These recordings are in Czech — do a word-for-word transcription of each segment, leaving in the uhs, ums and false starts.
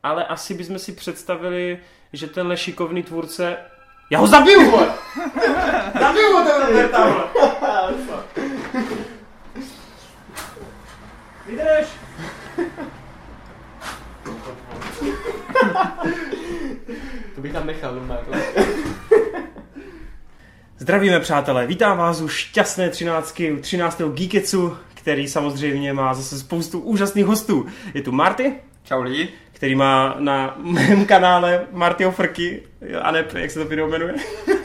ale asi bychom si představili, že tenhle šikovný tvůrce... Já ho zabiju, vole! Zabiju ho ten Roberta, vole! Vydrž! To bych tam nechal normálně. Zdravíme, přátelé, vítám vás u šťastné třináctky, u třináctého Geeketsu, který samozřejmě má zase spoustu úžasných hostů. Je tu Marty. Čau lidi. Který má na mém kanále Martyho Frky, a ne, jak se to video jmenuje?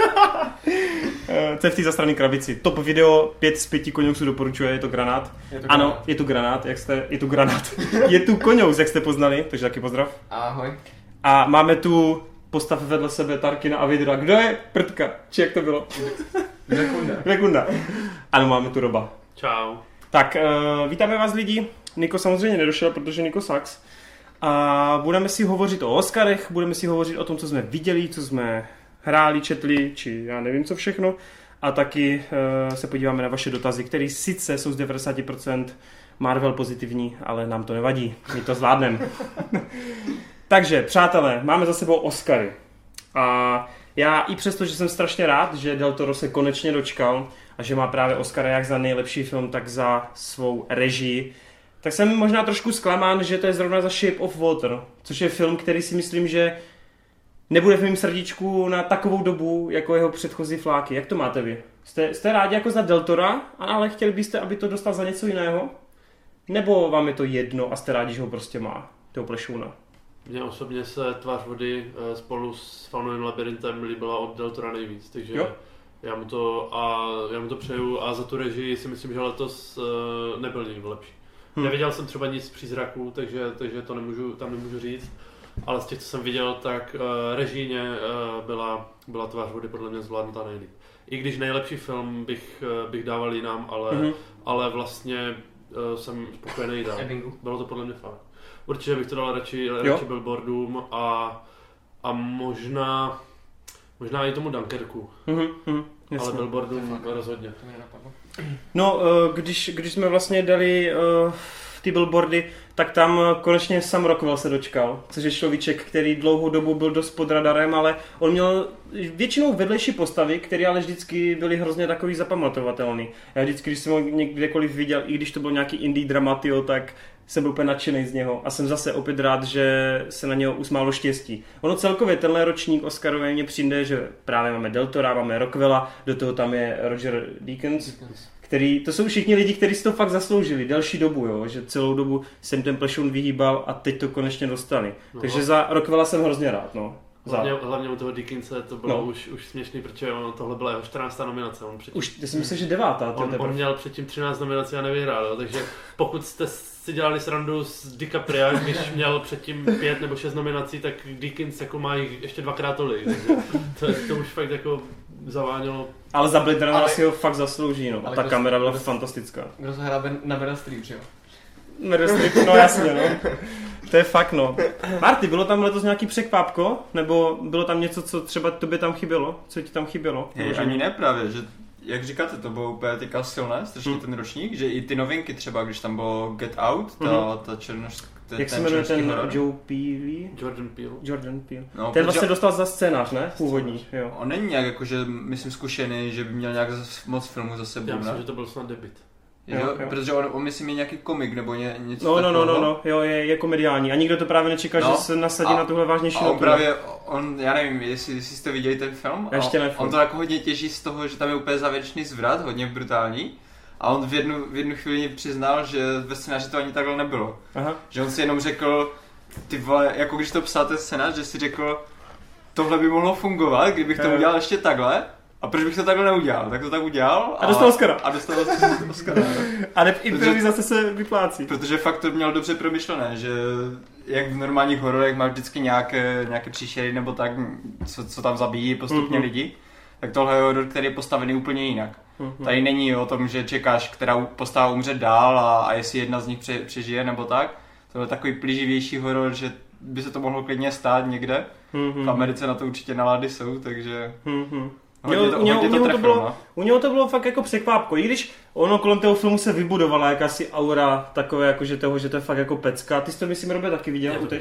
C F T za strany krabici. Top video, pět z pěti koňousů doporučuje, je to granát. Je to ano, granát. je tu granát, jak jste, je tu granát. Je tu koňous, jak jste poznali, takže taky pozdrav. Ahoj. A máme tu postav vedle sebe Tarkina a Vidra. Kdo je Prtka? Či jak to bylo? Vekunda. Vekunda. Ano, máme tu Roba. Čau. Tak, uh, vítáme vás lidi. Niko samozřejmě nedošel, protože Niko sucks. A budeme si hovořit o Oscarech, budeme si hovořit o tom, co jsme viděli, co jsme hráli, četli, či já nevím co všechno. A taky uh, se podíváme na vaše dotazy, které sice jsou z devadesát procent Marvel pozitivní, ale nám to nevadí. My to zvládneme. Takže, přátelé, máme za sebou Oscary. A já i přesto, že jsem strašně rád, že Del Toro se konečně dočkal a že má právě Oscara jak za nejlepší film, tak za svou režii, tak jsem možná trošku zklamán, že to je zrovna za Shape of Water, což je film, který si myslím, že nebude v mém srdíčku na takovou dobu, jako jeho předchozí fláky. Jak to máte vy? Jste, jste rádi jako za Del Tora, ale chtěli byste, aby to dostal za něco jiného? Nebo vám je to jedno a jste rádi, že ho prostě má, toho plešouna? Mně osobně se Tvář vody spolu s Faunovým labyrintem líbila od Del Tora nejvíc, takže jo. já mu to a já mu to přeju a za tu režii si myslím, že letos uh, nebyl nikdo lepší. Hmm. Neviděl jsem třeba nic z Přízraků, takže, takže to nemůžu, tam nemůžu říct, ale z těch, co jsem viděl, tak uh, režijně uh, byla, byla Tvář vody podle mě zvládnutá nejlíp. I když nejlepší film bych, uh, bych dával jinam, ale, hmm. ale vlastně uh, jsem spokojený dál. Bylo to podle mě fakt. Určitě bych to dal radši, radši Billboardům a, a možná, možná i tomu Dunkerku, mm-hmm, mm, ale Billboardům rozhodně. No, když, když jsme vlastně dali uh, ty billboardy, tak tam konečně Sam Rockwell se dočkal, což je človíček, který dlouhou dobu byl dost pod radarem, ale on měl většinou vedlejší postavy, které ale vždycky byly hrozně takový zapamatovatelný. Já vždycky, když jsem ho někdekoliv viděl, i když to byl nějaký indie dramatio, tak jsem byl úplně nadšený z něho a jsem zase opět rád, že se na něho usmálo štěstí. Ono celkově tenhle ročník Oscarový mně přijde, že právě máme Del Tora, máme Rockwella, do toho tam je Roger Deakins, který, to jsou všichni lidi, kteří si to fakt zasloužili delší dobu, jo, že celou dobu jsem ten plešoun vyhýbal a teď to konečně dostali. No. Takže za Rockwella jsem hrozně rád, no. Hlavně, hlavně u toho Dickinse to bylo no. už, už směšný, protože on, tohle byla jeho čtrnáctá nominace. On předtím, už, já si myslím, že devátá. On, on měl předtím třináct nominací a nevyhrál, takže pokud jste si dělali srandu s DiCaprio, když měl předtím pět nebo šest nominací, tak Dickens jako má jich ještě dvakrát tolik, takže to, to už fakt jako zavánělo. Ale za Blade Runner si ho fakt zaslouží, no. Ta kamera byla fantastická. Kdo se hrál na Meryl Streep, že jo? Meryl Streep, no jasně, no. To je fakt, no. Marty, bylo tam letos nějaký překvápko? Nebo bylo tam něco, co třeba tobě tam chybělo? Co ti tam chybělo? Hej, ani ne právě, že jak říkáte, to bylo úplně teďka silné, strašně hmm. ten ročník, že i ty novinky třeba, když tam bylo Get Out, ta, hmm. ta černošská. Jak se jmenuje ten horor? Joe Peely? Jordan Peele. Jordan Peele. No, ten vlastně dostal za scénář, ne? Původní, jo. On není nějak jakože, myslím, zkušený, že by měl nějak moc filmů za sebou, Já myslím, ne? že to byl snad debut. Jo, jo, jo. Protože on, on myslím je nějaký komik nebo ně, něco no, takového. No, no, no, no, jo, je, je komediální a nikdo to právě nečeká, no, že se nasadí a, na tuhle vážnější notu. A on právě, on, já nevím, jestli, jestli jste viděli ten film, ještě on, on to jako hodně těží z toho, že tam je úplně závěrečný zvrat, hodně brutální. A on v jednu, v jednu chvíli přiznal, že ve scénáři to ani takhle nebylo. Aha. Že on si jenom řekl, ty vole, jako když to psal ten scénář, že si řekl, tohle by mohlo fungovat, kdybych to udělal ještě takhle. A proč bych to takhle neudělal? Tak to tak udělal. A, a dostal Oscara. A dostal Oscara. A ne, improvizace se vyplácí. Protože fakt to měl dobře promyšlené, že jak v normálních hororech má vždycky nějaké, nějaké příšery nebo tak, co, co tam zabíjí postupně mm-hmm. lidi, tak tohle je horor, který je postavený úplně jinak. Mm-hmm. Tady není o tom, že čekáš, která postava umře dál a, a jestli jedna z nich pře, přežije nebo tak. To je takový plíživější horor, že by se to mohlo klidně stát někde. Mm-hmm. V Americe na to určitě nálady jsou, takže... Mm-hmm. Hodně to, u, něho, hodně to, to bylo, no. U něho to bylo fakt jako překvápko, i když ono kolem toho filmu se vybudovala jakási aura takové, jako že toho, že to je fakt jako pecka. Ty jsi to myslím, Robě, taky viděl, uteč?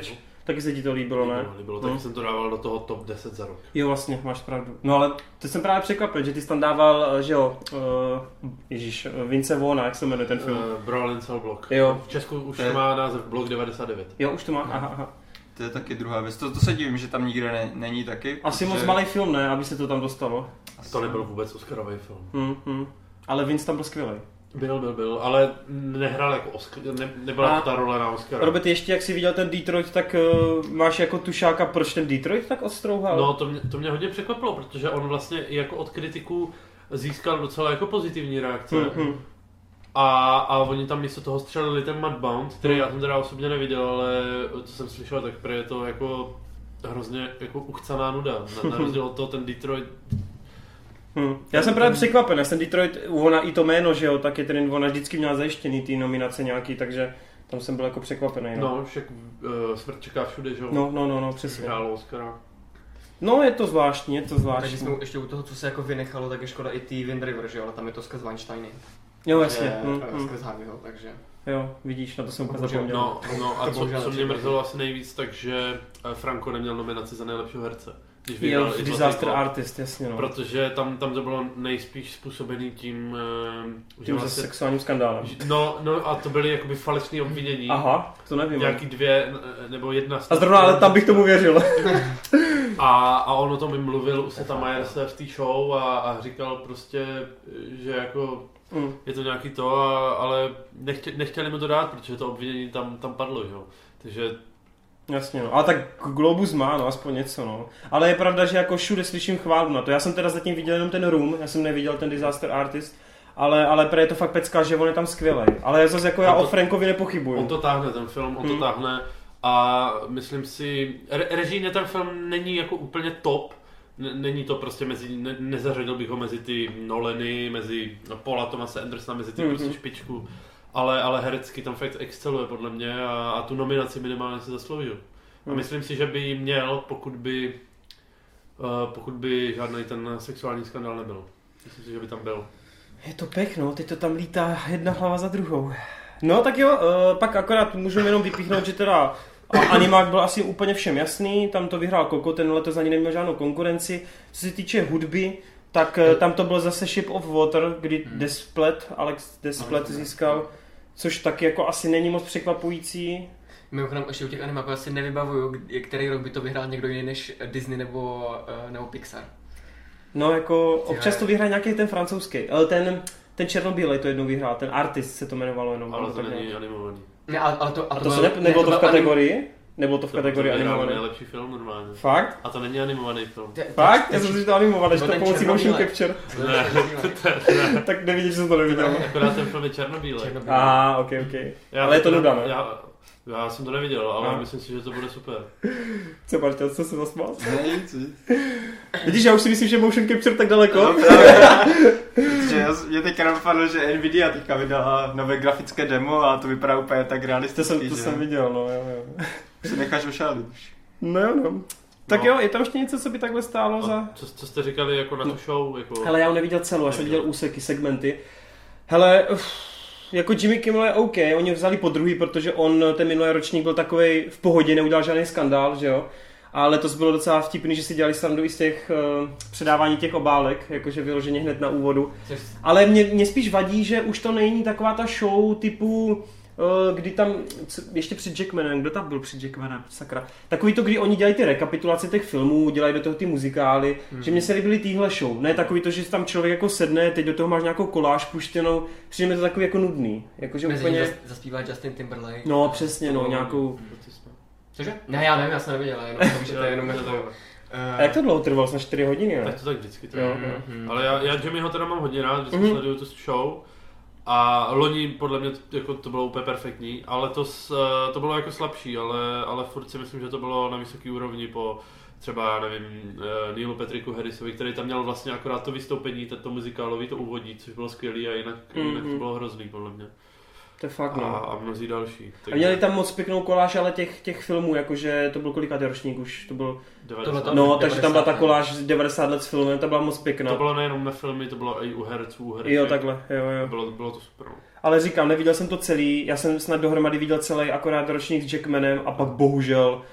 Taky se ti to líbilo, ne? Líbilo, líbilo. Taky Hmm. jsem to dával do toho top deset za rok. Jo, vlastně, máš pravdu. No ale to jsem právě překvapil, že ty jsi tam dával, že jo, uh, ježíš, Vince Vaughna, jak se jmenuje ten film? Uh, Brolin Cell Block. Jo. V Česku už Je. má název Blok devadesát devět. Jo, už to má, aha, aha. To je taky druhá věc. To, to se divím, že tam nikde ne, není taky. Asi protože- moc malý film, ne, aby se to tam dostalo. To nebyl vůbec Oscarový film. Hmm, hmm. Ale Vince tam byl skvělý. Byl, byl, byl, ale nehrál jako Oscar, ne, nebyla A- to ta role na Oscara. Robert, ještě jak jsi viděl ten Detroit, tak uh, máš jako tušáka, proč ten Detroit tak ostrouhal? No to mě, to mě hodně překvapilo, protože on vlastně i jako od kritiků získal docela jako pozitivní reakce. Hmm, hmm. A, a oni tam místo toho střelili ten Mudbound, který já jsem teda osobně neviděl, ale co jsem slyšel, tak prý je to jako hrozně jako uchcaná nuda. Na, na rozdíl od toho ten Detroit. Hmm. Já jsem právě překvapen, já jsem Detroit, ona i to jméno, že jo, tak je ten, ona vždycky měla zajištěný ty nominace nějaký, takže tam jsem byl jako překvapený. No, No, však uh, smrt čeká všude, že jo? no, no, no, no přesně. Hrálo Oscara. No, je to zvláštní, je to Takže zvláštní. jsme ještě u toho, co se jako vynechalo, tak je škoda i ty Wind River, že jo, ale tam je to skrz Weinsteiny. Jo, jasně. Je, Hmm, eh, hmm. Skrz Harveyho, takže. Jo, vidíš, na to jsem úplně Bohužel, zapomněl. No, no a To co, bohužel co mě nepřekvapí. mrzelo asi nejvíc, takže eh, Franco neměl nominaci za nejlepšího herce. Když Jo, vyhrál i Zlatý Disaster kolo. Artist, jasně, no. Protože tam, tam to bylo nejspíš způsobený tím, eh, že Tím se vlastně, sexuálním skandálem. že- no, no a to byly jakoby falešné obvinění. Aha, to nevím. Nějaký dvě, eh, nebo jedna. A zrovna, ale tam bych tomu věřil. A, a on o tom i mluvil u Seta Myerse v té show a, a říkal prostě, že jako Hmm. je to nějaký to, a, ale nechtě, nechtěli mu to dát, protože to obvinění tam, tam padlo, jo. Takže Jasně, no. Ale tak Globus má, no, aspoň něco, no. Ale je pravda, že jako všude slyším chválu na to. Já jsem teda zatím viděl jenom ten Room, já jsem neviděl ten Disaster Artist, ale, ale pre je to fakt pecka, že on je tam skvělej. Ale zase jako já On to- o Frankovi nepochybuju. on to táhne, ten film, on Hmm. to táhne a myslím si, re, režijně ten film není jako úplně top, N- není to prostě mezi, ne, nezařadil bych ho mezi ty Nolany, mezi Paula Thomase Andersona, mezi ty Mhm. prostě špičku, ale, ale herecky tam fakt exceluje podle mě a, a tu nominaci minimálně si zasloužil. A Hmm. myslím si, že by ji měl, pokud by, uh, pokud by žádný ten sexuální skandál nebyl. Myslím si, že by tam byl. Je to pěkno, teď to tam lítá jedna hlava za druhou. No tak jo, uh, pak akorát můžu jenom vypíchnout, že teda a animák byl asi úplně všem jasný, tam to vyhrál Coco, ten letos ani neměl žádnou konkurenci. Co se týče hudby, tak uh, tam to byl zase Shape of Water, kdy Hmm. Desplet, Alex Desplet No, získal, což taky jako asi není moc překvapující. Mimochodem ještě u těch animáků asi nevybavuju, kdy- který rok by to vyhrál někdo jiný než Disney nebo, eh, nebo Pixar. No jako občas to vyhraje nějaký ten francouzský, ale ten, ten černobílej to jednou vyhrál, ten Artist se to jmenovalo jenom. Ale to tak není nějak. animovaný. Ne, ale, ale to, A ale to se byl- ne, nebylo to v byl anim- kategorii? Nebylo to v To- kategorii to vyhrál animovaný? nejlepší film normálně. Fakt? A to není animovaný film. Te- te- Fakt? te- Já jsem si to animovaný, že byl to ten pomocí motion černobílej. capture. Ne, Tak nevidíš, že jsem to neviděl. akorát ten film je černobílej. Černobílej. Aha, ok, ok. Já Ale je to teda- nuda, ne? Já, já jsem to neviděl, ale Aha. myslím si, že to bude super. Co, Martin, co se zasmál? Ne, nic, nic. Vidíš, já už si myslím, že motion capture tak daleko. No, právě. Protože já, mě teďka napadlo, že Nvidia teďka vydala nové grafické demo a to vypadá úplně tak To realisticky, jsem, to že jsem viděl, no jo, jo. si necháš ošálit už. No jo, no. Tak No. jo, je tam ještě něco, co by takhle stálo za... A co, co jste říkali jako na tu show? Jako... Hele, já ho neviděl celou, já jsem Neviděl. viděl úseky, segmenty. Hele, uf, jako Jimmy Kimmel je OK, oni ho vzali po druhý, protože on ten minulý ročník byl takovej v pohodě, neudělal žádný skandál, že jo. A letos bylo docela vtipný, že si dělali srandu i z těch uh, předávání těch obálek, jakože vyloženě hned na úvodu. Což- Ale mě, mě spíš vadí, že už to není taková ta show typu, uh, kdy tam, co, ještě před Jackmanem, kdo tam byl před Jackmanem, sakra. Takový to, kdy oni dělají ty rekapitulace těch filmů, dělají do toho ty muzikály, hmm. že mě se líbily týhle show. Ne takový to, že tam člověk jako sedne, teď do toho máš nějakou koláž puštěnou, přijde mi to takový jako nudný. Jakože Mezi úplně, úplně... zaspívá Justin Timberlake. no přesně, no, nějakou... Cože? Ne, já nevím, já jsem neviděl, jenom to víš, že to je jenom jako... A jak to dlouho trvalo? Snad čtyři hodiny, ne? Tak to tak vždycky to Jo, je. jo. Mhm. Ale já, já Jimmyho teda mám hodně rád, vždycky Mhm. sleduju tu show. A loni podle mě jako to bylo úplně perfektní, ale to, s, to bylo jako slabší, ale, ale furt si myslím, že to bylo na vysoký úrovni po třeba, já nevím, Neilu Patricku Harrisovi, který tam měl vlastně akorát to vystoupení, to muzikálový, to úvodní, což bylo skvělý a jinak, Mhm. jinak to bylo hrozný podle mě. To je fakt, A, no. a mnozí další. A měli tam moc pěknou koláž, ale těch, těch filmů, jakože to byl kolikátý ročník už, to byl... devadesát. Tohle No, takže tam byla ta devadesát, koláž z devadesát let s filmem, to byla moc pěkná. To bylo nejenom na filmy, to bylo i u herců, u hereček. Jo, takhle, jo, jo. Bylo, bylo to super. no. Ale říkám, neviděl jsem to celý, já jsem snad dohromady viděl celý akorát ročník s Jackmanem a pak bohužel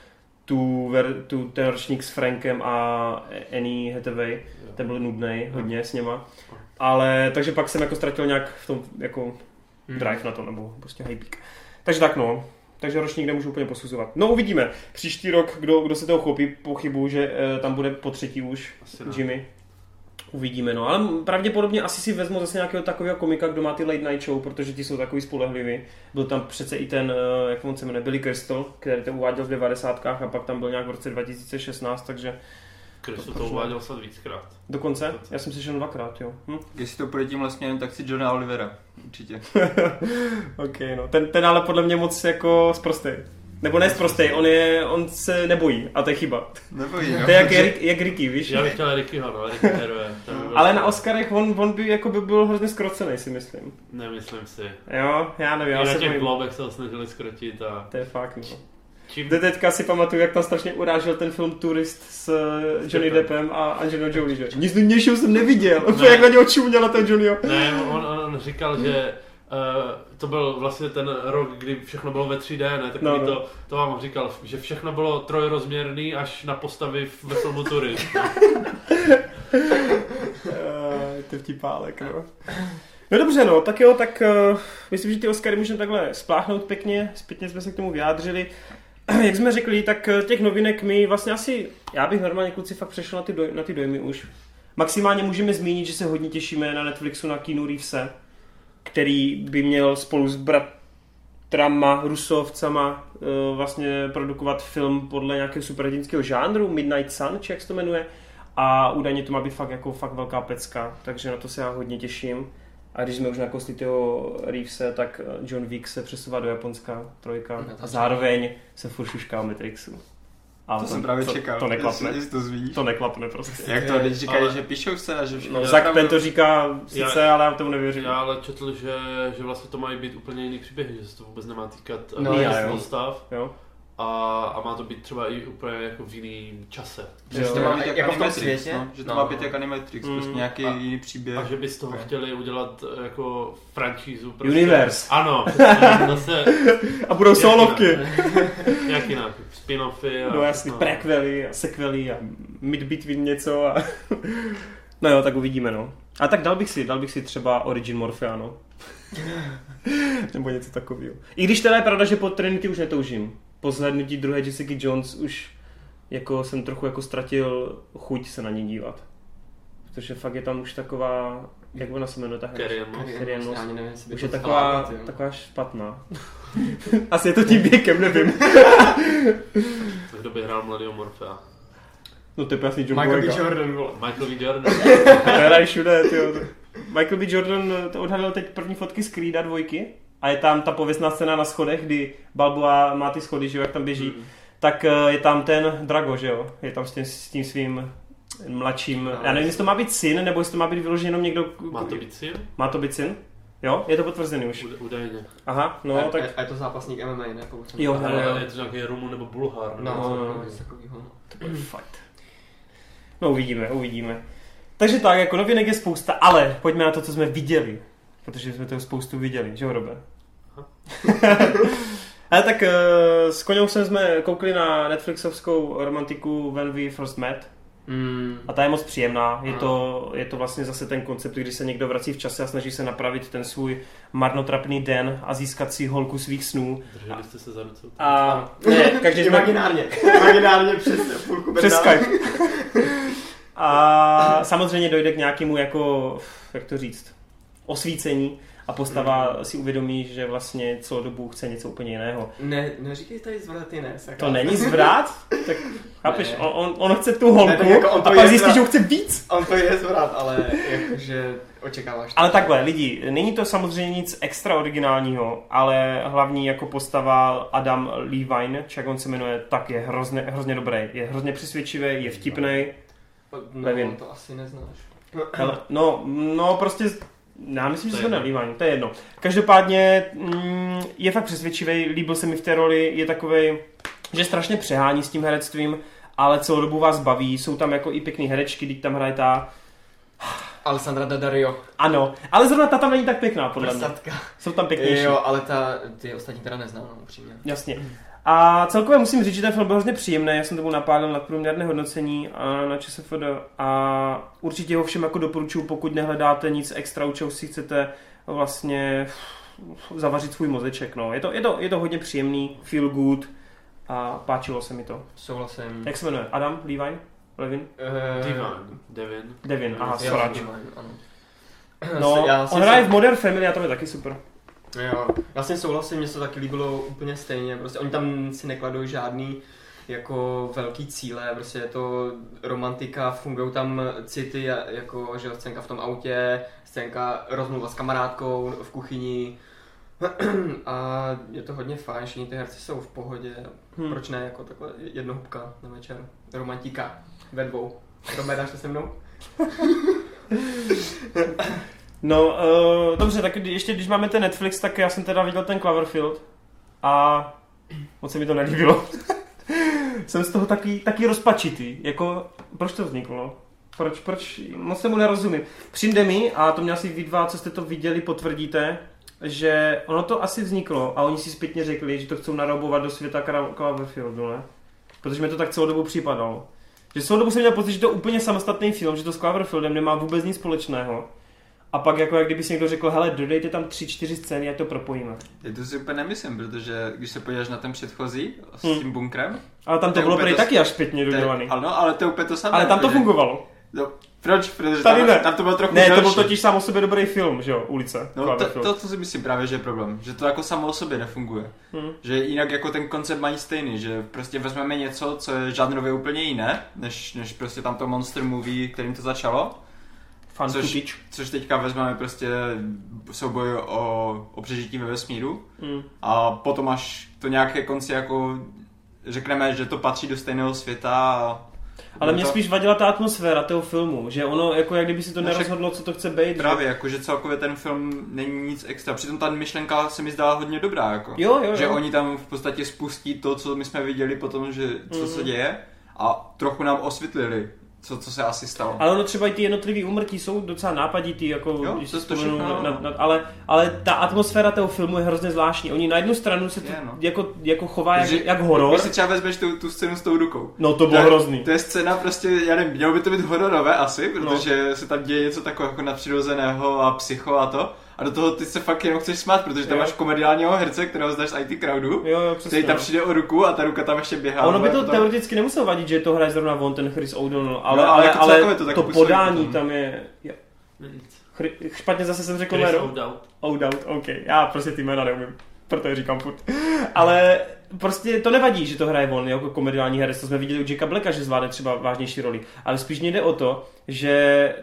tu, ver, tu ten ročník s Frankem a Annie Hathaway, Jo. ten byl nudnej hodně s něma. Ale takže pak jsem jako ztratil nějak v tom jako drive na to, nebo prostě hypík. Takže tak no. Takže ročník nemůžu úplně posuzovat. No uvidíme. Příští rok, kdo, kdo se toho chopí, pochybuju, že e, tam bude po třetí už Jimmy. Uvidíme, no. Ale pravděpodobně asi si vezmu zase nějakého takového komika, kdo má ty late night show, protože ti jsou takový spolehliví. Byl tam přece i ten, e, jak on se jmenuje, Billy Crystal, který to uváděl v devadesátkách a pak tam byl nějak v roce dva tisíce šestnáct, takže... Crystal to uváděl snad víckrát. Dokonce? Já jsem slyšel dvakrát, jo. Hm? Jestli to půjde tím vlastně, tak si Johna Olivera, určitě. Ok, no. Ten, ten ale podle mě moc jako sprostej. Nebo ne sprostej, on, je, on se nebojí a to je chyba. Nebojí, no. To je jak, jak, jak Ricky, víš? Já bych chtěl Rickyho, no, Ricky heruje. Ale na Oscarech on, on by, jako by byl hrozně skrocený, si myslím. Nemyslím si. Jo, já nevím. I já na se těch bojím. globech se ho snažili skrotit a... To je fakt, no. Čím... Teď teďka si pamatuju, jak tam strašně urážel ten film Turist s Johnny Deppem a Angelinou Jolie, že nic nudnějšího jsem neviděl. Úplně jak na něho čuměla ten Johnnyho. Ne, on, on, on říkal, že uh, to byl vlastně ten rok, kdy všechno bylo ve tři dé, ne? Takový No, no. To, to vám říkal, že všechno bylo trojrozměrný až na postavy ve filmu Turist. To je vtipálek, no. No dobře, no, tak jo, tak uh, myslím, že ty Oscary můžeme takhle spláchnout pěkně, zpětně jsme se k tomu vyjádřili. Jak jsme řekli, tak těch novinek my vlastně asi, já bych normálně kluci fakt přešel na ty, doj, na ty dojmy už. Maximálně můžeme zmínit, že se hodně těšíme na Netflixu na Keanu Reevese, který by měl spolu s bratrama, Rusovcama uh, vlastně produkovat film podle nějakého superhrdinského žánru, Midnight Sun, či jak se to jmenuje. A údajně to má být fakt jako fakt velká pecka, takže na to se já hodně těším. A když jsme už nakosli toho Reevese, tak John Wick se přesouvá do Japonska, trojka, a zároveň se furt šušká o Matrixu. Ale to, to jsem právě to, čekal, to neklapne. jestli to zvíš. To neklapne prostě. Jak to, když říkají, ale... že píšou se a že všechno... No, Zack Penn to říká sice, já, ale já tomu nevěřím. Já ale četl, že, že vlastně to mají být úplně jiný příběhy, že se to vůbec nemá týkat No, já, postav. Jo. A, a má to být třeba i úplně jako v jiným čase. Že to má být jak jako v tom Animatrix, světě? no? Že to No. má být jak Animatrix, Mm. prostě nějaký A- jiný příběh. A že by z toho Okay. chtěli udělat jako franšízu. Prostě. Universe. Ano, přesně, zase A budou solovky. jak jinak, spin-offy. A No jasný, no. prequely a sequely a mid-between něco a... No jo, tak uvidíme, no. A tak dal bych si, dal bych si třeba Origin Morphea, no. Nebo něco takového. I když teda je pravda, že po Trinity už netoužím. Po zhlédnutí druhé Jessica Jones už jako jsem trochu jako ztratil chuť se na ní dívat. Protože fakt je tam už taková, jak ona se jmenuje ta hra? Carrie Ann Moss. Carrie Ann Moss. Já ani nevím, jestli by Už to je taková, zvládla, ty jo. taková špatná. Asi je to tím věkem, nevím. Tak kdo by hrál mladýho Morphea? No to je jasný John Michael B. Boyega. Jordan, vole. Michael B. Jordan. Hrají všude, tyjo. Michael B. Jordan to odhalil teď první fotky z Creeda dvojky a je tam ta pověstná scéna na schodech, kdy Balboa má ty schody, že jo, jak tam běží. Mm. Tak eh, je tam ten Drago, že jo, je tam s tím, s tím svým mladším, já nevím, jestli to má být syn, nebo jestli to má být vyloženě jenom někdo... Má to být syn? Má to být syn? Jo, je to potvrzený už. Úd- Údajně. Aha, no a, tak... a, a je to zápasník M M A, ne? Pokud jsem Jo, to- hele, Ale je to nějaký Rumun nebo Bulhar. No, nebo no, co? no, něco takovýho, no. To bude fakt. No uvidíme, uvidíme. Takže tak, jako novinek je spousta, ale pojďme na to, co jsme viděli. Protože jsme toho spoustu viděli, že jo, Robe? Ale tak uh, s Koňou jsme koukli na Netflixovskou romantiku When We First Met. Mm. A ta je moc příjemná. Je to, je to vlastně zase ten koncept, kdy se někdo vrací v čase a snaží se napravit ten svůj marnotrapný den a získat si holku svých snů. Drželi jste se za ruce. A ne, každý jsme... Imaginárně. Imaginárně přes půlku Přes bedna. Skype. A samozřejmě dojde k nějakému jako, jak to říct, osvícení a postava si uvědomí, že vlastně celou dobu chce něco úplně jiného. Ne, neříkej tady zvraty, ne. Sakra. To není zvrat? Tak chápeš, Ne. on, on, on chce tu holku Ne, tak jako on to a pak je zjistí, zvrat. že ho chce víc. On to je zvrat, ale jakože očekáváš to. Ale takhle, lidi, není to samozřejmě nic extra originálního, ale hlavní jako postava Adam Levine, či jak on se jmenuje, tak je hrozně, hrozně dobrý. Je hrozně přesvědčivý, je vtipnej. No, nevím. to asi neznáš. Hele, no, no prostě, já myslím, že To se to je nelívání, to je jedno. Každopádně mm, je fakt přesvědčivý, líbil se mi v té roli, je takovej, že strašně přehání s tím herectvím, ale celou dobu vás baví, jsou tam jako i pěkný herečky, když tam hraje ta... Alessandra Daddario. Ano, ale zrovna ta tam není tak pěkná, podle mě. Prsatka. Jsou tam pěknější. Jo, ale ta, ty ostatní teda neznám, no, upřímně. Jasně. A celkově musím říct, že ten film byl hrozně příjemný, já jsem tomu napálil nadprůměrné hodnocení a na ČSFD a určitě ho všem jako doporučuji, pokud nehledáte nic extra, u čeho si chcete vlastně zavařit svůj mozeček. No. Je, to, je, to, je to hodně příjemný, feel good a páčilo se mi to. Souhlasím. Jak se jmenuje? Adam? Levine? Levin? Uh, Devin. Devin. Devin, aha, jo, Sorač. Devin, ano. No, Já on hraje v Modern Family a to je taky super. Jo, já s tím souhlasím, mně se to taky líbilo úplně stejně, prostě oni tam si nekladou žádný jako velký cíle, prostě je to romantika, fungují tam city, jako že scénka v tom autě, scénka rozmluva s kamarádkou v kuchyni a je to hodně fajn, všichni ty herci jsou v pohodě, hmm. proč ne, jako takhle jednohubka na večer, romantika ve dvou. Robé, dáš to se mnou? No, uh, dobře, tak ještě když máme ten Netflix, tak já jsem teda viděl ten Cloverfield a moc se mi to nelíbilo. Jsem z toho taky, taky rozpačitý, jako, proč to vzniklo? Proč, proč, moc se mu nerozumím. Přijde mi, a to mě asi vy dva, co jste to viděli, potvrdíte, že ono to asi vzniklo a oni si zpětně řekli, že to chcou narobovat do světa Cloverfieldu, ne? Protože mi to tak celou dobu připadalo. Že celou dobu jsem měl pocit, že to je úplně samostatný film, že to s Cloverfieldem nemá vůbec nic společného. A pak jako jak kdyby si někdo řekl, hele, dodejte tam tři, čtyři scény, ať to propojíme. Já to si úplně nemyslím, protože když se podíváš na ten předchozí s tím hmm. bunkrem... Ale tam to bylo prej to... taky až zpětně dodělaný. Ano, ale to je úplně to samé. Ale tam to fungovalo. No, proč? Protože tady tam, ne. tam to bylo trochu Ne, delší. to byl totiž sám o sobě dobrý film, že jo, Ulice. No to, to, to si myslím právě, že je problém. Že to jako samo o sobě nefunguje. Hmm. Že jinak jako ten koncept mají stejný, že prostě vezmeme něco, co je žánrově úplně jiné, než, než prostě tam to monster movie, kterým to začalo. Což, což teďka vezmeme prostě souboj o, o přežití ve vesmíru mm. a potom až to nějaké konci jako řekneme, že to patří do stejného světa. A ale mě to... spíš vadila ta atmosféra toho filmu, že ono jako jak kdyby si to no, nerozhodlo, co to chce být. Právě, že... jako že celkově ten film není nic extra, přitom ta myšlenka se mi zdala hodně dobrá, jako. Jo, jo, jo. Že oni tam v podstatě spustí to, co my jsme viděli potom, že co mm. se děje a trochu nám osvětlili. Co, co se asi stalo. Ale ono třeba i ty jednotlivý úmrtí jsou docela nápaditý, jako jo, když to si to vzpomenu, všechno, na, na, ale, ale ta atmosféra toho filmu je hrozně zvláštní. Oni na jednu stranu se to je, no. jako, jako chová jak, jak horor. Když si třeba vezmeš tu, tu scénu s tou rukou. No to bylo to, hrozný. To je scéna prostě, já nevím, mělo by to být hororové asi, protože no. se tam děje něco takového jako nadpřirozeného a psycho a to. A do toho ty se fakt jenom chceš smát, protože tam jo. máš komediálního herce, kterého znáš z í té crowdu, jo, jo, přesně, který tam přijde o ruku a ta ruka tam ještě běhá. A ono by to potom... teoreticky nemuselo vadit, že to hraje zrovna on, ten Chris O'Donnell, ale, no, ale, jako ale to, to, to podání tam je... je. Chry... Špatně zase jsem řekl jméno. O'Dowd, ok. Já prostě ty jména neumím, proto je říkám furt. Ale prostě to nevadí, že to hraje on jako komediální herec, to jsme viděli u Jacka Blacka, že zvládne třeba vážnější roli. Ale spíš mě jde o to, že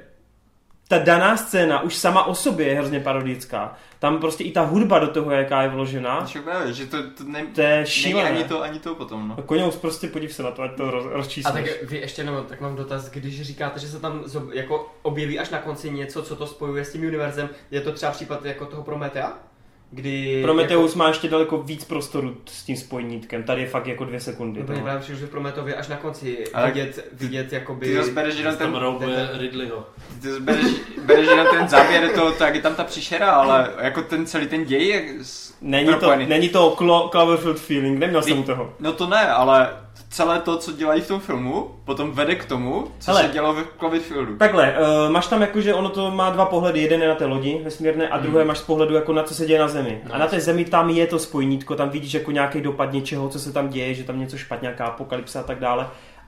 ta daná scéna už sama o sobě je hrozně parodická. Tam prostě i ta hudba do toho, jaká je vložená. Že to, to, ne, to je šílené. Není ani to, ani to potom, no. Koňous, prostě podív se na to, ať to roz, rozčíslíš. A tak vy ještě jenom, tak mám dotaz, když říkáte, že se tam jako objeví až na konci něco, co to spojuje s tím univerzem, je to třeba případ jako toho Prometea? Kdy Prometheus jako... má ještě daleko víc prostoru s tím spojnítkem, tady je fakt jako dvě sekundy. No, právě přijde, že v Prometeovi až na konci ale vidět, vidět jakoby... Ty zase bereš jenom ten... ten Ridleyho. Ty zase bereš, bereš jenom ten záběr, to, tak je tam ta příšera, ale jako ten celý ten děj je Není to, není to Clo- Cloverfield feeling, neměl jsem u toho. No to ne, ale celé to, co dělají v tom filmu, potom vede k tomu, co Hele, se dělo ve Cloverfieldu. Takhle, uh, máš tam jako, že ono to má dva pohledy, jeden je na té lodi vesmírné a druhé hmm. máš z pohledu jako na co se děje na Zemi. No. A na té Zemi tam je to spojnítko, tam vidíš jako nějaký dopad něčeho, co se tam děje, že tam něco špatně, nějaká apokalypsa a tak dále.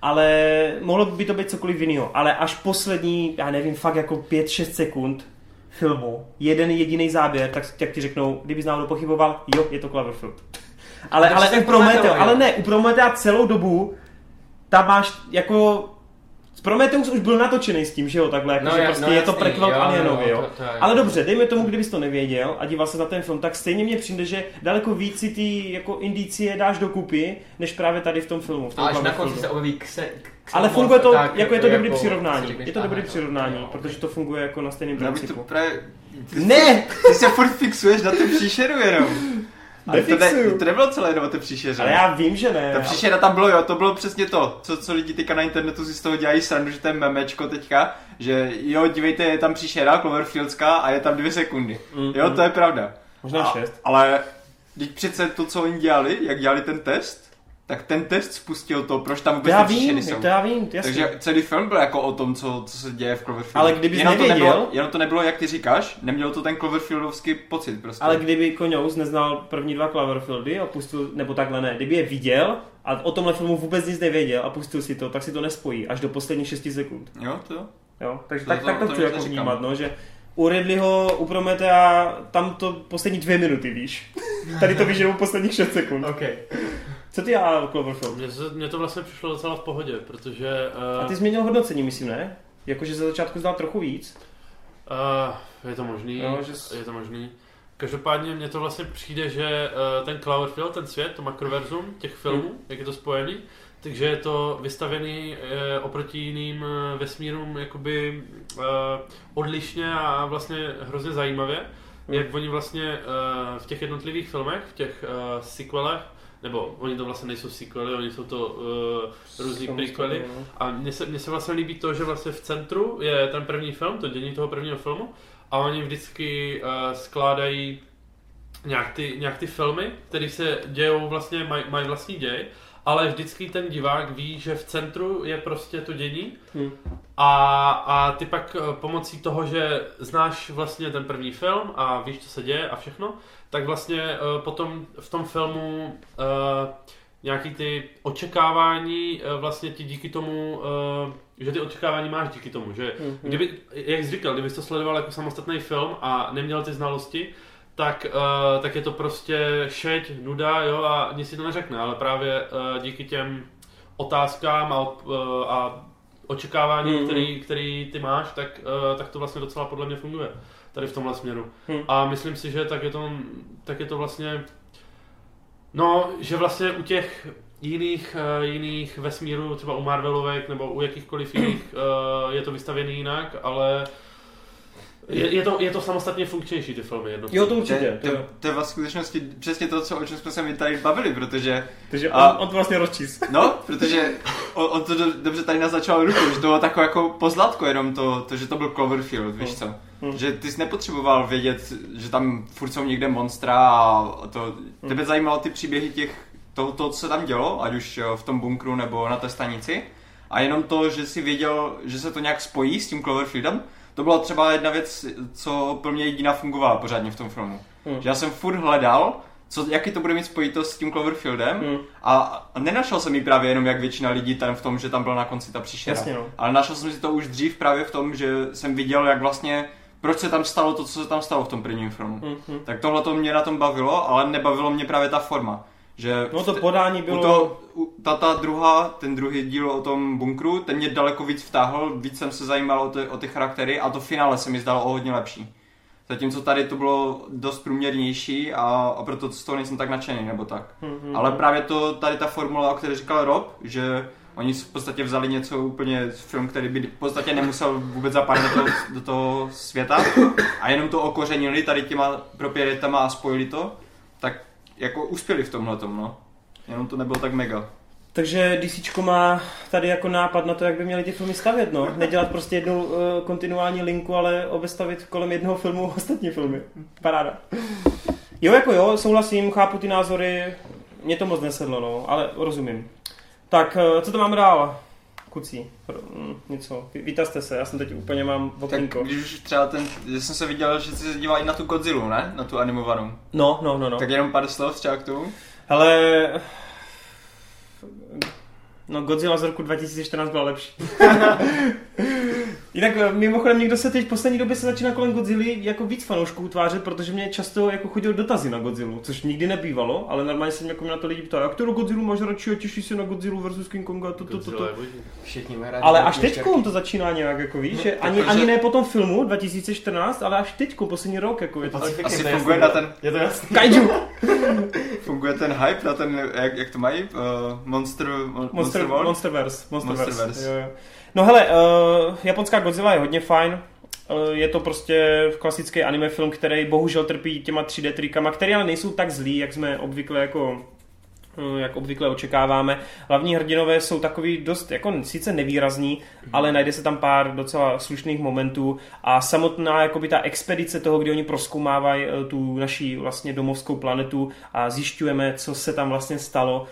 Ale mohlo by to být cokoliv jiného. Ale až poslední, já nevím, fakt jako pět šest sekund filmu, jeden jediný záběr, tak jak ti řeknou, kdybys náhodou pochyboval, jo, je to Cloverfield. Ale, ale u Prometheus, ale ne, u Prometea celou dobu tam máš jako... Prometheus už byl natočený s tím, že jo, takhle, jako, no, že já, prostě no, je to jasný, prequel k Alienovi, jo. To, to, to, ale dobře, dejme tomu, kdybys to nevěděl a díval se na ten film, tak stejně mně přijde, že daleko víc si ty jako indicie dáš dokupy, než právě tady v tom filmu. V tom a až na konci se objeví kse, ale funguje to, tak, jako je to dobrý jako, přirovnání, je to dobrý přirovnání, jo, protože to funguje jako na stejném principu. To právě... Ty ne! Ty se furt fixuješ na tu příšeru jenom. Ale to, ne, to nebylo celé jenom o té příšeře. Ale já vím, že ne. Ta příšera tam bylo, jo, to bylo přesně to, co, co lidi teďka na internetu si z toho dělají srandu, že to je memečko teďka, že jo, dívejte, je tam příšera, Cloverfieldská a je tam dvě sekundy. Mm-hmm. Jo, to je pravda. Možná šest. Ale Teď přece to, co oni dělali, jak dělali ten test, tak ten test spustil to, proč tam vůbec já ty příšery jsou. To já vím, jasně. Takže celý film byl jako o tom, co, co se děje v Cloverfieldu. Ale kdybys jenom nevěděl... To nebylo, jenom to nebylo, jak ty říkáš, nemělo to ten Cloverfieldovský pocit prostě. Ale kdyby Koňous neznal první dva Cloverfieldy a pustil, nebo takhle ne, kdyby je viděl a o tomhle filmu vůbec nic nevěděl a pustil si to, tak si to nespojí až do posledních šesti sekund. Jo, to jo. Jo, takže to, tak, to, tak to, to chci jako neříkám. vnímat, no, že u Ridleyho, u Prometea, tam to poslední dvě minuty, víš. Tady to víš jenom posledních šest sekund. Okay. Co ty a Cloverfield? Mně, se, mně to vlastně přišlo docela v pohodě, protože... Uh, a ty jsi změnil hodnocení, myslím, ne? Jakože za začátku zdal trochu víc. Uh, je to možný, no, že... je to možný. Každopádně mně to vlastně přijde, že uh, ten Cloverfield, ten svět, to makroverzum těch filmů, mm. jak je to spojený, takže je to vystavený uh, oproti jiným uh, vesmírům jakoby uh, odlišně a vlastně hrozně zajímavě, mm. jak oni vlastně uh, v těch jednotlivých filmech, v těch uh, sequelech, nebo oni to vlastně nejsou sequely, oni jsou to uh, různý prequely. A mně se, mně se vlastně líbí to, že vlastně v centru je ten první film, to dění toho prvního filmu, a oni vždycky uh, skládají nějak ty, nějak ty filmy, které se dějou vlastně, maj, mají vlastní děj, ale vždycky ten divák ví, že v centru je prostě to dění hmm. a, a ty pak pomocí toho, že znáš vlastně ten první film a víš, co se děje a všechno, tak vlastně uh, potom v tom filmu uh, nějaký ty očekávání uh, vlastně ti díky tomu, uh, že ty očekávání máš díky tomu, že mm-hmm. kdyby, jak jsi říkal, kdybys to sledoval jako samostatný film a neměl ty znalosti, tak, uh, tak je to prostě šeť, nuda, jo, a nic si to neřekne, ale právě uh, díky těm otázkám a, uh, a očekáváním, mm-hmm. který, který ty máš, tak, uh, tak to vlastně docela podle mě funguje tady v tomhle směru. Hmm. A myslím si, že tak je to, tak je to vlastně, no, že vlastně u těch jiných, uh, jiných vesmírů, třeba u Marvelovek nebo u jakýchkoliv jiných, uh, je to vystavěný jinak, ale je, je, to, je to samostatně funkčnější ty filmy jednotlivé. Jo, to určitě. To, to, to je v skutečnosti přesně to, co, o čem jsme se mi tady bavili, protože... Takže a, on, on to vlastně rozčíst. No, protože on, on to do, dobře tady naznačoval rukou, že to bylo takové jako pozlátko jenom to, to, že to byl Cloverfield, víš co? Hmm. Že ty jsi nepotřeboval vědět, že tam furt jsou někde monstra a to... Tebe zajímalo ty příběhy těch, to, to, co se tam dělo, ať už v tom bunkru nebo na té stanici. A jenom to, že jsi věděl, že se to nějak spojí s tím Cloverfieldem, to byla třeba jedna věc, co pro mě jediná fungovala pořádně v tom filmu. Hmm. Že já jsem furt hledal, co, jaký to bude mít spojitost s tím Cloverfieldem hmm. a, a nenašel jsem ji právě jenom jak většina lidí tam v tom, že tam byla na konci ta příšera. Jasně, no. Ale našel jsem si to už dřív právě v tom, že jsem viděl, jak vlastně, proč se tam stalo to, co se tam stalo v tom prvním filmu. Hmm. Tak tohle to mě na tom bavilo, ale nebavilo mě právě ta forma. Že no to podání bylo... To, ta, ta druhá, ten druhý díl o tom bunkru, ten mě daleko víc vtáhl, víc jsem se zajímal o ty, o ty charaktery a to finále se mi zdalo o hodně lepší. Zatímco tady to bylo dost průměrnější a, a proto z toho nejsem tak nadšený, nebo tak. Mm-hmm. Ale právě to, tady ta formula, o které říkal Rob, že oni v podstatě vzali něco úplně, film, který by v podstatě nemusel vůbec zapadat do toho, do toho světa a jenom to okořenili tady těma proprietama a spojili to, tak jako uspěli v tomhletom, no. Jenom to nebylo tak mega. Takže DCčko má tady jako nápad na to, jak by měli ty filmy stavět, no. Nedělat prostě jednu uh, kontinuální linku, ale obestavit kolem jednoho filmu ostatní filmy. Paráda. Jo, jako jo, souhlasím, chápu ty názory, mě to moc nesedlo, no, ale rozumím. Tak, uh, co to máme dál? Kucí. Mm, něco. Vítaste se, já jsem teď úplně mám okýnko. Tak když už třeba ten, já jsem se viděl, že jsi se díval i na tu Godzillu, ne? Na tu animovanou. No, no, no, no. Tak jenom pár slov třeba k tomu. Hele, no Godzilla z roku dva tisíce čtrnáct byla lepší. Jinak mimochodem někdo se teď v poslední době se začíná kolem Godzilly jako víc fanoušků utvářet, protože mě často jako chodil dotazy na Godzillu, což nikdy nebývalo, ale normálně se mě jako na to lidi ptá, jak to do Godzillu máš radši a těší se na Godzillu versus King Konga, to, to, to, to. Všichni mají rádi. Ale až teďkom to začíná nějak, jako víš, že ani, protože... ani ne po tom filmu dva tisíce čtrnáct, ale až teďkom, poslední rok, jako je to. Asi funguje na ten... Je to jasný. Kaiju! Funguje ten hype na ten, jak, jak to mají? Uh, Monster... Monster, Monster World? Monsterverse. Monsterverse. Monsterverse. Jo, jo. No hele, uh, japonská Godzilla je hodně fajn. Uh, je to prostě klasický anime film, který bohužel trpí těma tři dé trikama, které ale nejsou tak zlý, jak jsme obvykle jako jak obvykle očekáváme. Hlavní hrdinové jsou takový dost, jako sice nevýrazní, mm. ale najde se tam pár docela slušných momentů a samotná jakoby ta expedice toho, kdy oni prozkoumávají tu naší vlastně domovskou planetu a zjišťujeme, co se tam vlastně stalo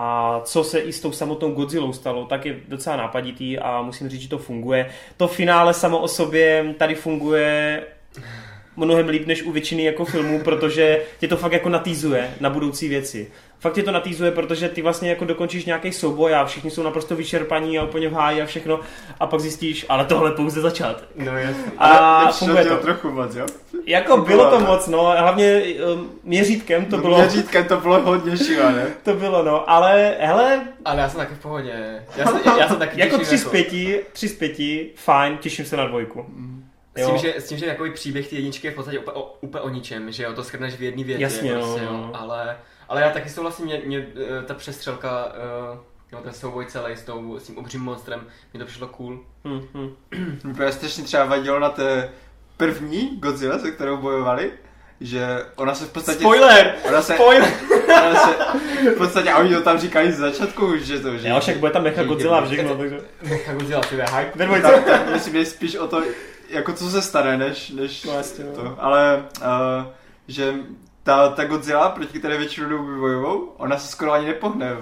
a co se i s tou samotnou Godzillou stalo, tak je docela nápaditý a musím říct, že to funguje. To finále samo o sobě tady funguje mnohem líp než u většiny jako filmů, protože tě to fakt jako natýzuje na budoucí věci. Fakt tě to natýzuje, protože ty vlastně jako dokončíš nějaký souboj a všichni jsou naprosto vyčerpaní a úplně v háji a všechno a pak zjistíš, ale tohle pouze začátek. No jasně. A funguje to. trochu moc, jo? Jako bylo to moc, no, hlavně um, měřítkem to no, bylo. Měřítkem to bylo hodně šílené. To bylo, no, ale hele. Ale já jsem taky v pohodě. Já jsem, já jsem taky jako těším, tři z pěti, tři z pěti, fajn, těším se na dvojku. Mm. S tím, že, s tím, že takový příběh ty jedničky je v podstatě úplně o, úplně o ničem, že jo, to shrneš v jedné větě. Jasně, prostě, no, jo, ale, ale já taky souhlasím, mě, mě ta přestřelka, uh, jo, ten souboj celý s, tou, s tím obřím monstrem, mi to přišlo cool. Hmm, hmm. Mě strašně třeba vadilo na té první Godzilla, se kterou bojovali, že ona se v podstatě... Spoiler! Ona se, Spoiler! Ona se v podstatě, a oni to tam říkali z začátku, že to... Že, jo, však bude tam Mecha Godzilla všechno, takže... Mecha Godzilla, ty hype. Neboj tak, tak myslím, že spíš o to, jako co se stane, než, než no, jasně, no. to. Ale, uh, že ta, ta Godzilla, proti které většinou dobu bojujou, ona se skoro ani nepohne.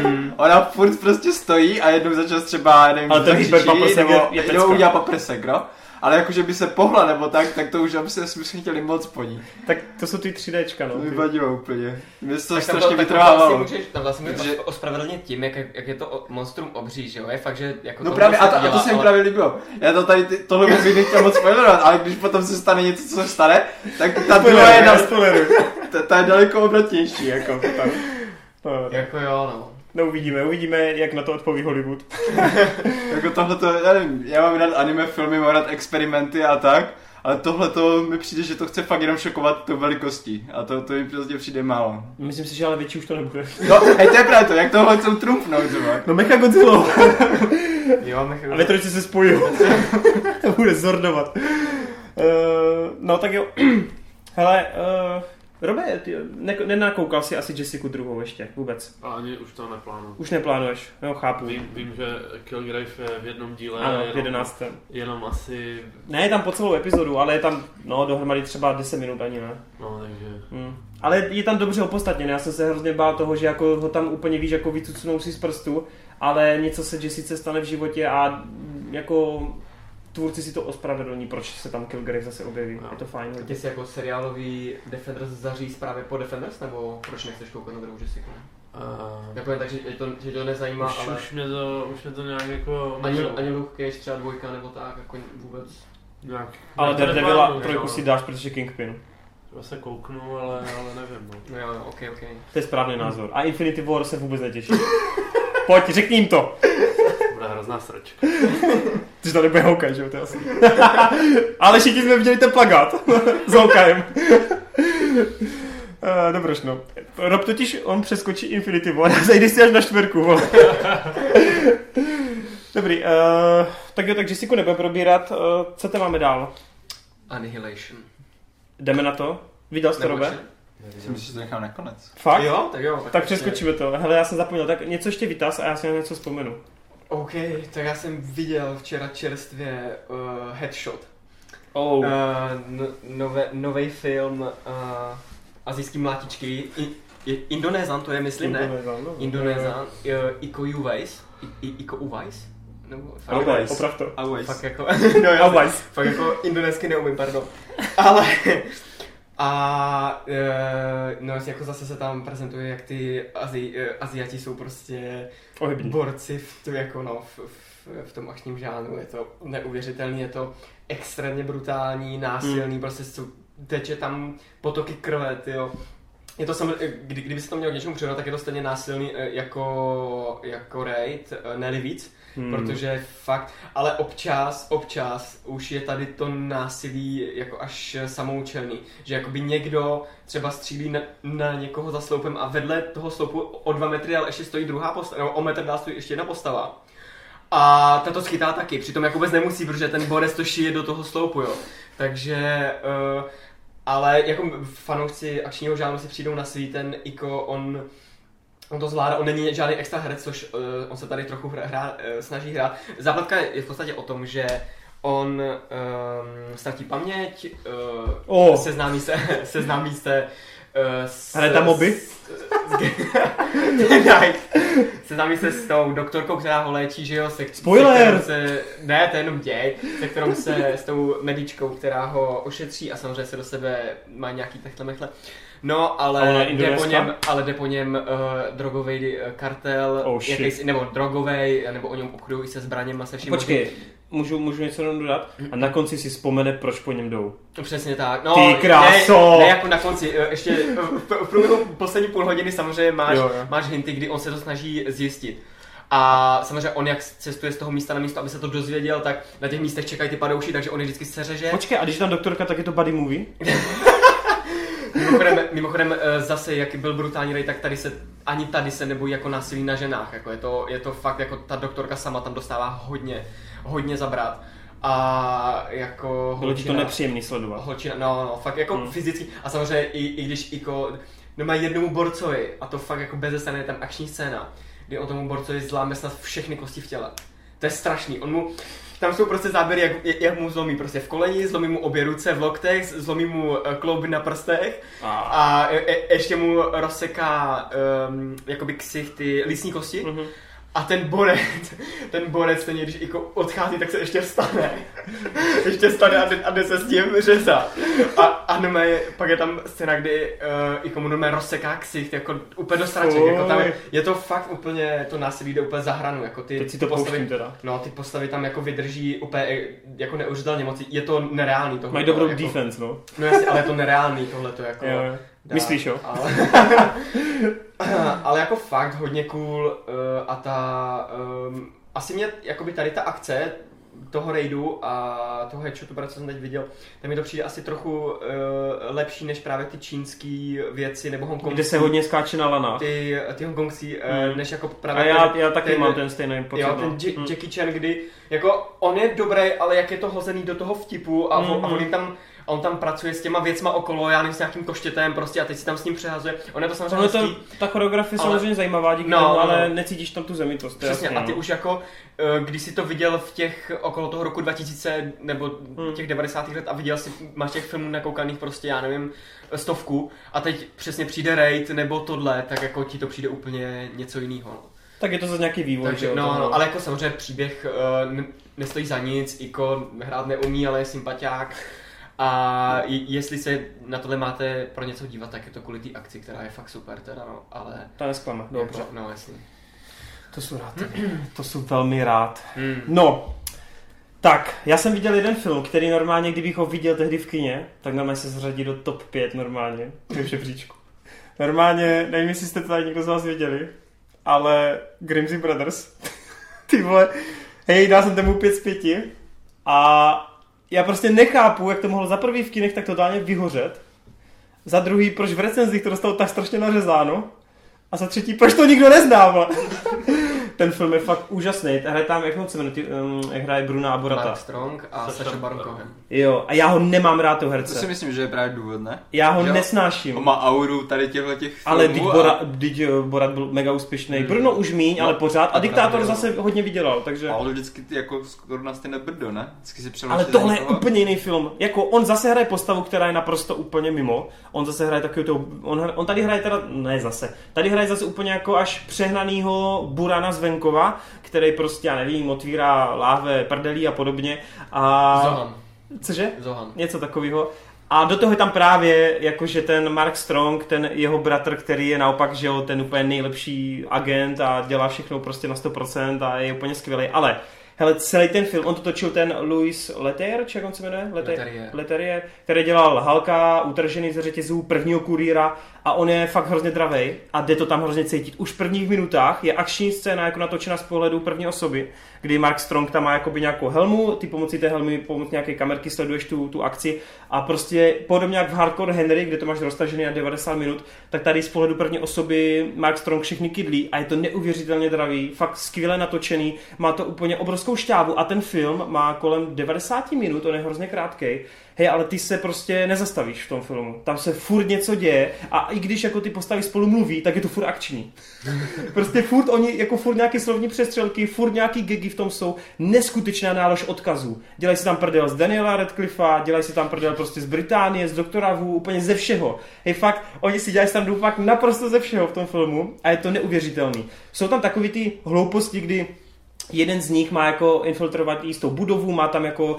Ona furt prostě stojí a jednou začas třeba, nevím, ale ten hyperpaprsek nebo je, je jednou udělá paprsek, no? Ale jakože by se pohla nebo tak, tak to už aby se jsme chtěli moc po ní. Tak to jsou ty tři déčka, no. To mi vadilo úplně. Mě to tak strašně vytrvávalo. Vlastně tam vlastně můžeš že... ospravedlnit tím, jak, jak je to monstrum obří, že jo? Je fakt, že jako no právě, a to, a to se mi ale... právě líbilo. Já to tady, ty, tohle bych nechtěl moc spoilerovat, ale když potom se stane něco, co se stane, tak ta druhá je, ta, ta je daleko obratnější, jako tam. No, jako jo, no. No uvidíme, uvidíme, jak na to odpoví Hollywood. Jako tohle to, já nevím, já mám rád anime filmy, mám rád experimenty a tak, ale tohle to mi přijde, že to chce fakt jenom šokovat tou velikostí a to, to mi prostě přijde málo. Myslím si, že ale větší už to nebude. No, hej, to je právě to, jak tohle chcou trumpnout, třeba. No Mecha Godzilla. Jo, Mecha Godzilla. A větročci se spojí. To bude zordovat. Uh, no tak jo. Hele, uh, Robe, ty ne, nenakoukal si asi Jessiku druhou ještě, vůbec. A ani už to neplánuju. Už neplánuješ, jo, chápu. Vím, vím že Kilgrave je v jednom díle. Ano, jenom, v jedenáctém. Jenom asi... Ne, je tam po celou epizodu, ale je tam, no, dohromady třeba deset minut ani, ne? No, takže... Hmm. Ale je tam dobře opodstatněné, já jsem se hrozně bál toho, že jako ho tam úplně víš, jako vycucnou si z prstu, ale něco se Jessice stane v životě a jako... Tvůrci si to ospravedlní, proč se tam Kilgrave zase objeví. No. Je to fajn. Ty jsi jako seriálový Defenders zaříz právě po Defenders, nebo proč nechceš koukat na druhou Jessica? Uh, jako jen tak, že to, že to nezajímá, už, ale... Už mě to, už mě to nějak jako... Ani, ani Luke Cage třeba dvojka nebo tak, jako vůbec... Nějak... Ale Daredevila trojku si dáš, protože Kingpin. Já se kouknu, ale, ale nevím. No. Jo, jo, ok, ok. To je správný názor. A Infinity War se vůbec netěší. Pojď, řekni jim to. Bude hrozná sračka. Ty jsi to nebude Hawkeye, že jo, to je asi. Ale všichni jsme viděli ten plakát s Hawkejem. Uh, Dobroš, no. Rob totiž, on přeskočí Infinity War a zajde si až na čtvrku, vole. Dobrý, uh, tak jo, tak Jessiku nebudeme probírat. Uh, co te máme dál? Annihilation. Jdeme na to? Viděl jsi to, Robe? Myslím, že to nechám nakonec. Fakt? Jo, tak jo. Tak, tak přeskočíme to. Hele, já jsem zapomněl, tak něco ještě vytaz a já si na něco vzpomenu. OK, tak já jsem viděl včera čerstvě uh, Headshot. Oh. Uh, no, nové, novej film uh, Asijský mlátičky. I, i, Indonézan to je, myslím, ne? Indonézan, no. Indonézan. Uh, Iko Uwais. I, Iko Uwais? Nebo Uwais. Oprav to. Uwais. Fakt jako, no já Uwais. Fakt jako indonésky neumím, pardon. Ale... A e, no jako zase se tam prezentuje, jak ty Azi, e, Aziati jsou prostě Ohybní. borci v, to, jako no, v, v, v tom akčním žánru. Je to neuvěřitelný, je to extrémně brutální, násilný, hmm. prostě jsou, teče tam potoky krve, tyjo. Je to sam, kdy, kdyby se to mělo k něčemu přirovnat, tak je to stejně násilný jako, jako Raid, ne víc, hmm. protože fakt, ale občas, občas už je tady to násilí jako až samoučelný, že jakoby někdo třeba střílí na, na někoho za sloupem a vedle toho sloupu o dva metry ale ještě stojí druhá postava, nebo o metr dál stojí ještě jedna postava. A ta to schytá taky, přitom jako vůbec nemusí, protože ten borec to šije do toho sloupu, jo. Takže... Uh, ale jako fanoušci akčního žánru si přijdou na svý, ten Iko, on On to zvládá, on není žádný extra herec, což uh, on se tady trochu hra, hra, uh, snaží hrát. Zápletka je v podstatě o tom, že on um, ztratí paměť, uh, oh. seznámí se, seznámí se uh, s... Hraje tam moby? Seznámí se s tou doktorkou, která ho léčí, že jo? Se, Spoiler! Se, se, ne, to je jenom děj, se kterou se, s tou medičkou, která ho ošetří a samozřejmě se do sebe má nějaký techtle mechle. No, ale jde po něm, ale jde po něm uh, drogový uh, kartel, oh, jakýsi, nebo drogovej, nebo o něm obchodují se zbraněma, se vším. Počkej, můžu, můžu něco jenom dodat? A na konci si vzpomene, proč po něm jdou. Přesně tak. No, Ty kráso! Ne, ne jako na konci, ještě v, v průběhu poslední půl hodiny samozřejmě máš, jo, jo. máš hinty, kdy on se to snaží zjistit. A samozřejmě on jak cestuje z toho místa na místo, aby se to dozvěděl, tak na těch místech čekají ty padouši, takže on je vždycky seřeže. Počkej, a když tam doktorka, tak je to buddy movie? Mimochodem, mimochodem zase, jak byl brutální rej, tak tady se, ani tady se nebojí jako násilí na ženách, jako je to, je to fakt, jako ta doktorka sama tam dostává hodně, hodně zabrat. A jako bylo ti to nepříjemný sledovat. Holčina, no, no, fakt jako hmm. fyzicky a samozřejmě i, i když jako, no má jednomu borcovi a to fakt jako bez scény je tam akční scéna, kdy on tomu borcovi zláme snad všechny kosti v těle. To je strašný, on mu, tam jsou prostě záběry, jak, jak mu zlomí prostě v koleni, zlomí mu obě ruce v loktech, zlomí mu klouby na prstech a, a je, ještě mu rozseká um, jakoby ksicht ty lícní kosti. Mm-hmm. A ten borec, ten borec stejně, když jako odchází, tak se ještě vstane. ještě vstane a jde, a jde se s tím řezat. A, a normálně, pak je tam scéna, kdy uh, jako mu normálně rozseká ksicht, jako úplně do sraček. Jako tam je, je to fakt úplně, to násilí jde úplně za hranu. Jako ty, Teď si to postavy, teda. No, ty postavy tam jako vydrží úplně jako neuvěřitelně moc. Je to nereálný tohle. Mají dobrou jako, defense, no. No jasně, ale je to nereálný tohleto jako. Jo, jo. Dá, myslíš, jo? Ale, ale jako fakt hodně cool uh, a ta, um, asi mě jakoby tady ta akce toho raidu a toho headshotu, co jsem teď viděl, tak mi to přijde asi trochu uh, lepší než právě ty čínský věci nebo hongkongský. Kde se hodně skáče na lanách. Ty, ty hongkongský, hmm. uh, než jako právě... A já, ten, já taky ten, mám ten stejný pocit. Jo, ten J- hmm. Jackie Chan, kdy jako on je dobrý, ale jak je to hozený do toho vtipu a, hmm. a on jim tam a on tam pracuje s těma věcma okolo, já nevím, s nějakým koštětem prostě a teď si tam s ním přehazuje. On je to samozřejmě to, ta choreografie je ale... samozřejmě zajímavá díky no, tomu, no, ale no. necítíš tam tu zemitost. Přesně, jasný, a ty no. už jako, když jsi to viděl v těch okolo toho roku dva tisíce nebo hmm. těch devadesátých let a viděl si, máš těch filmů nakoukaných prostě, já nevím, stovku a teď přesně přijde raid nebo tohle, tak jako ti to přijde úplně něco jiného. No. Tak je to za nějaký vývoj. Takže, no, no, ale jako samozřejmě příběh uh, nestojí za nic, Iko hrát neumí, ale je sympatiák. A jestli se na tohle máte pro něco dívat, tak je to kvůli té akci, která je fakt super teda, no, ale... To nesklame, dobře. No, jasně. To jsou rád. To jsou velmi rád. Mm. No, tak, já jsem viděl jeden film, který normálně, kdybych ho viděl tehdy v kině, tak normálně se zařadí do top pět normálně, v žebříčku. Normálně, nevím, jestli jste to tady někdo z vás viděli, ale Grimsby Brothers, ty vole, hej, dal jsem tomu pět z pěti a já prostě nechápu, jak to mohlo za prvý v kinech tak totálně vyhořet, za druhý, proč v recenzích to dostalo tak strašně nařezáno a za třetí, proč to nikdo nezná. Ten film je fakt úžasný. Hraje tam, jak se jmenuje, um, hraje Bruna Aborata. Mark Strong a Sacha Baron Cohen. Jo, a já ho nemám rád, toho herce. To si myslím, že je právě důvod, ne? Já ho jo? nesnáším. On má auru tady těchto těch filmů. Ale teď a... Borat, Borat byl mega úspěšný. Hmm. Bruno už míň, no, ale pořád. A, a Diktátor zase hodně vydělal, takže... Ale vždycky jako skoro na stejné brdo, ne? Vždycky si ale tohle je úplně jiný film. Jako on zase hraje postavu, která je naprosto úplně mimo. On zase hraje takový to... On, on tady hraje teda... Ne zase. Tady hraje zase úplně jako až přehnanýho burana z venkova, který prostě, já nevím, otvírá láhve, prdelí a podobně. A... Zohan. Cože? Zohan. Něco takového. A do toho je tam právě jakože ten Mark Strong, ten jeho bratr, který je naopak, že jo, ten úplně nejlepší agent a dělá všechno prostě na sto procent a je úplně skvělý. Ale hele, celý ten film, on to točil ten Louis Leterrier, či jak on se jmenuje? Leterrier. Leterrier, který dělal Hulka, Utržený ze řetězů, Prvního kurýra a on je fakt hrozně dravej a jde to tam hrozně cítit. Už v prvních minutách je akční scéna jako natočena z pohledu první osoby, kdy Mark Strong tam má jakoby nějakou helmu, ty pomocí té helmy, pomocí nějaké kamerky sleduješ tu, tu akci a prostě podobně jak v Hardcore Henry, kde to máš roztažený na devadesát minut, tak tady z pohledu první osoby Mark Strong všechny kydlí a je to neuvěřitelně dravý, fakt skvěle natočený, má to úplně obrovskou obrovskou šťávu a ten film má kolem devadesát minut, on je hrozně krátkej. Hej, ale ty se prostě nezastavíš v tom filmu. Tam se furt něco děje a i když jako ty postavy spolu mluví, tak je to furt akční. Prostě furt oni, jako furt nějaké slovní přestřelky, furt nějaký gagy v tom jsou, neskutečná nálož odkazů. Dělají si tam prdel z Daniela Radcliffa, dělají si tam prdel prostě z Británie, z Doktora Who, úplně ze všeho. Hej, fakt, oni si dělají tam fakt naprosto ze všeho v tom filmu a je to neuvěřitelný. Jsou tam takový ty hlouposti, kdy jeden z nich má jako infiltrovat jistou budovu, má tam jako uh,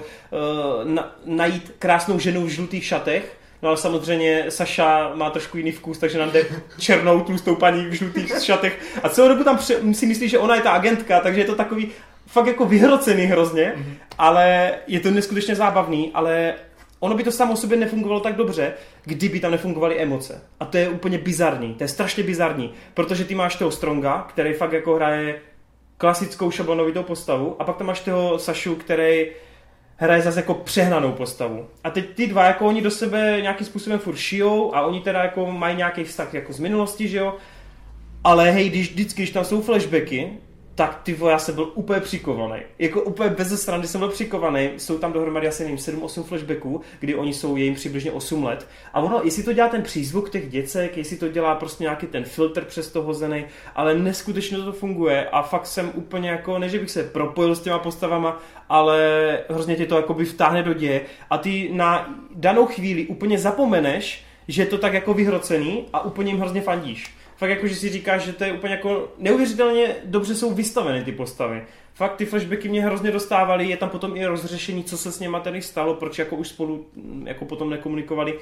na, najít krásnou ženu v žlutých šatech, no ale samozřejmě Saša má trošku jiný vkus, takže nám jde černou tlustou paní v žlutých šatech a celou dobu tam pře- si myslí, že ona je ta agentka, takže je to takový fakt jako vyhrocený hrozně, mm-hmm. ale je to neskutečně zábavný, ale ono by to samo o sobě nefungovalo tak dobře, kdyby tam nefungovaly emoce. A to je úplně bizarní, to je strašně bizarní, protože ty máš toho Stronga, který fakt jako hraje klasickou šablonovitou postavu a pak tam máš toho Sašu, který hraje zase jako přehnanou postavu. A teď ty dva, jako oni do sebe nějakým způsobem furt šijou a oni teda jako mají nějaký vztah jako z minulosti, že jo? Ale hej, když vždycky, když tam jsou flashbacky, tak ty vole, já jsem byl úplně přikovaný. Jako úplně bez strany jsem byl přikovaný. Jsou tam dohromady asi nevím, sedm osm flashbacků, kdy oni jsou jejím přibližně osm let. A ono, jestli to dělá ten přízvuk těch děcek, jestli to dělá prostě nějaký ten filtr přes to hozený, ale neskutečně to funguje a fakt jsem úplně jako, ne že bych se propojil s těma postavama, ale hrozně tě to jakoby vtáhne do děje a ty na danou chvíli úplně zapomeneš, že je to tak jako vyhrocený a úplně jim hrozně fandíš. Fakt jako, že si říkáš, že to je úplně jako neuvěřitelně dobře jsou vystaveny ty postavy. Fakt ty flashbacky mě hrozně dostávaly, je tam potom i rozřešení, co se s něma tady stalo, proč jako už spolu jako potom nekomunikovali.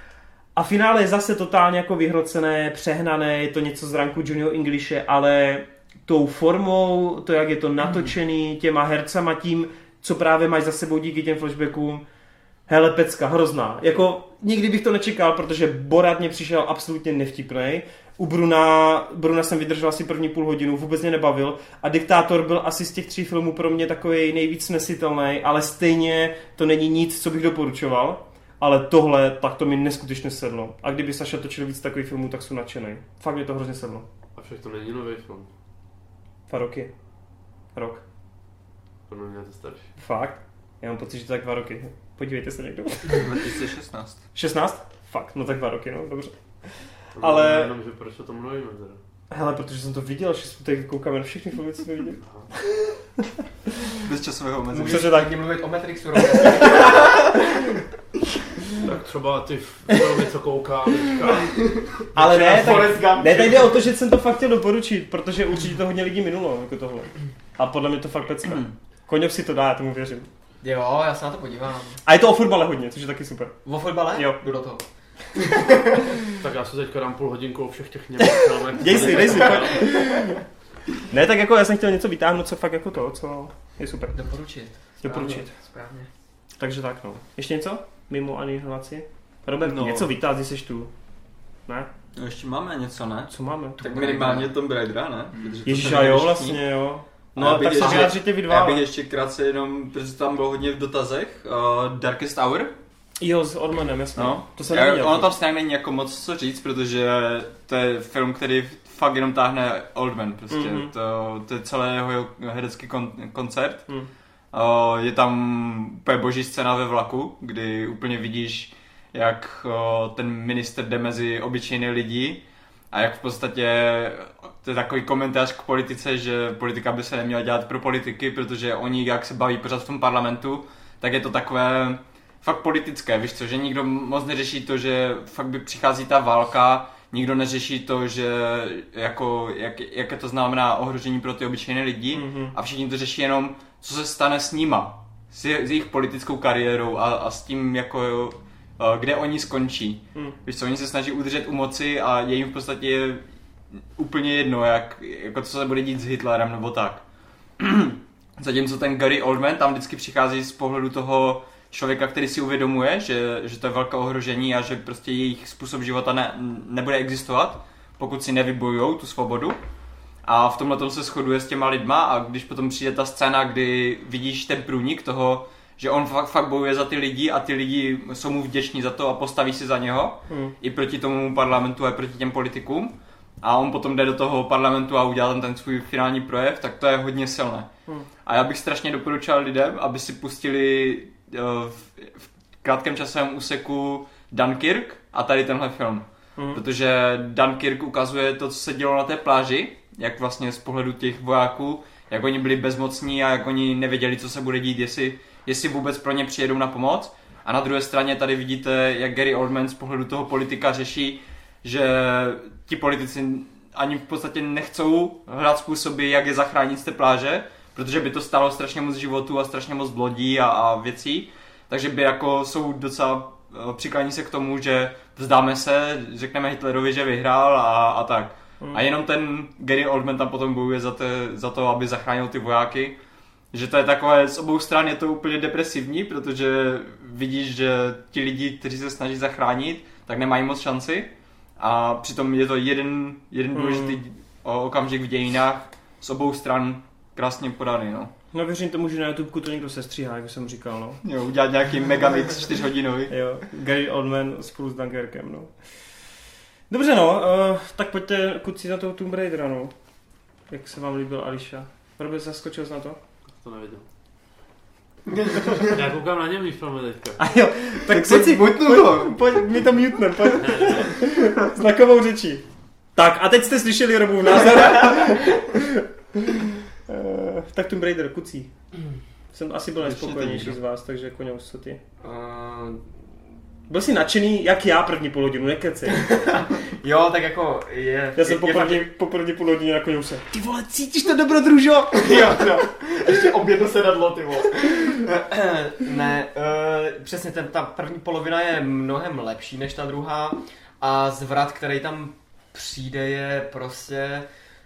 A finále je zase totálně jako vyhrocené, přehnané, je to něco z ranku Junior Englishe, ale tou formou, to jak je to natočený, těma hercama, tím, co právě máš za sebou díky těm flashbackům, hele, pecka, hrozná. Jako nikdy bych to nečekal, protože Borat mě přišel absolutně nevtipnej. U Bruna, Bruna jsem vydržel asi první půl hodinu, vůbec mě nebavil a Diktátor byl asi z těch tří filmů pro mě takový nejvíc snesitelný, ale stejně to není nic, co bych doporučoval, ale tohle, tak to mi neskutečně sedlo. A kdyby Saša točil víc takových filmů, tak jsem nadšenej. Fakt mě to hrozně sedlo. A však to není nový film. Dva roky. Rok. Pro mě je to starší. Fakt? Já mám pocit, že to tak dva roky. Podívejte se někdo. dva tisíce šestnáct. šestnáct? Fakt, no tak dva roky, no, dobře. To ale... Jenom, že proč o tom mluvíme teda. Hele, protože jsem to viděl, že jsme tady koukáme na všechny filmy, co jsme viděli. Bez časového omezení. Můžeš taky mluvit o Matrixu. Tak třeba ty filmy, co kouká teďka. Ale ne, tak, ne, tak jde o to, že jsem to fakt chtěl doporučit, protože určitě to hodně lidí minulo, jako tohle. A podle mě to fakt pecka. Koněv si to dá, já tomu věřím. Jo, já se na to podívám. A je to o fotbale hodně, což je taky super. O fotbale? Jo. Jdu do toho. Tak já se teďka dám půl hodinku o všech těch němých filmech. Dej si, dej si. Ne, tak jako já jsem chtěl něco vytáhnout, co fakt jako to, co je super. Doporučit. Doporučit. Správně. Takže tak no. Ještě něco? Mimo anihilaci? Robert, No. něco vytáhl, jsi tu. Ne? No ještě máme něco, ne? Co máme? Tak minimálně Tomb Raidera, ne? Ježiš, a jo, vlastně jo. No, tak se vyjádříte vy dva. Já bych ještě krátce jenom, protože tam bylo hodně v dotazech, uh, Darkest Hour. Jo, s Ormanem, jasně. No, to jsem já, neviděl. ono tam stejně není jako moc co říct, protože to je film, který fakt jenom táhne Oldman, prostě. Mm-hmm. To, to je celý jeho herecký kon, koncert. Mm. Uh, je tam úplně boží scéna ve vlaku, kdy úplně vidíš, jak uh, ten minister jde mezi obyčejné lidi a jak v podstatě to je takový komentář k politice, že politika by se neměla dělat pro politiky, protože oni, jak se baví pořád v tom parlamentu, tak je to takové fakt politické, víš co, že nikdo moc neřeší to, že fakt by přichází ta válka, nikdo neřeší to, že jako, jak, jaké to znamená ohrožení pro ty obyčejné lidi mm-hmm. a všichni to řeší jenom, co se stane s nima, s, s jejich politickou kariérou a, a s tím, jako, kde oni skončí. Mm. Víš co, oni se snaží udržet u moci a je jim v podstatě úplně jedno, jak, jako co se bude dít s Hitlerem nebo tak. Zatímco ten Gary Oldman tam vždycky přichází z pohledu toho člověka, který si uvědomuje, že, že to je velké ohrožení a že prostě jejich způsob života ne, nebude existovat, pokud si nevybojujou tu svobodu. A v tomhle tom se shoduje s těma lidma a když potom přijde ta scéna, kdy vidíš ten průnik toho, že on fakt, fakt bojuje za ty lidi a ty lidi jsou mu vděční za to a postaví si za něho, hmm. i proti tomu parlamentu a proti těm politikům, a on potom jde do toho parlamentu a udělá tam ten svůj finální projev, tak to je hodně silné. Hmm. A já bych strašně doporučoval lidem, aby si pustili uh, v, v krátkém časovém úseku Dunkirk a tady tenhle film. Hmm. Protože Dunkirk ukazuje to, co se dělo na té pláži, jak vlastně z pohledu těch vojáků, jak oni byli bezmocní a jak oni nevěděli, co se bude dít, jestli, jestli vůbec pro ně přijedou na pomoc. A na druhé straně tady vidíte, jak Gary Oldman z pohledu toho politika řeší, že ti politici ani v podstatě nechcou hledat způsoby, jak je zachránit z té pláže, protože by to stálo strašně moc životů a strašně moc lodí a, a věcí. Takže by jako jsou docela přiklání se k tomu, že vzdáme se, řekneme Hitlerovi, že vyhrál a, a tak. Hmm. A jenom ten Gary Oldman tam potom bojuje za, te, za to, aby zachránil ty vojáky. Že to je takové, z obou stran je to úplně depresivní, protože vidíš, že ti lidi, kteří se snaží zachránit, tak nemají moc šanci. A přitom je to jeden, jeden hmm. důležitý okamžik v dějinách z obou stran krásně podaný, no. No věřím tomu, že na YouTubeku to někdo sestříhá, jak jsem říkal, no. Jo, udělat nějaký megamix čtyřhodinový. Jo, Gary Oldman spolu s Dunkerkem, no. Dobře, no, uh, tak pojďte kuci na toho Tomb Raidera, no. Jak se vám líbil Ališa? Robert, zaskočil jsi na to? To neviděl. Já koukám na němý filmy teďka. A jo, tak, tak si mutnu to. Pojď, my to mutnem, pojď. Znakovou řečí. Tak a teď jste slyšeli Robův názor. uh, tak Tomb Raider, kucí. Jsem asi byl nejspokojenější z vás, takže Koňous, co ty? Uh... Byl jsi nadšený, jak já první půl hodinu, nekeci. Jo, tak jako je... Já jsem po první, fakt... po první půl hodině na Koňouse. Ty vole, cítíš to dobrodružo? Jo, jo. Ještě objedno sedadlo, ty vole. Ne, uh, přesně, ten, ta první polovina je mnohem lepší než ta druhá a zvrat, který tam přijde, je prostě...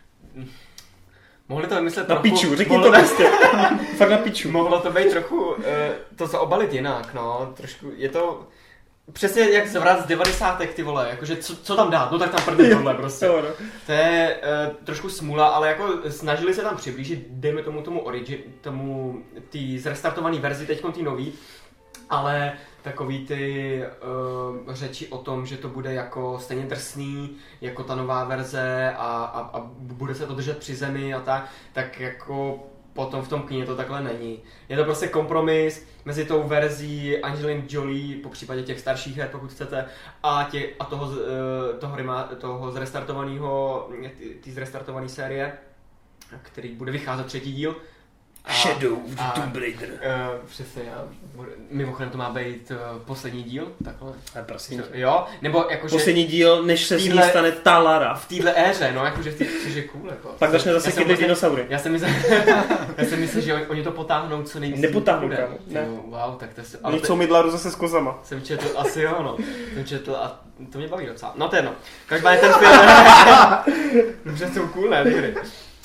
Mohli to vymyslet na trochu... piču, řekni to prostě. Fakt na piču. Mohlo to být trochu, uh, to zaobalit jinak, no. Trošku, je to... Přesně jak zvrat z devadesátek, ty vole, jakože co, co tam dát, no tak tam prdne tohle prostě. To je uh, trošku smůla, ale jako snažili se tam přiblížit, dejme tomu tomu origin, tomu tý zrestartovaný verzi, teďkon tý nový, ale takový ty uh, řeči o tom, že to bude jako stejně drsný, jako ta nová verze a, a, a bude se to držet při zemi a tak, tak jako potom v tom kyně to takhle není. Je to prostě kompromis mezi tou verzí Angeliny Jolie, po případě těch starších her, pokud chcete, a, tě, a toho, toho, rima, toho zrestartovaného, ty zrestartované série, který bude vycházet třetí díl. A, Shadow of the Tomb Raider. Uh, přesně, a mimochodem to má být uh, poslední díl, takhle. A prosím. Jo, nebo jakože... Poslední díl, než se týhle, z ní stane ta Lara. V téhle éře, no, jakože v té, což je cool, jako. Pak začne zase kydlit dinosaury. Já jsem myslel, já jsem myslel, že oni to potáhnou co nejvíc. Nepotáhnou, kámo. Ne. Wow, tak to je... Oni chcou mít Laru zase s kozama. Jsem četl, asi jo, no. Jsem četl a to mě baví docela. No to je jedno. Každopádně ten film... Dobře, jsou cool, ne, ty hry.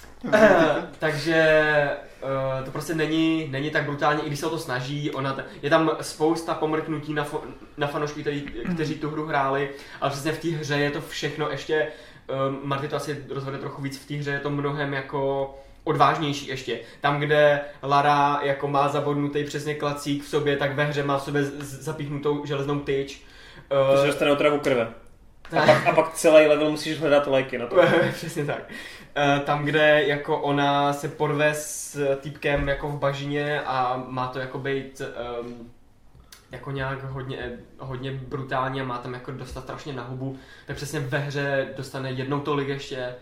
Takže uh, to prostě není, není tak brutální, i když se o to snaží. Ona t- je tam spousta pomrknutí na, fo- na fanoušky, který, kteří tu hru hráli, ale přesně v té hře je to všechno ještě, um, Marty to asi rozvede trochu víc, v té hře je to mnohem jako odvážnější ještě. Tam, kde Lara jako má zabodnutý přesně klacík v sobě, tak ve hře má v sobě z- zapíchnutou železnou tyč. Uh, to se dostane otravu krve. A pak, a pak celý level musíš hledat lajky na to. Přesně tak. Tam, kde jako ona se porve s týpkem jako v bažině a má to jako být um, jako nějak hodně, hodně brutálně a má tam jako dostat strašně na hubu, tak přesně ve hře dostane jednou tolik ještě.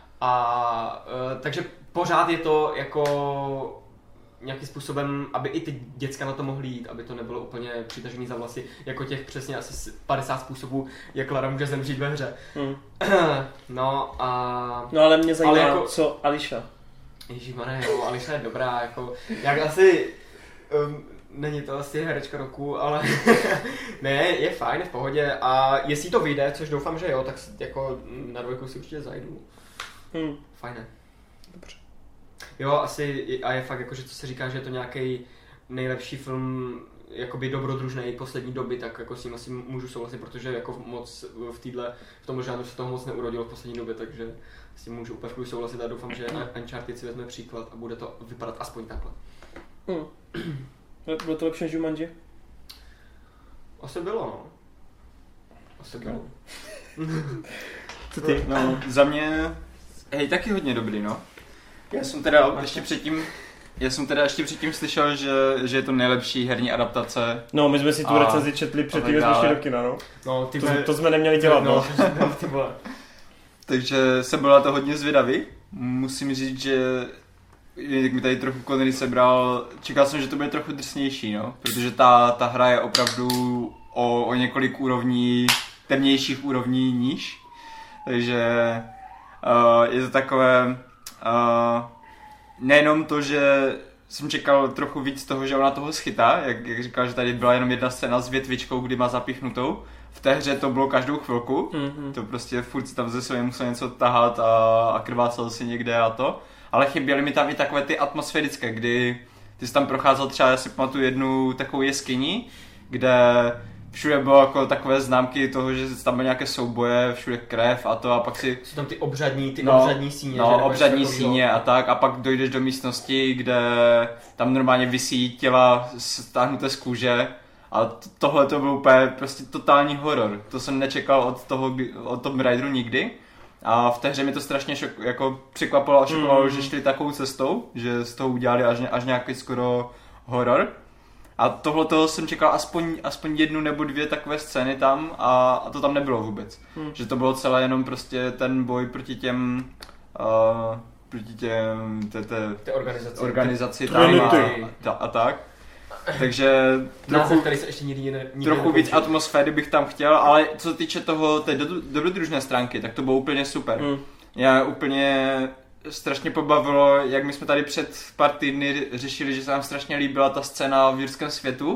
A uh, takže pořád je to jako nějakým způsobem, aby i ty děcka na to mohly jít, aby to nebylo úplně přitažený za vlasy, jako těch přesně asi padesát způsobů, jak Lara může zemřít ve hře. Hmm. No a... No ale mě zajímá, ale jako... co Ališa? Ježišmarja, jo, Ališa je dobrá, jako, jak asi... Um, není to asi herečka roku, ale ne, je fajn, v pohodě a jestli to vyjde, což doufám, že jo, tak jako na dvojku si určitě zajdu. Hmm. Fajné. Dobře. Jo, asi a je fakt jako, že co se říká, že je to nějaký nejlepší film jakoby dobrodružnej poslední doby, tak jako s tím asi můžu souhlasit, protože jako moc v týdle, v tomhle žánru se toho moc neurodilo v poslední době, takže s tím můžu úplně souhlasit a doufám, že Uncharted si vezme příklad a bude to vypadat aspoň takhle. Hmm. Bylo to lepší než Jumanji? Asi bylo, no. Asi bylo. Co ty? No, za mě, hej, taky hodně dobrý, no. Já jsem teda ještě předtím, já jsem teda ještě předtím slyšel, že, že je to nejlepší herní adaptace. No, my jsme si tu A- recenzi četli předtím, tak než jsme šli dále. do kina, no. No, ty To, vole, to jsme neměli dělat, no. no, ty vole. Takže jsem byl na to hodně zvědavý. Musím říct, že jak mi tady trochu Connery sebral, čekal jsem, že to bude trochu drsnější, no. Protože ta, ta hra je opravdu o, o několik úrovní, temnějších úrovní níž. Takže uh, je to takové, uh, nejenom to, že jsem čekal trochu víc toho, že ona toho schytá, jak, jak říkal, že tady byla jenom jedna scéna s větvičkou, kdy má zapíchnutou. V té hře to bylo každou chvilku, mm-hmm. to prostě furt si tam ze svého musel něco tahat a, a krvácel si někde a to. Ale chyběly mi tam i takové ty atmosférické, kdy ty jsi tam procházel třeba, já si pamatuju jednu takovou jeskyni, kde všude bylo jako takové známky toho, že tam byly nějaké souboje, všude krev a to a pak si... Jsou tam ty obřadní, ty No, obřadní síně. No, že, obřadní nebo něco síně a tak a pak dojdeš do místnosti, kde tam normálně visí těla stáhnuté z kůže a t- tohle to byl úplně prostě totální horor. To jsem nečekal od toho, od Tomb Raideru nikdy. A v té hře mi to strašně šok, jako překvapilo a šokovalo, mm. že šli takovou cestou, že z toho udělali až, až nějaký skoro horor. A tohle toho jsem čekal aspoň, aspoň jednu nebo dvě takové scény tam a, a to tam nebylo vůbec. Mm. Že to bylo celé jenom prostě ten boj proti těm, uh, proti těm, té, té Ty organizaci. organizaci tam a, a, a tak. Takže trochu, tady se ještě nikdy ne, nikdy trochu víc nepoučil. atmosféry bych tam chtěl, ale co se týče toho, té do- dobrodružné stránky, tak to bylo úplně super. Mm. Já úplně strašně pobavilo, jak my jsme tady před pár týdny řešili, že se nám strašně líbila ta scéna v Jurském světu.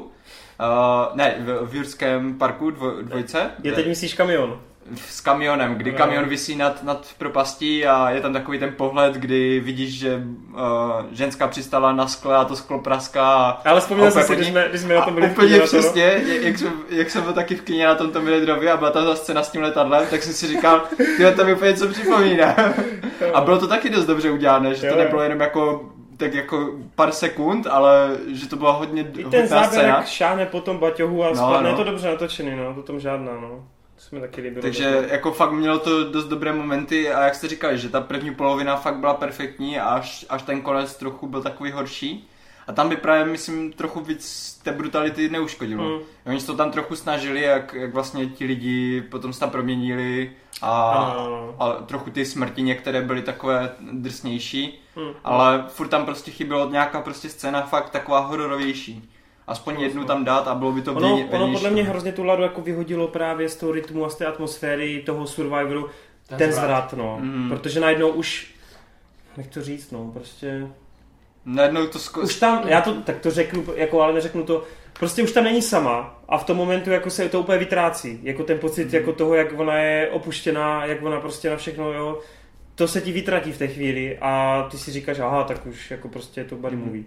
Uh, ne, v, v Jurském parku dvo, dvojce. Je teď myslíš kamion? S kamionem, kdy kamion visí nad, nad propastí a je tam takový ten pohled, kdy vidíš, že uh, ženská přistala na skle a to sklo praská. Ale vzpomněl jsem si, když jsme, když jsme na tom byli v úplně kině. přesně, jak jsem, jak jsem byl taky v kině na tom Tomb Raiderovi a byla tam ta scéna s tím letadlem, tak jsem si říkal, tyhle to mi úplně něco připomíná. A bylo to taky dost dobře udělané, že to nebylo jenom jako tak jako pár sekund, ale že to byla hodně i ten záběr, jak šáhne po tom baťohu a no, spadne, no. je to dobře natočený, no, to tam žádná, no. To se mi taky líbilo. Takže dobře. jako fakt mělo to dost dobré momenty a jak jste říkali, že ta první polovina fakt byla perfektní a až, až ten konec trochu byl takový horší. A tam by právě, myslím, trochu víc té brutality neuškodilo. Mm. Oni se to tam trochu snažili, jak, jak vlastně ti lidi potom se tam proměnili a, no. a trochu ty smrti některé byly takové drsnější, mm. Mm. ale furt tam prostě chybělo nějaká prostě scéna fakt taková hororovější. Aspoň jednu tam dát a bylo by to ono, věně, ono podle mě hrozně tu ladu jako vyhodilo právě z toho rytmu a z té atmosféry toho Survivoru ten, ten zvrat, no. Mm. Protože najednou už, jak to říct, no, prostě... Najednou to zko... Už tam, já to tak to řeknu, jako, ale neřeknu to, prostě už tam není sama a v tom momentu jako se to úplně vytrácí, jako ten pocit mm. jako toho, jak ona je opuštěná, jak ona prostě na všechno, jo, to se ti vytratí v té chvíli a ty si říkáš, aha, tak už jako prostě to buddy movie.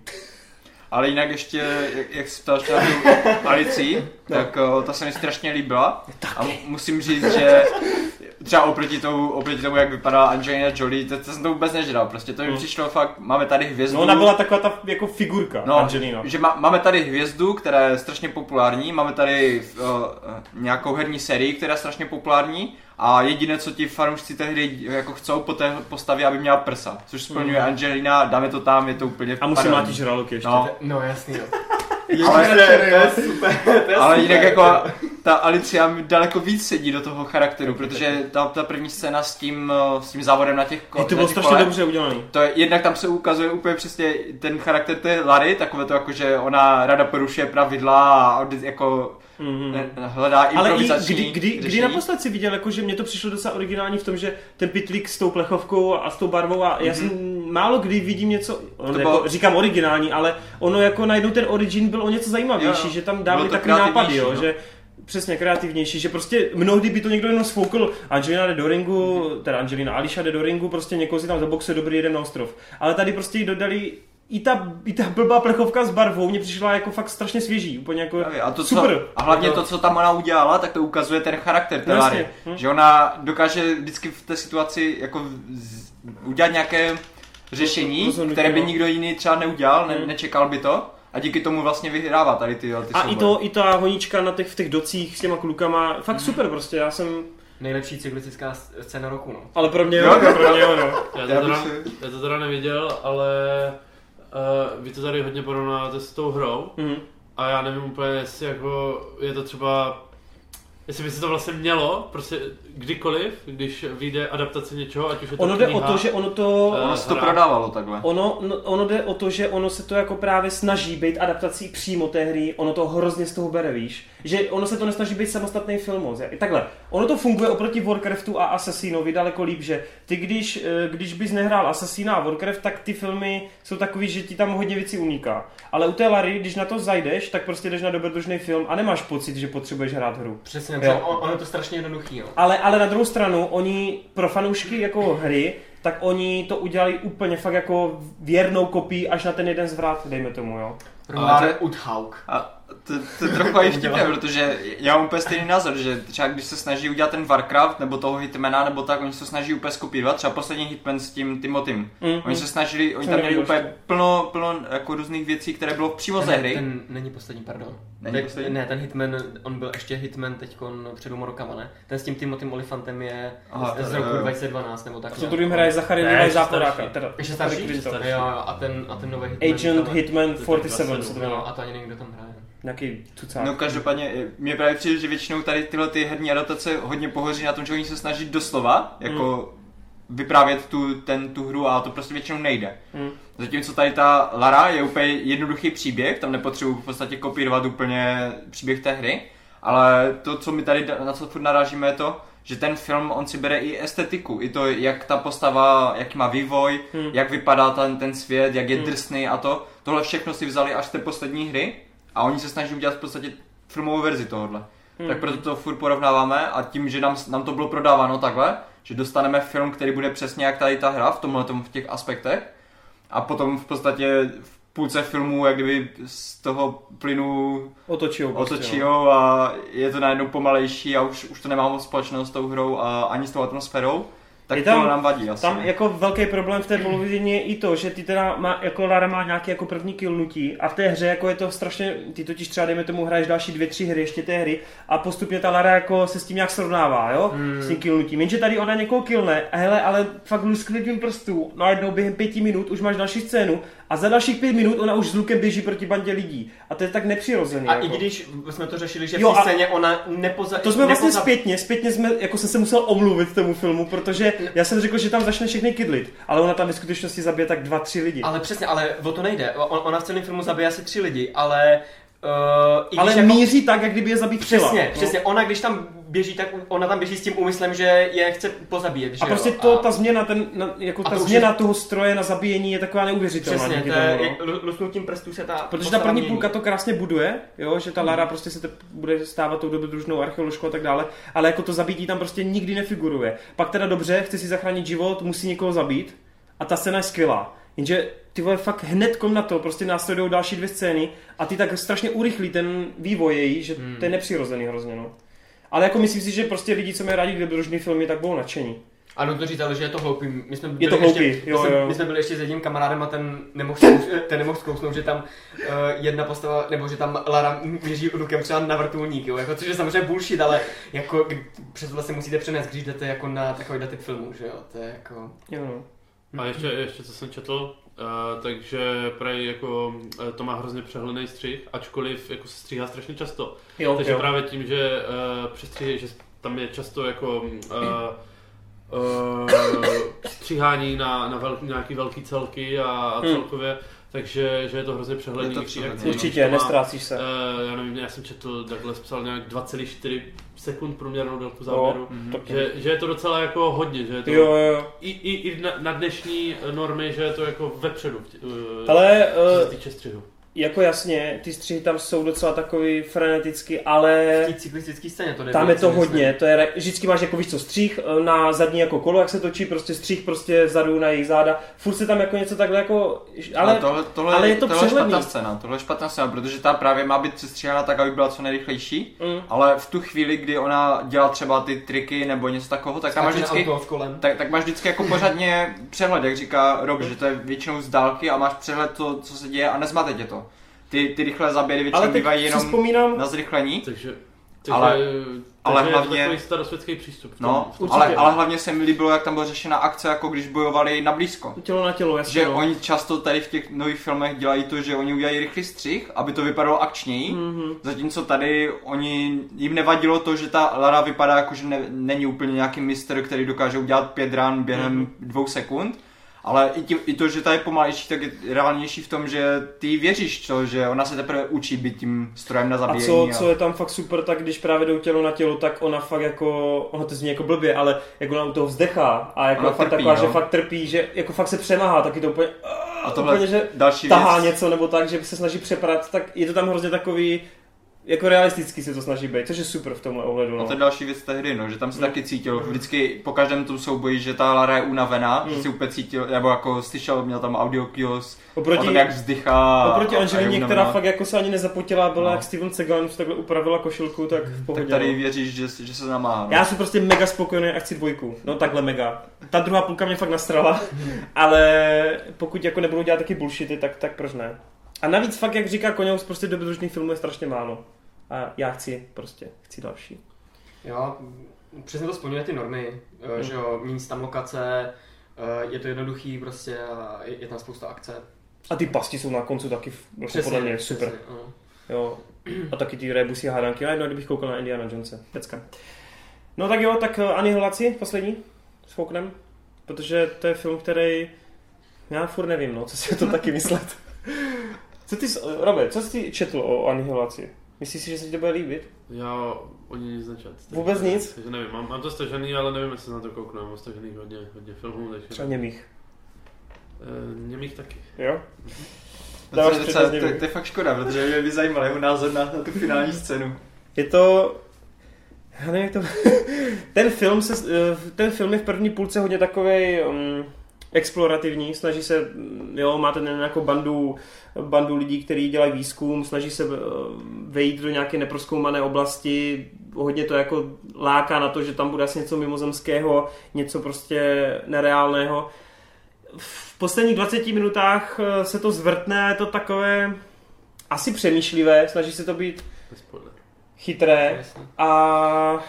Ale jinak ještě, jak, jak jsi ptal třeba tu Alici, no. tak o, ta se mi strašně líbila. A musím říct, že třeba oproti tomu, oproti tomu, jak vypadala Angelina Jolie, to, to jsem to vůbec nežral. Prostě to mi mm. přišlo fakt, máme tady hvězdu. No ona byla taková ta jako figurka, no, Angelina. Že má, máme tady hvězdu, která je strašně populární, máme tady uh, nějakou herní sérii, která je strašně populární. A jediné, co ti fanoušci tehdy jako chcou po té postavě, aby měla prsa. Což splňuje mm. Angelina, dáme to tam, je to úplně a musí mít žraloky ještě. No, no jasný, jo. ale, to je super, to je ale super, jinak jako ta Alicia mi daleko víc sedí do toho charakteru, protože ta, ta první scéna s tím, s tím závodem na těch kolech. To bylo strašně kolech, dobře udělaný. To je, jednak tam se ukazuje úplně přesně ten charakter té Larry, takové to jako, že ona rada porušuje pravidla a jako mm-hmm. hledá improvizační ale i kdy, kdy, kdy naposled si viděl, jako, že mně to přišlo docela originální v tom, že ten pitlík s tou plechovkou a s tou barvou a já jsem mm-hmm. málo kdy vidím něco, ono, jako, bylo... říkám originální, ale ono jako najednou ten origin byl o něco zajímavější, jo, že tam dávali takový nápady, jo, no. že přesně kreativnější, že prostě mnohdy by to někdo jenom sfoukl, Angelina jde do ringu, mm-hmm. teda Angelina, Alicia jde do ringu, prostě někoho si tam zaboxuje, dobrý, jeden na ostrov. Ale tady prostě jí dodali i ta, i ta blbá plechovka s barvou mně přišla jako fakt strašně svěží, úplně jako a to, super. Co, a hlavně to, co tam ona udělala, tak to ukazuje ten charakter té Larry, hm. že ona dokáže vždycky v té situaci jako z, udělat nějaké řešení, které by nikdo jiný třeba neudělal, ne, nečekal by to. A díky tomu vlastně vyhrává tady ty, ty A i, to, i ta honička na těch, v těch docích s těma klukama, fakt super prostě, já jsem Nejlepší cyklistická scéna roku, no. Ale pro mě jo, no, pro mě jo, no. Já to, já, teda, já to teda neviděl, ale uh, vy to tady hodně porovnáváte s tou hrou. Mm. A já nevím úplně, jestli jako je to třeba, jestli by se to vlastně mělo, prostě kdykoliv, když vyjde adaptace něčeho, ať už je to ono kniha, jde o to, že ono to... Uh, ono se to prodávalo takhle. Ono, no, ono jde o to, že ono se to jako právě snaží být adaptací přímo té hry, ono to hrozně z toho bere, víš. Že ono se to nesnaží být samostatný film. Takhle, ono to funguje oproti Warcraftu a Assassinovi daleko líp, že ty když, když bys nehrál Assassina a Warcraft, tak ty filmy jsou takový, že ti tam hodně věcí uniká. Ale u té Lary, když na to zajdeš, tak prostě jdeš na dobrodružný film a nemáš pocit, že potřebuješ hrát hru. Přesně, on, ono je to strašně jednoduchý, jo. Ale, ale na druhou stranu, oni pro fanoušky jako hry, tak oni to udělali úplně fakt jako věrnou kopii až na ten jeden zvrat, dejme tomu, jo. Ale Uthauk. A to, to je trochu i vtipné, protože já mám úplně stejný názor, že třeba když se snaží udělat ten Warcraft, nebo toho Hitmana, nebo tak, oni se snaží úplně skopírovat, třeba poslední Hitman s tím Timotym. Mm-hmm. Oni se snažili, oni tam měli úplně plno, plno jako různých věcí, které bylo v přívoze hry. Ten není poslední, pardon. Není ten, poslední? Ne, ten Hitman, on byl ještě Hitman teďkon před dvěma rokama, ne? Ten s tím Timotym Olifantem je Aha, z roku uh, dvacet dvanáct nebo tak. Co druhým hraje Zachary Záporáka. Ještě starší? Jo, a ten, a ten nový Hitman. Agent Hitman čtyřicet sedm se to jmenuje. A to ani nevím, kdo tam hraje. Nějaký tucák. No každopádně, mě právě přijde, že většinou tady tyhle ty herní adaptace hodně pohoří na tom, že oni se snaží doslova, jako mm. vyprávět tu, ten, tu hru a to prostě většinou nejde. Mm. Zatímco tady ta Lara je úplně jednoduchý příběh, tam nepotřebuji v podstatě kopírovat úplně příběh té hry, ale to, co my tady na co furt narážíme, je to, že ten film, on si bere i estetiku, i to, jak ta postava, jaký má vývoj, mm. jak vypadá ten, ten svět, jak je mm. drsný a to, tohle všechno si vzali až z té poslední hry. A oni se snaží udělat v podstatě filmovou verzi tohohle. Hmm. Tak proto to furt porovnáváme a tím, že nám, nám to bylo prodáváno takhle, že dostaneme film, který bude přesně jak tady ta hra v tomhletom v těch aspektech a potom v podstatě v půlce filmu jak kdyby z toho plynu otočijou, otočijou a je to najednou pomalejší a už, už to nemá moc společného s tou hrou a ani s tou atmosférou. Tak tam, to nám vadí asi. Tam jako velký problém v té polovině je i to, že ty teda má, jako Lara má nějaký jako první killnutí a v té hře jako je to strašně, ty totiž třeba dejme tomu hraješ další dvě, tři hry, ještě té hry a postupně ta Lara jako se s tím nějak srovnává, jo, hmm. s tím killnutím. Jenže tady ona někoho killne a hele, ale fakt lusknutím prstů, najednou během pěti minut už máš další scénu a za dalších pět minut ona už s lukem běží proti bandě lidí. A to je tak nepřirozený. A jako. I když jsme to řešili, že v té scéně ona nepoza... To jsme vlastně nepoza... zpětně, zpětně jsme, jako jsem se musel omluvit tomu filmu, protože já jsem řekl, že tam začne všechny kydlit, ale ona tam ve skutečnosti zabije tak dva, tři lidi. Ale přesně, ale o to nejde. Ona v celém filmu zabije asi tři lidi, ale... Uh, ale jako... míří tak, jak kdyby je zabít chtěla. Přesně, no. přesně. Ona když tam běží, tak ona tam běží s tím úmyslem, že je chce pozabíjet. Že a prostě to, a... ta změna, ten, na, jako ta to změna je... toho stroje na zabíjení je taková neuvěřitelná. Přesně, to je, lusknutím prstů se ta... Protože ta první půlka to krásně buduje, jo, že ta Lara hmm. prostě se te, bude stávat tou dobrodružnou archeoložkou a tak dále, ale jako to zabítí tam prostě nikdy nefiguruje. Pak teda dobře, chce si zachránit život, musí někoho zabít a ta scéna je skvělá. Jenže ty vole fakt hnedkom na to prostě následují další dvě scény a ty tak strašně urychlí ten vývoj její, že hmm. to je nepřirozený hrozně, no. Ale jako myslím si, že prostě lidi, co mají rádi dobrodružný filmy, tak budou nadšení. Ano, to říct, ale že je to hloupý. My jsme byli je to hloupý, ještě, jo, my, jsme, jo. my jsme byli ještě s jedním kamarádem a ten nemohl, zkous, ten nemohl zkousnout, že tam uh, jedna postava, nebo že tam Lara běží lukem třeba na vrtulník, jo, jako, což je samozřejmě bullshit, ale jako přes vlastně musíte přenést, když jdete jako na takový typ filmů, že jo, to je jako... Jo, no. A ještě, ještě co jsem četl, Uh, takže prej jako uh, to má hrozně přehledný střih, ačkoliv jako se stříhá strašně často. Jo, takže jo. právě tím, že uh, přestříhá, že tam je často jako uh, uh, stříhání na, na velký, nějaký velký celky a, a celkově, hmm. takže že je to hrozně přehledný. Je to přehledný. Určitě, nestrácíš se. Uh, já nevím, já jsem četl, Douglas psal nějak dva celé čtyři sekund průměrnou délku záběru, oh, že, že je to docela jako hodně, že je to jo, jo. I, i, i na, na dnešní normy, že je to jako vepředu, uh, ale, co se týče střihu. Jako jasně, ty střihy tam jsou docela takový freneticky, ale... V té cyklistické scéně to tam je to hodně, to je, vždycky máš jako víš co, střih na zadní jako kolo, jak se točí, prostě střih prostě vzadu na jejich záda, furt se tam jako něco takhle jako... Ale, ale, tohle, tohle, ale je to tohle přehledný. Tohle je špatná scéna, tohle je špatná scéna, protože ta právě má být přestříhaná tak, aby byla co nejrychlejší, mm. ale v tu chvíli, kdy ona dělá třeba ty triky nebo něco takového, tak tam máš vždycky, tak, tak máš vždycky jako pořádně přehled, jak říká Rob, že to je většinou z dálky a máš přehled to, co se děje a nezmate tě to. Ty, ty rychlé záběry většinou bývají jenom vzpomínám, na zrychlení. Takže, ale, ale je hlavně... to takový starosvětský přístup. V tom, no, v tom ale, ale hlavně se mi líbilo, jak tam byla řešena akce, jako když bojovali na blízko. Tělo na tělo, jasně. Že no. oni často tady v těch nových filmech dělají to, že oni udělají rychlý střih, aby to vypadalo akčněji, mm-hmm. zatímco tady oni, jim nevadilo to, že ta Lara vypadá jako, že ne, není úplně nějaký mistr, který dokáže udělat pět ran během mm-hmm. dvou sekund. Ale i, tím, i to, že ta je pomalejší, tak je reálnější v tom, že ty věříš to, že ona se teprve učí být tím strojem na zabíjení. A co, a... co je tam fakt super, tak když právě jdou tělo na tělo, tak ona fakt jako, ono to zní jako blbě, ale jak ona u toho vzdechá a jako fakt trpí, taková, no. že fakt trpí, že jako fakt se přemáhá, taky to úplně, a tohle úplně že další tahá věc. něco nebo tak, že se snaží přeprat, tak je to tam hrozně takový, jako realisticky se to snaží být, což je super v tomhle ohledu. No. A to je další věc té hry, no, že tam se mm. taky cítil vždycky po každém tom souboji, že ta Lara je unavená, mm. že si úplně cítil, nebo jako slyšel, měl tam audio kills, oproti, o tom, jak vzdychá. Oproti Angelině, která fakt jako se ani nezapotila, byla no. jak Steven Seagal, když takhle upravila košilku, tak v pohodě. Tak tady no. věříš, že, že se namáhá. No. Já jsem prostě mega spokojený a chci dvojku, no takhle mega. Ta druhá půlka mě fakt nastrala, ale pokud jako nebudou dělat taky bullshity, tak, tak proč ne. A navíc fakt, jak říká Koňous, prostě dobrodružných filmů je strašně málo. A já chci prostě, chci další. Jo, přesně to splňuje ty normy, mm. že jo, mění se tam lokace, je to jednoduchý prostě a je tam spousta akce. A ty pasti jsou na konci taky přesně, podle mě super. Přesně, no. Jo. A taky ty rebusy hádanky, a jedno, kdybych koukal na Indiana Jonese, pecka. No tak jo, tak Anihilaci, poslední, s Foukenem, protože to je film, který, já furt nevím, no, co si o tom taky myslet. Co ty, Robert, co jsi četl o Anihilaci? Myslíš si, že se ti to bude líbit? Já o ní nic nečet. Vůbec nic? Takže nevím, mám, mám to stažený, ale nevím, jestli na to kouknu, mám stažený hodně, hodně filmů. Takže... Třeba němých. E, němých taky. Jo? To, to, to, to, to je fakt škoda, protože mě by zajímal jeho názor na, na tu finální scénu. Je to... Já nevím, jak to... ten, film se, ten film je v první půlce hodně takovej... Um... explorativní, snaží se, jo, máte nějakou bandu, bandu lidí, kteří dělají výzkum, snaží se vejít do nějaké neprozkoumané oblasti, hodně to jako láká na to, že tam bude asi něco mimozemského, něco prostě nereálného. V posledních dvaceti minutách se to zvrtne, je to takové asi přemýšlivé, snaží se to být chytré a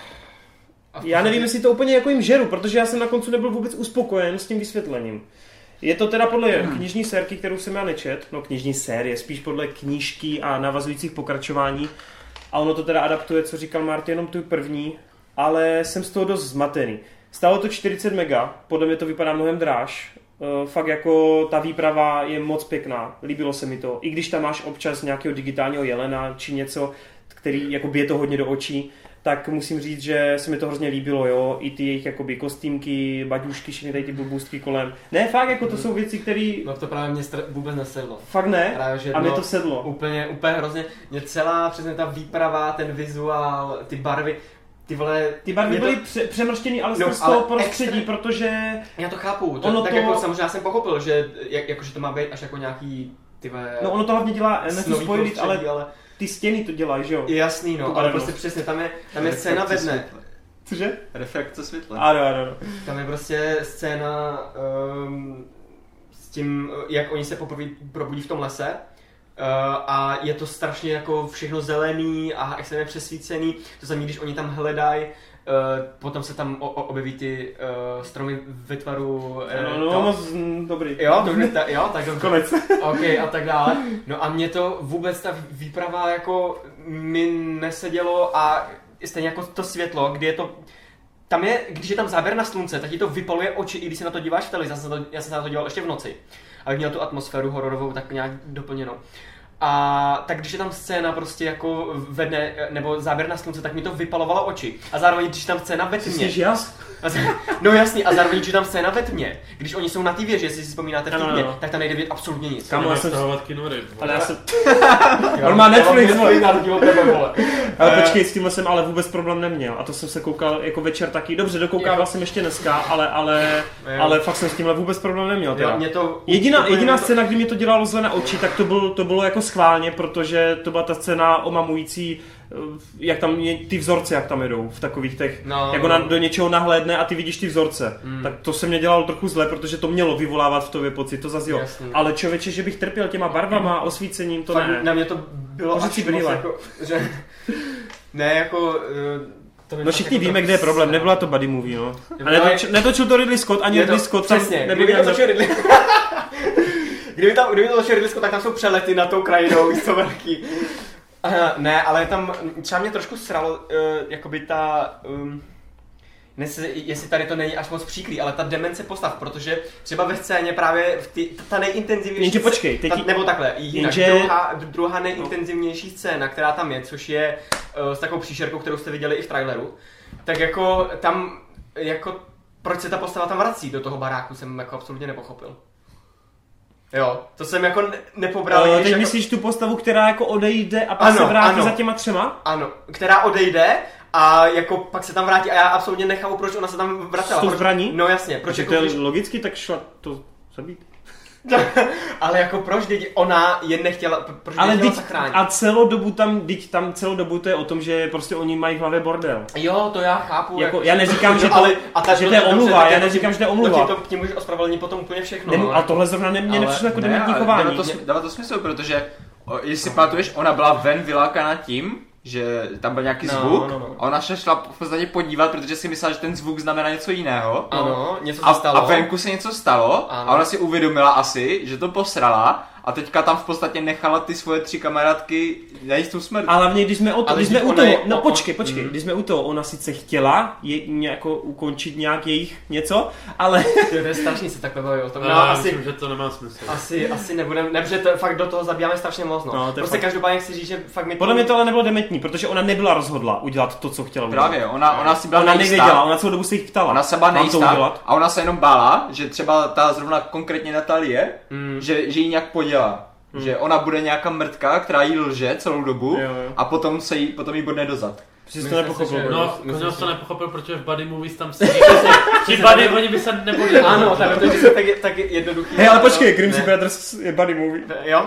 já nevím, jestli to úplně jako jim žeru, protože já jsem na konci nebyl vůbec uspokojen s tím vysvětlením. Je to teda podle hmm. knižní sérky, kterou jsem já nečet, no knižní série, spíš podle knížky a navazujících pokračování. A ono to teda adaptuje, co říkal Marty, jenom tu první, ale jsem z toho dost zmatený. Stálo to čtyřicet mega, podle mě to vypadá mnohem dráž. Fakt jako ta výprava je moc pěkná, líbilo se mi to. I když tam máš občas nějakého digitálního jelena či něco, který jako bije to hodně do očí, tak musím říct, že se mi to hrozně líbilo, jo, i ty jejich jakoby kostýmky, baďušky, všechny tady ty blbůstky kolem. Ne, fakt, jako to jsou věci, které... No to právě mě str- vůbec nesedlo. Fakt ne? Právě, že a mě to sedlo. Úplně, úplně hrozně, mě celá přesně ta výprava, ten vizuál, ty barvy, ty vole... Ty barvy to... byly pře- přemrštěný, ale no, z toho prostředí, extra... protože... Já to chápu, to, ono tak to... jako samozřejmě jsem pochopil, že jak, jako, že to má být až jako nějaký, ty vole... No ono to hlavně dělá, nechci spojit, ale... ale... Ty stěny to dělají, že jo? Jasný, no, ale prostě přesně, tam je, tam je scéna ve dne. Cože? Reflekce světla. Ano, ano. Tam je prostě scéna um, s tím, jak oni se poprvé probudí v tom lese. Uh, a je to strašně jako všechno zelený a extrémně přesvícený. To samé, když oni tam hledají, uh, potom se tam o- objeví ty uh, stromy ve tvaru... Uh, no, no, moc dobrý. Jo, dobrý, ta, jo, tak dobře. Konec. Ok, a tak dále. No a mě to vůbec ta výprava jako mi nesedělo a stejně jako to světlo, kdy je to... Tam je, když je tam záběr na slunce, tak ti to vypaluje oči, i když se na to díváš v televizi. Já jsem, to, já jsem se na to díval ještě v noci. Abych měl tu atmosféru hororovou tak nějak doplněnou. A tak když je tam scéna prostě jako ve dne, nebo záběr na slunce, tak mi to vypalovalo oči. A zároveň, když je tam scéna ve tmě. Jsi jas? No jasný, a zároveň, když je tam scéna ve tmě. Když oni jsou na té věži, jestli si vzpomínáte v té tmě, no, no. tak tam nejde vidět absolutně nic. Kamu, já jsem... Kinory, ale já jsem... On má Netflix, vole. Ale počkej, s tímhle jsem ale vůbec problém neměl. A to jsem se koukal jako večer taky. Dobře, dokoukával jsem ještě dneska, ale, ale, ale fakt jsem s tímhle vůbec problém neměl. Teda. Jo, mě to jediná jediná scéna, kdy mě to dělalo zle na oči, tak to bylo, to bylo jako schválně, protože to byla ta scéna omamující, jak tam je, ty vzorce, jak tam jedou v takových těch, no, jak ona do něčeho nahlédne a ty vidíš ty vzorce. Mm. Tak to se mě dělalo trochu zle, protože to mělo vyvolávat v tobě pocit, to zase jo. Jasný. Ale člověče, že bych trpěl těma barvama, osvícením, to fakt ne. Na mě to bylo až moc jako, že... Ne, jako... To no všichni jako víme, kde je problém, nebyla to buddy movie, no. A netočil, netočil to Ridley Scott, ani Ridley Scott tam nebyl nějak... Ridley... kdyby, tam, kdyby to točil Ridley Scott, tak tam jsou přelety na tou krajinou, víš co velký. Uh, ne, ale tam třeba mě trošku sralo, uh, jakoby ta... Um, Nese, jestli tady to není až moc příklý, ale ta demence postav, protože třeba ve scéně právě v ty, ta nejintenzivnější... Jenže počkej, teď... Ta, nebo takhle, jinak, jenže... druhá, druhá nejintenzivnější scéna, která tam je, což je uh, s takovou příšerkou, kterou jste viděli i v traileru, tak jako tam, jako proč se ta postava tam vrací do toho baráku, jsem jako absolutně nepochopil. Jo, to jsem jako ne- nepobral. Ale teď jako... myslíš tu postavu, která jako odejde a pak ano, se vrátí ano. za těma třema? Ano, která odejde a jako pak se tam vrátí a já absolutně nechápu, proč ona se tam vracela. S tou proč... zbraní? No jasně. Proč jako, jako, to je když... logicky, tak šla to zabít. Ale jako proč, teď ona jen nechtěla, proč ale nechtěla teď, zachránit? a celou dobu tam, teď tam celou dobu to je o tom, že prostě oni mají v hlavě bordel. Jo, to já chápu. Jako, já neříkám, že to, ale, a ta, že to je omluva, já neříkám, že to je omluva. To k tím můžeš ospravedlnit potom úplně všechno. Ne, no, a tohle zrovna ne, mě nepřišlo jako dementní chování. Dává to, dává to smysl, protože o, jestli pamatuješ, ona byla ven vylákaná tím, že tam byl nějaký no, zvuk no, no. a ona se šla v podstatě podívat, protože si myslela, že ten zvuk znamená něco jiného. Ano, něco a, se stalo. A venku se něco stalo ano. a ona si uvědomila asi, že to posrala a teďka tam v podstatě nechala ty svoje tři kamarádky nejistou smrt. A hlavně, když jsme, o to, ale když jsme u toho, je, no on, počkej, počkej, mm. když jsme u toho, ona sice chtěla je, nějako, ukončit nějak jejich něco, ale... To je strašný se takhle baví o tom. No, no, já asi, myslím, že to nemá smysl. Asi, asi nebudem, ne, protože to, fakt do toho zabíjáme strašně moc, no. no prostě fakt... každopádně chci říct, že fakt mi to... Podle mě to ale nebylo dementní, protože ona nebyla rozhodla udělat to, co chtěla udělat. Právě, ona, ona si byla Ona nejistá. nevěděla, ona celou dobu se jich ptala. Ona se byla nejistá a ona se jenom bála, že třeba ta zrovna konkrétně Natalie, mm. že, že jí nějak podělá. Hmm. Že ona bude nějaká mrtka, která jí lže celou dobu jo, jo. a potom se jí, potom jí bodne dozad. Protože jsi to nepochopil. Že, no, Koněl to nepochopil, protože v buddy movies tam sedí přesně, ti buddy, oni by se nebudli. Ano, tak to je tak, tak jednoduchý. Hej, ale počkej, Grimsby Brothers je buddy movie. Jo?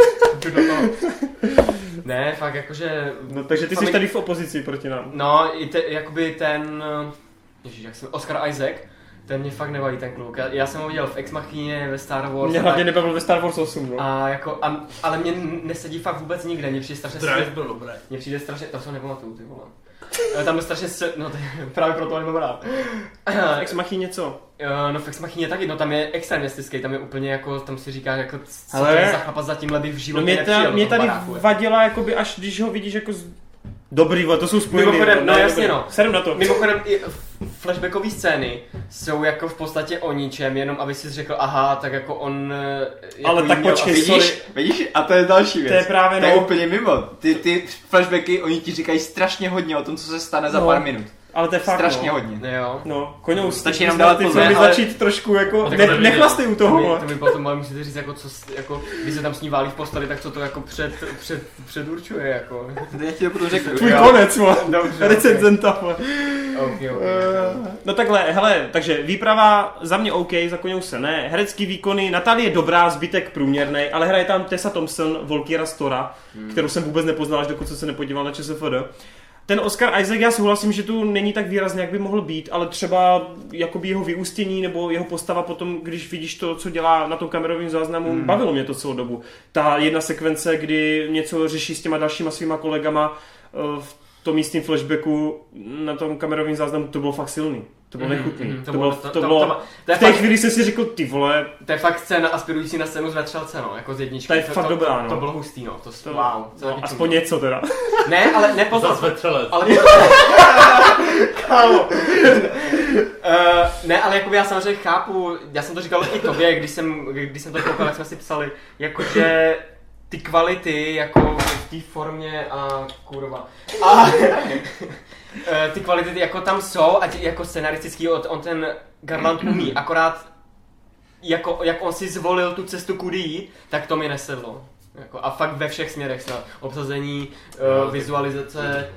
Ne, fakt jakože... No, takže ty jsi tady v opozici proti nám. No, i te, jakoby ten... Ježíš, jak jsem... Oscar Isaac. Ten mě fakt nebaví ten kluk. Já, já jsem ho viděl v Ex Machině, ve Star Wars. Mě hlavně nebavil ve Star Wars osm, no. A jako, a, ale mě nesedí fakt vůbec nikde, mě přijde strašně... Drive byl dobré. Mně přijde strašně, to se nepamatuju, ty vole. Tam byl strašně, no to je, právě proto ho nemám rád. V Ex Machině co? No v Ex Machině taky, no tam je extrémně styský, tam je úplně jako, tam si říká jako, co to je za chlapa za tímhle bych v životě no mě, nepřijel. Mě tady vadila, jakoby až když ho vidíš jako z... Dobrý, vole, to jsou spojený. Mimochodem, no ne, jasně no. Sedem na to. Mimochodem i flashbackové scény jsou jako v podstatě o ničem, jenom aby si řekl, aha, tak jako on... Jako ale tak počkej, vidíš, vidíš, a to je další věc. To je právě to je no. úplně mimo. Ty, ty flashbacky, oni ti říkají strašně hodně o tom, co se stane no. za pár minut. Ale to je fakt, strašně no. hodně. Jo. No, Koňou, stačí jenom dávat pozor, ale... začít trošku jako, ne, nechlastej u toho. To mi, to mi potom ale musíte říct, jako co, jako, když se tam s ní válí v posteli, tak co to jako před, před, předurčuje, jako. Já ti to potom řeknu. Tvůj jo. konec, man. Dobře. Recenzenta, man. Okay, okay, okay. No takhle, hele, takže výprava za mě OK, za Koňou se ne. Herecký výkony, Natalie je dobrá, zbytek průměrný, ale hraje tam Tessa Thompson, Volkýra Stora, hmm. kterou jsem vůbec nepoznal, až dokud jsem se nepodíval na ČSFD. Ten Oscar Isaac, já souhlasím, že tu není tak výrazný, jak by mohl být, ale třeba jakoby jeho vyústění nebo jeho postava potom, když vidíš to, co dělá na tom kamerovém záznamu, hmm. bavilo mě to celou dobu. Ta jedna sekvence, kdy něco řeší s těma dalšíma svýma kolegama v tom místním flashbacku na tom kamerovém záznamu, to bylo fakt silný. To bylo nechutný. Mm, to, to bylo, to, to bylo, to, to, to v té fakt, chvíli jsem si řekl, ty vole. To je fakt scéna aspirující na scénu z Vetřelce, no, jako z jedničky. To je to, fakt to, dobrá, to, no. To bylo hustý, no, to, to wow. No, aspoň něco teda. Ne, ale ne pozor. Zas Vetřelec. Ale kámo. uh, ne, ale jakoby já samozřejmě chápu, já jsem to říkal i tobě, když jsem, když jsem to koukal, jak jsme si psali, jakože ty kvality, jako v té formě a kurva. A ty kvality jako tam jsou, ať jako scenaristický, on ten Garland umí, akorát jako, jak on si zvolil tu cestu kudy jít, tak to mi nesedlo. Jako, a fakt ve všech směrech snad. Obsazení, uh, vizualizace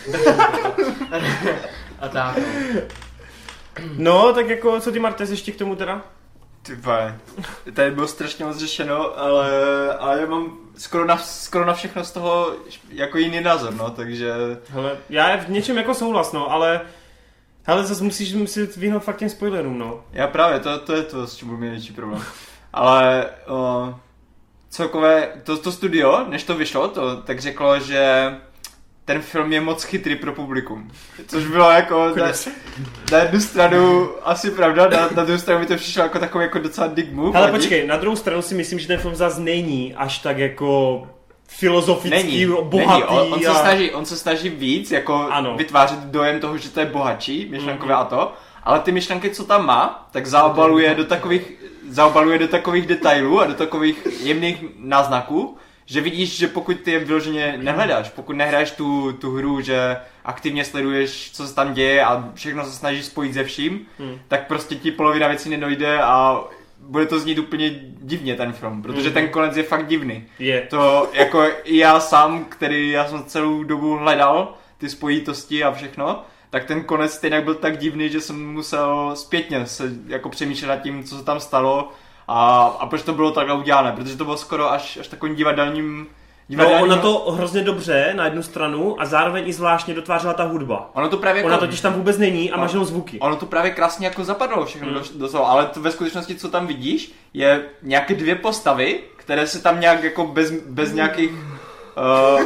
a tak. No, tak jako, co ty Martes ještě k tomu teda? Ty vole, tady bylo strašně moc řešeno, ale, ale já mám skoro na, skoro na všechno z toho jako jiný názor, no, takže... Hele, já v něčem jako souhlas, no, ale... Hele, zase musíš muset vyhnout fakt těm spoilerům, no. Já právě, to, to je to, s čím byl největší problém. Ale o, celkové, to, to studio, než to vyšlo, to, tak řeklo, že ten film je moc chytrý pro publikum. Což bylo jako na, na jednu stranu asi pravda, na, na druhou stranu mi to přišlo jako takový jako docela dick move. Ale počkej, na druhou stranu si myslím, že ten film zase není až tak jako filozofický, není, bohatý. Není. On, on, a... se snaží, on se snaží víc jako ano. vytvářet dojem toho, že to je bohatší, myšlenkové mm-hmm. a to. Ale ty myšlenky, co tam má, tak zaobaluje do takových, zaobaluje do takových detailů a do takových jemných náznaků, že vidíš, že pokud ty je vyloženě nehledáš, pokud nehraješ tu, tu hru, že aktivně sleduješ, co se tam děje a všechno se snažíš spojit se vším, hmm. tak prostě ti polovina věcí nedojde a bude to znít úplně divně ten film, protože hmm. ten konec je fakt divný. Je. To jako i já sám, který já jsem celou dobu hledal ty spojitosti a všechno, tak ten konec stejně byl tak divný, že jsem musel zpětně se jako přemýšlet nad tím, co se tam stalo a, a proč to bylo takhle udělané, protože to bylo skoro až, až takovým divadelním, divadelním... No, ona to hrozně dobře na jednu stranu a zároveň i zvláštně dotvářela ta hudba. Ono to právě ona jako... totiž tam vůbec není a máš jenom zvuky. Ono to právě krásně jako zapadlo všechno hmm. do, do toho, ale to ve skutečnosti, co tam vidíš, je nějaké dvě postavy, které se tam nějak jako bez, bez nějakých... Uh,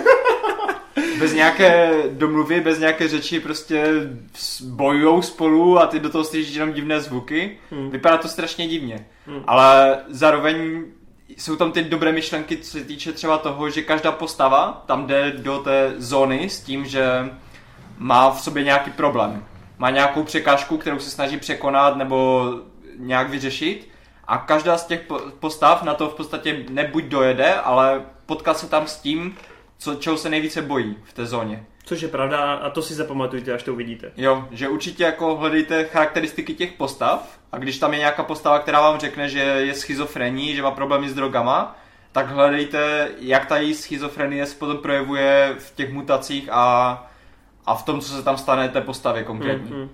bez nějaké domluvy, bez nějaké řeči prostě bojujou spolu a ty do toho slyšíš jenom divné zvuky. Hmm. Vypadá to strašně divně. Hmm. Ale zároveň jsou tam ty dobré myšlenky, co se týče třeba toho, že každá postava tam jde do té zóny s tím, že má v sobě nějaký problém. Má nějakou překážku, kterou se snaží překonat nebo nějak vyřešit. A každá z těch postav na to v podstatě nebuď dojede, ale potká se tam s tím, Co, čeho se nejvíce bojí v té zóně. Což je pravda a to si zapamatujte, až to uvidíte. Jo, že určitě jako hledejte charakteristiky těch postav a když tam je nějaká postava, která vám řekne, že je schizofrení, že má problémy s drogama, tak hledejte, jak ta její schizofrenie se potom projevuje v těch mutacích a, a v tom, co se tam stane té postavě konkrétní. Mm-hmm.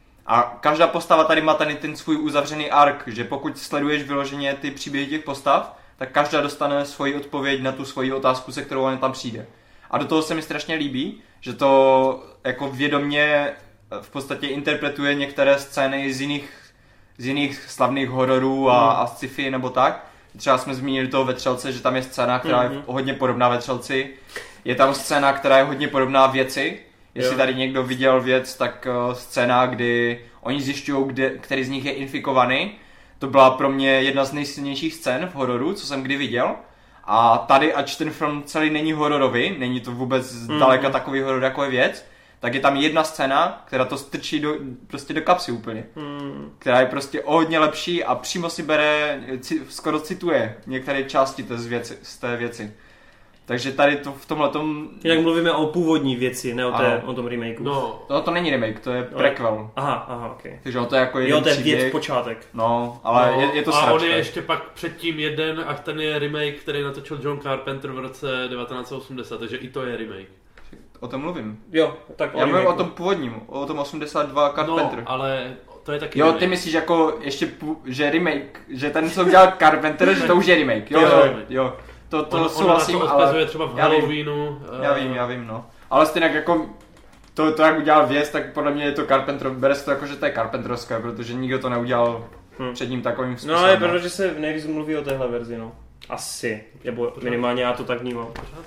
A každá postava tady má tady ten svůj uzavřený ark, že pokud sleduješ vyloženě ty příběhy těch postav, tak každá dostane svoji odpověď na tu svoji otázku, se kterou on tam přijde. A do toho se mi strašně líbí, že to jako vědomě v podstatě interpretuje některé scény z jiných, z jiných slavných hororů a, a sci-fi nebo tak. Třeba jsme zmínili toho Vetřelce, že tam je scéna, která je hodně podobná Vetřelci. Je tam scéna, která je hodně podobná Věci. Jestli tady někdo viděl Věc, tak uh, scéna, kdy oni zjišťují, který z nich je infikovaný. To byla pro mě jedna z nejsilnějších scén v hororu, co jsem kdy viděl. A tady, ač ten film celý není hororový, není to vůbec zdaleka mm-hmm. takový horor jako je Věc, tak je tam jedna scéna, která to strčí do, prostě do kapsy úplně. Mm. Která je prostě o hodně lepší a přímo si bere, skoro cituje některé části té z, věci, z té věci. Takže tady to v tomhletom... Jinak mluvíme o původní věci, ne o, té, o tom remakeu. No. To, to není remake, to je prequel. Aha, aha, okej. Okay. Takže to je jako jeden jo, to je příběh. Věc počátek. No, ale no, je, je to sračka. A on je ještě pak předtím jeden a ten je remake, který natočil John Carpenter v roce devatenáct set osmdesát, takže i to je remake. O tom mluvím. Jo, tak Já mluvím o tom původním, o tom osmdesát dva Carpenter. No, ale to je taky Jo, remake. ty myslíš jako ještě, že remake, že ten, co udělal Carpenter, že to už je remake. Jo, jo, jo. jo. To, to on, souhlasím, on ale... třeba v já Halloweenu. Vím, já vím, já vím, no. Ale stejně jako to, to jak udělal Věc, tak podle mě je to Carpenter, bere se to jako, že to je Carpenterovské, protože nikdo to neudělal hmm. před ním takovým způsobem. No ale protože se nejvíc mluví o téhle verzi, no. Asi, nebo minimálně já to tak vnímám.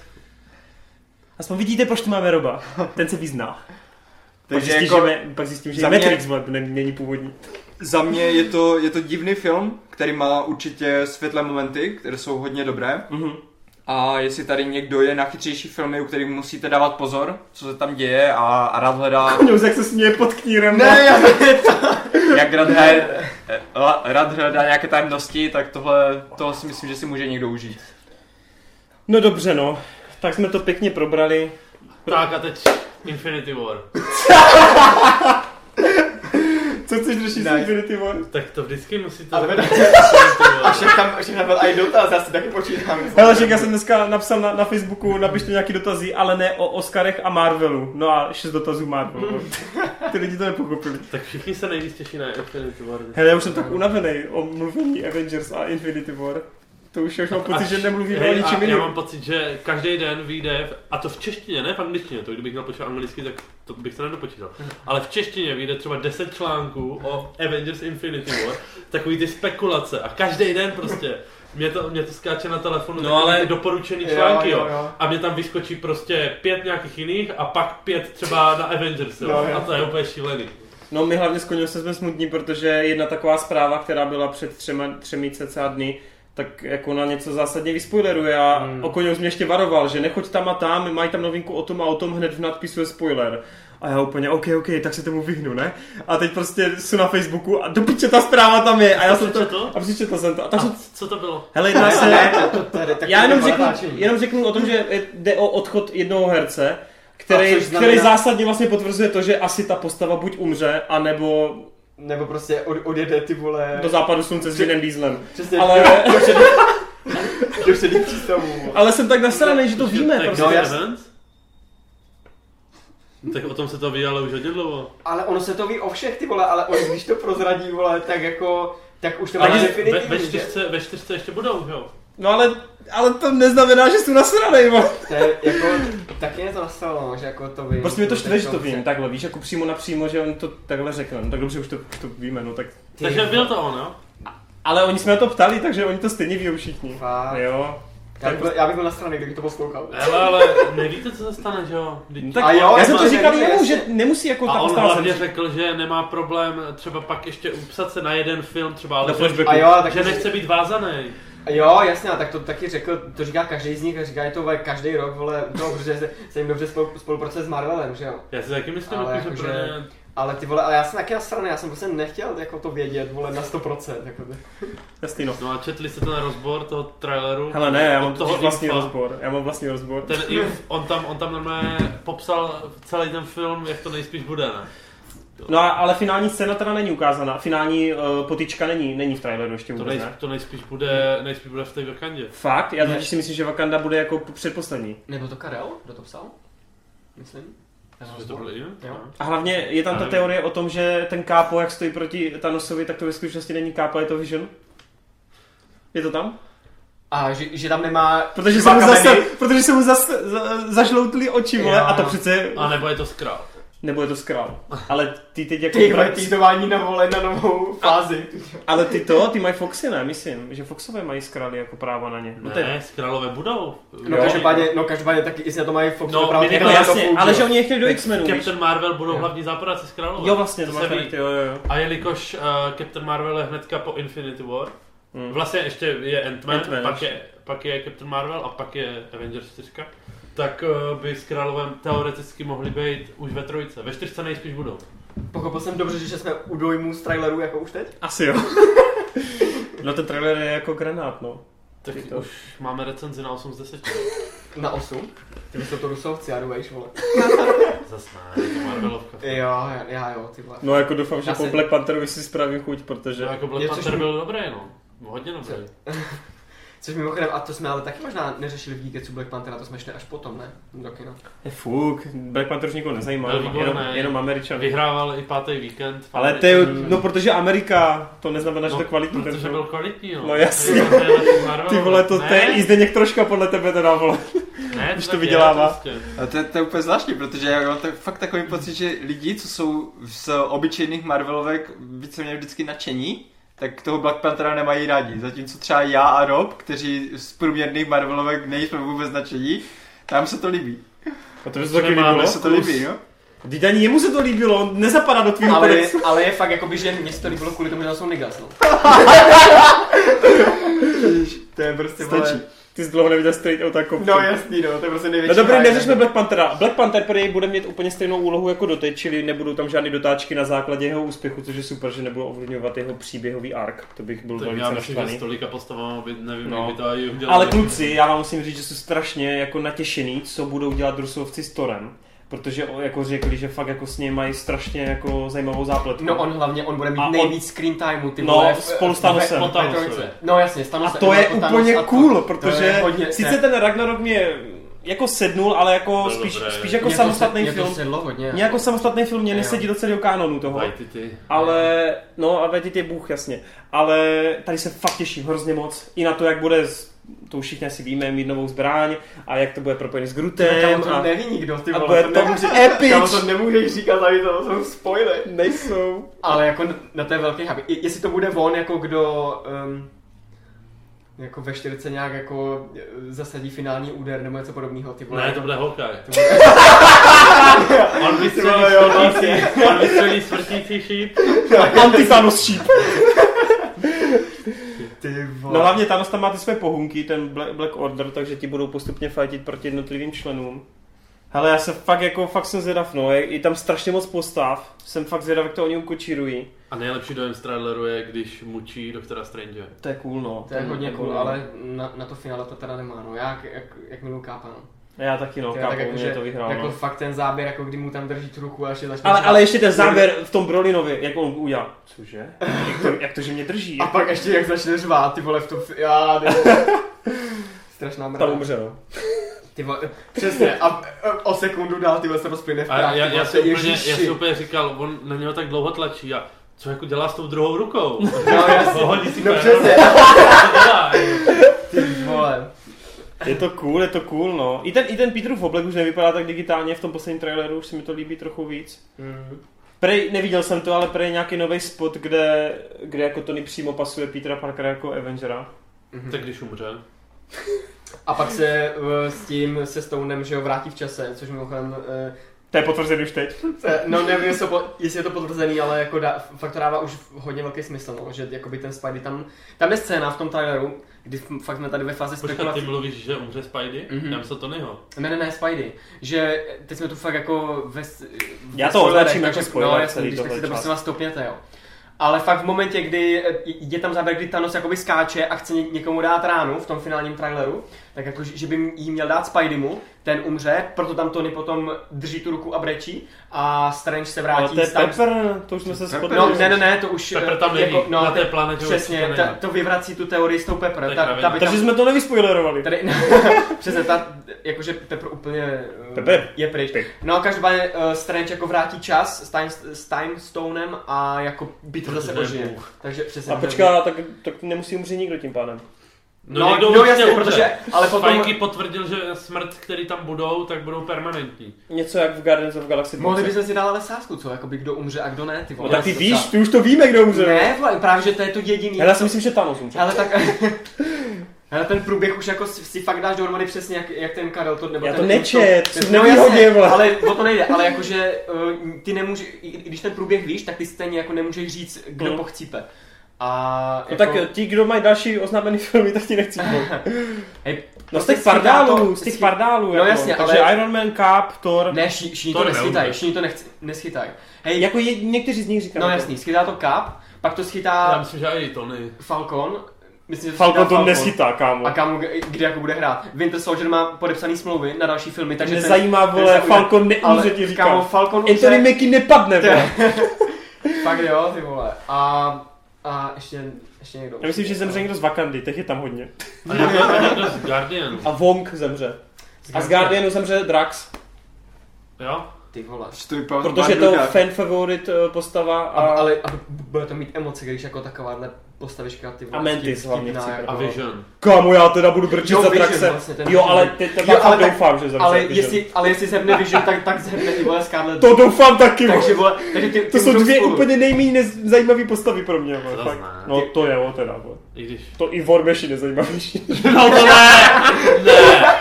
Aspoň vidíte, proč to máme Roba, ten se vyzná. Takže pak zjistím, jako, že, pak zjistím, že Matrix mě... není původní. Za mě je to, je to divný film, který má určitě světlé momenty, které jsou hodně dobré. Mm-hmm. A jestli tady někdo je na chytřejší filmy, u kterých musíte dávat pozor, co se tam děje a, a rád hledá... Koněus, jak se směje pod knírem. Ne, já to... Jak rád hledá, rád hledá nějaké tajemnosti, tak tohle, tohle si myslím, že si může někdo užít. No dobře, no. Tak jsme to pěkně probrali. Tak a teď Infinity War. Co chceš řešit s Infinity War? Tak to vždycky musíte... Ale však tam, však tam byl i dotaz, já si taky počítám. Hele, že já jsem dneska napsal na, na Facebooku, napište nějaký dotazy, ale ne o Oscarech a Marvelu. No a šest dotazů Marvelu. Ty lidi to nepochopili. Tak všichni se nejvíc těší na Infinity War. Hele, já už jsem tak unavený o mluvení Avengers a Infinity War. To už, už mám pocit, že nemluvíme o ničem jiném. Já mám pocit, že každý den vyjde, a to v češtině, ne v angličtině, to kdybych měl počítat anglicky, tak to bych se nedopočítal. Ale v češtině vyjde třeba deset článků o Avengers Infinity War, takový ty spekulace a každý den prostě Mě to, mě to skáče na telefonu, no, ale... ty doporučený články, jo, jo, jo, jo. A mě tam vyskočí prostě pět nějakých jiných a pak pět třeba na Avengers, jo. No, a to je úplně šílený. No my hlavně s Koňou se jsme smutní, protože jedna taková zpráva, která byla před třema, třemi cca dny, tak jako na něco zásadně vyspoileruje a hmm. o Koňou mě ještě varoval, že nechoď tam a tam, mají tam novinku o tom a o tom, hned v nadpisu je spoiler. A já úplně, ok, ok, tak se tomu vyhnu, ne? A teď prostě jsou na Facebooku a do piče ta zpráva tam je. A já jsem to, to? a přečetl jsem to. A, tak a jsou... co to bylo? Hele, jedná se... Ne, to, to, tady, já jenom řeknu, jenom řeknu o tom, že jde o odchod jednoho herce, který, znamená... který zásadně vlastně potvrzuje to, že asi ta postava buď umře, anebo... Nebo prostě od, odjede ty vole... Do západu slunce s Vinem Dieslem. Přesně, ale... do předních přístavů. Ale jsem tak nasranej, že to víme. Tak prostě. no, jasný. Tak o tom se to ví, ale už hodně dlouho. Ale ono se to ví o všech, ty vole, ale on, když to prozradí, vole, tak jako... Tak už to ale má definitivní, ve, ve, čtyřce, ve čtyřce ještě budou, jo? No ale, ale to neznamená, že jsou nasranej, bo. To je jako... Taky je to nastalo, že jako to vím. Prostě mě to štve, že to vím, takhle, víš, jako přímo napřímo, že on to takhle řekne. No tak dobře, už to, to víme, no tak... Takže byl to on, jo? Ale oni jsme na to ptali, takže oni to stejně ví všichni. Fakt. Jo. Já bych, byl, já bych byl na straně, kdybych to poslouchal. Ale, ale nevíte, co se stane, že jo? No, tak a jo, já jsem to říkal nevím, jemu, že nemusí jako a ta on postava hlavně zemřít. řekl, že nemá problém třeba pak ještě upsat se na jeden film třeba, ale že, a jo, že nechce být vázaný. Jo, jasně, tak to taky řekl, to říká každý z nich a říká to vole, každý rok, vole, no, protože se, se jim dobře spolu, spolupracuje s Marvelem, že jo? Já si taky myslím, ale jako, jako, že... že... Ale ty vole, ale já jsem taky nasraný, já jsem prostě nechtěl jako to vědět, vole, na sto procent, jako ty. Jasný, no. No a četli jste ten rozbor toho traileru? Hele ne, já mám toho vlastní infa. rozbor, já mám vlastní rozbor. Ten inf, on tam, on tam normálně popsal celý ten film, jak to nejspíš bude, ne? No ale finální scéna teda není ukázaná, finální uh, potyčka není, není v traileru ještě vůbec, to, nejsp, ne? to nejspíš bude, nejspíš bude v té Wakandě. Fakt? Já totiž si myslím, že Wakanda bude jako předposlední. Nebo to Karel? Kdo to psal? Myslím. Že to bylo jiné? A hlavně je tam ta teorie o tom, že ten kápo, jak stojí proti Thanosovi, tak to ve skutečnosti není kápo, je to Vision? Je to tam? A že, že tam nemá... Protože se mu, zase, protože se mu zase za, zažloutly oči, vole, a to přece... A nebo je to Skrull. Nebo je to Skrull. Ale ty teď jako... Ty mají týzování na vole na novou fázi. A, ale ty to, ty mají Foxy, ne? Myslím, že Foxové mají Skrully jako práva na ně. No ne, Skrullové budou. No každopádně, no každopádně taky, jestli na to mají Fox, no, práva, no jasně, ale že oni je chtěli do X-Menu, Captain Marvel budou hlavní záporáci Skrullové. Jo, vlastně, to, to máš jo, jo, jo. A jelikož uh, Captain Marvel je hnedka po Infinity War, hmm. vlastně ještě je Ant-Man, Ant-Man pak, je, pak je Captain Marvel a pak je Avengers čtyři, tak uh, by Skrullovem teoreticky mohli být už ve trojce. Ve čtyřce nejspíš budou. Pochopil jsem dobře, že jsme u dojmu z traileru jako už teď? Asi jo. No ten trailer je jako granát, no. Tak to. Už máme recenzi na osm z deseti. Na osm? Ty bys to rusovci, já duvejš, vole. Zas ne, je to Marvelovka. Jo, já, já jo, ty vole. No jako doufám, že já po si... Black Pantherovi si spravím chuť, protože... No jako Black Panther byl dobrý, no. Hodně dobrý. Což mimochodem, a to jsme ale taky možná neřešili v Geekecu Black Panthera, to jsme šli až potom, ne? Do kina. Je fuk, Black Panther už nikoho nezajímá, výborné, jenom, jenom Američan. Vyhrával i pátý víkend. Ale to je, no protože Amerika, to neznamená, že no, to je kvalitní. Protože ten byl kvalitní, no. No jasně. Ty vole, to, to je i Zdeněk troška podle tebe teda, vole. Ne, když to, to vydělává. Prostě. A to, je, to je úplně zvláštní, protože já mám tak, fakt takový pocit, že lidi, co jsou z obyčejných Marvelovek víceméně vždycky nadšení, tak toho Black Panthera nemají rádi. Zatímco třeba já a Rob, kteří z průměrných Marvelovek nejsme vůbec nadšení, tam se to líbí. A to by se taky líbilo? se to líbí, jo? Vždyť ani jemu se to líbilo, on nezapadá do tvýho ale, ale je fakt jakoby, že mě se to líbilo kvůli tomu, že tam jsou niggas, no. To je prostě, stačí. Ty jsi dlouho neviděl Straight Outta Compton. No jasný, no, to je prostě největší. No dobrý, neřešme Black Panthera. Black Panther prý bude mít úplně stejnou úlohu jako doteď, čili nebudou tam žádný dotáčky na základě jeho úspěchu, což je super, že nebudou ovlivňovat jeho příběhový ark. To bych byl velice naštvaný. S tolika postavama, by, nevím, no. by to aj udělali. Ale kluci, já vám musím říct, že jsou strašně jako natěšený, co budou dělat Rusovci s Thorem. Protože jako řekli, že fakt jako s ním mají strašně jako zajímavou zápletku. No on hlavně, on bude mít a nejvíc on... screen timeu, ty no, vole. spolu s Thanosem. No jasně, s Thanosem. A to je úplně cool, protože hodně, sice ten Ragnarok mě jako sednul, ale jako spíš, spíš jako mě samostatný to, film. Mě sedlo hodně. Mě jako samostatný film mě nesedí do celého kanonu toho. Waititi. Ale, no a Waititi je bůh, jasně. Ale tady se fakt těším hrozně moc. I na to, jak bude, to už všichni asi víme, mít novou zbraň a jak to bude propojený s Grutem. No, to a neví nikdo, ty vole. A bude to, to nemůže, epic. Kámo, to nemůžeš říkat, tady to jsou spoilery. Nejsou. Ale jako na té velké hype. Jestli to bude on, jako kdo... Um, jako ve čtyřce nějak jako zasadí finální úder nebo něco podobného. Ty vole. Ne, to bude Hawkeye. On vystřelí smrtící, on vystřelí smrtící šíp. Anti-Thanos šíp. Ty vole. No hlavně Thanos tam má ty své pohunky, ten Black Order, takže ti budou postupně fightit proti jednotlivým členům. Hele, já se fakt jako, fakt jsem zvědav, no, je, je tam strašně moc postav, jsem fakt zvědav, jak to oni ukočírují. A nejlepší dojem z traileru je, když mučí doktora Strange. To je cool, no. To je hodně jako, cool, ale na, na to finále to teda nemá, no, já jak, jak miluji Kápa, no. Já taky, no, Kápo, jako, mě to vyhrál, jako no. fakt ten záběr, jako kdy mu tam drží tu ruku a ještě začne... Ale, ale ještě ten záběr v tom Brolinovi, jak on udělal. Cože? Jak to, jak to, že mě drží? A pak ještě jak začne řvát, ty vole, v tom... Já, ne. Strašná mrda. Tam umře, no. Ty vole, přesně, a o sekundu dál ty vole se rozplyne v A prach. já, já, si úplně, já Ježiši. si úplně říkal, on na něho tak dlouho tlačí a co jako dělá s tou druhou rukou? No jasně, Hodí si no péro. přesně. Co dělá? Ty vole. Je to cool, je to cool, no. I ten, i ten Peterův oblek už nevypadá tak digitálně v tom posledním traileru, už se mi to líbí trochu víc. Mm. Prej, neviděl jsem to, ale prej nějaký nový spot, kde, kde jako Tony přímo pasuje Petera Parkera jako Avengera. Mm-hmm. Tak když umře. A pak se uh, s tím, se Stonem, že ho vrátí v čase, což mimochodem... Uh, To je potvrzený už teď. no nevím, jestli, po, jestli je to potvrzený, ale jako dá, fakt to dává už hodně velký smysl, no, že jakoby ten Spidey tam... Tam je scéna v tom traileru, kdy fakt jsme tady ve fázi Počkat, spekulací. ty mluvíš, že umře Spidey? Mhm. Já myslím Tonyho. Ne, ne, ne, Spidey. Že teď jsme tu fakt jako ve... Já ve to spoilerech, označím jako takže- spoiler, No jasně, celý když tak tohle si to část. prosím vás stopněte, jo. Ale fakt v momentě, kdy je tam záběr, kdy Thanos jakoby skáče a chce ně- někomu dát ránu v tom finálním traileru, tak jako, že by jí měl dát Spideymu, ten umře, proto tam Tony potom drží tu ruku a brečí a Strange se vrátí. Ale to je s tam- Pepper, to už jsme se shodli. No, ne, ne, ne, to už... Pepper tam jako, není, no, na té te- planetě přesně, určitě ta, není. to vyvrací tu teorii s tou Pepper. Tak Ta, právě. ta by tam, Takže jsme to nevyspoilerovali. tady, přesně, ta, jakože Pepper úplně uh, Pepper. je pryč. Pryč. No a každopádně uh, Strange jako vrátí čas s Time, s Time Stonem a jako Peter zase Protože je ožije. Bůh. Takže přesně. A počká, tak, tak nemusí umřít nikdo tím pádem. No, No, někdo no určitě jasně, umře. protože, ale potom... Spikey potvrdil, že smrt, který tam budou, tak budou permanentní. Něco jak v Guardians of Galaxy. Mohli bychom si dát ale sázku, co? Jakoby kdo umře a kdo ne, ty No vole. tak ty Já víš, jsem ty už to víme, kdo umře. Ne, vole, právě, že to je to jediný. Hele, já si myslím, že Thanos umře. Ale tak... Ale ten průběh už jako si, si fakt dáš dohromady přesně jak, jak ten Karel to nebo Já ten to nečet, ten, jsem no nevýhodně, jasně, vole. ale o to nejde, ale jakože uh, ty nemůžeš, i i když ten průběh víš, tak ty stejně jako nemůžeš říct, kdo Hmm. pochcípe. A No jako, tak ti, kdo mají další oznámený filmy, tak ti nechci hej, No z prostě těch pardálů, schytá to- z těch schy- pardálů, No jako. jasně, Takže ale- Iron Man, Cap, Thor, Ne, ši, všichni To to, neumře. neschytají, všichni to nechci, neschytají. Hej, jako je, někteří z nich říkají. no jasný, schytá to Cap, pak to Já schytá myslím, že i Tony. Falcon, myslím, že to Falcon schytá to neschytá, kámo. A kam, kde jako bude hrát. Winter Soldier má podepsaný smlouvy na další filmy, takže Nezajímá, ten, vole, ten Falcon neumře, ale, ti kámo, říkám. Falcon Anthony umře. Mackie nepadne, vole. Fakt jo, ty vole. A, a ještě, ještě někdo. Já myslím, že zemře někdo z Wakandy, těch je tam hodně. A někdo, a někdo z Guardian. A Wong zemře. A z Guardianu zemře Drax. Jo? Ty vole. Že to vypadá Protože je to fan favorite eh, postava A, a, ale a bude to mít emoce, když jako takováhle postavička, ty vole. A Mantis vtip- hlavně vtipná, chci jako- A Vision. Kámo, já teda budu brčit Jo, za Vision Draxe. vlastně, ten Jo, Vision. ale te, te, Jo, ale tak- doufám, že zemře Ale Vision. jestli, ale jestli zhebne Vision, tak, tak zhebne i vole Scarlet. To doufám taky, vole. Takže vole, takže ty, ty To jsou budou dvě spolu. úplně nejméně zajímavé postavy pro mě, vole, To fakt. zná. No to je, jo, teda, vole. I když... To i War Machine je zajímavější. No to ne! Ne!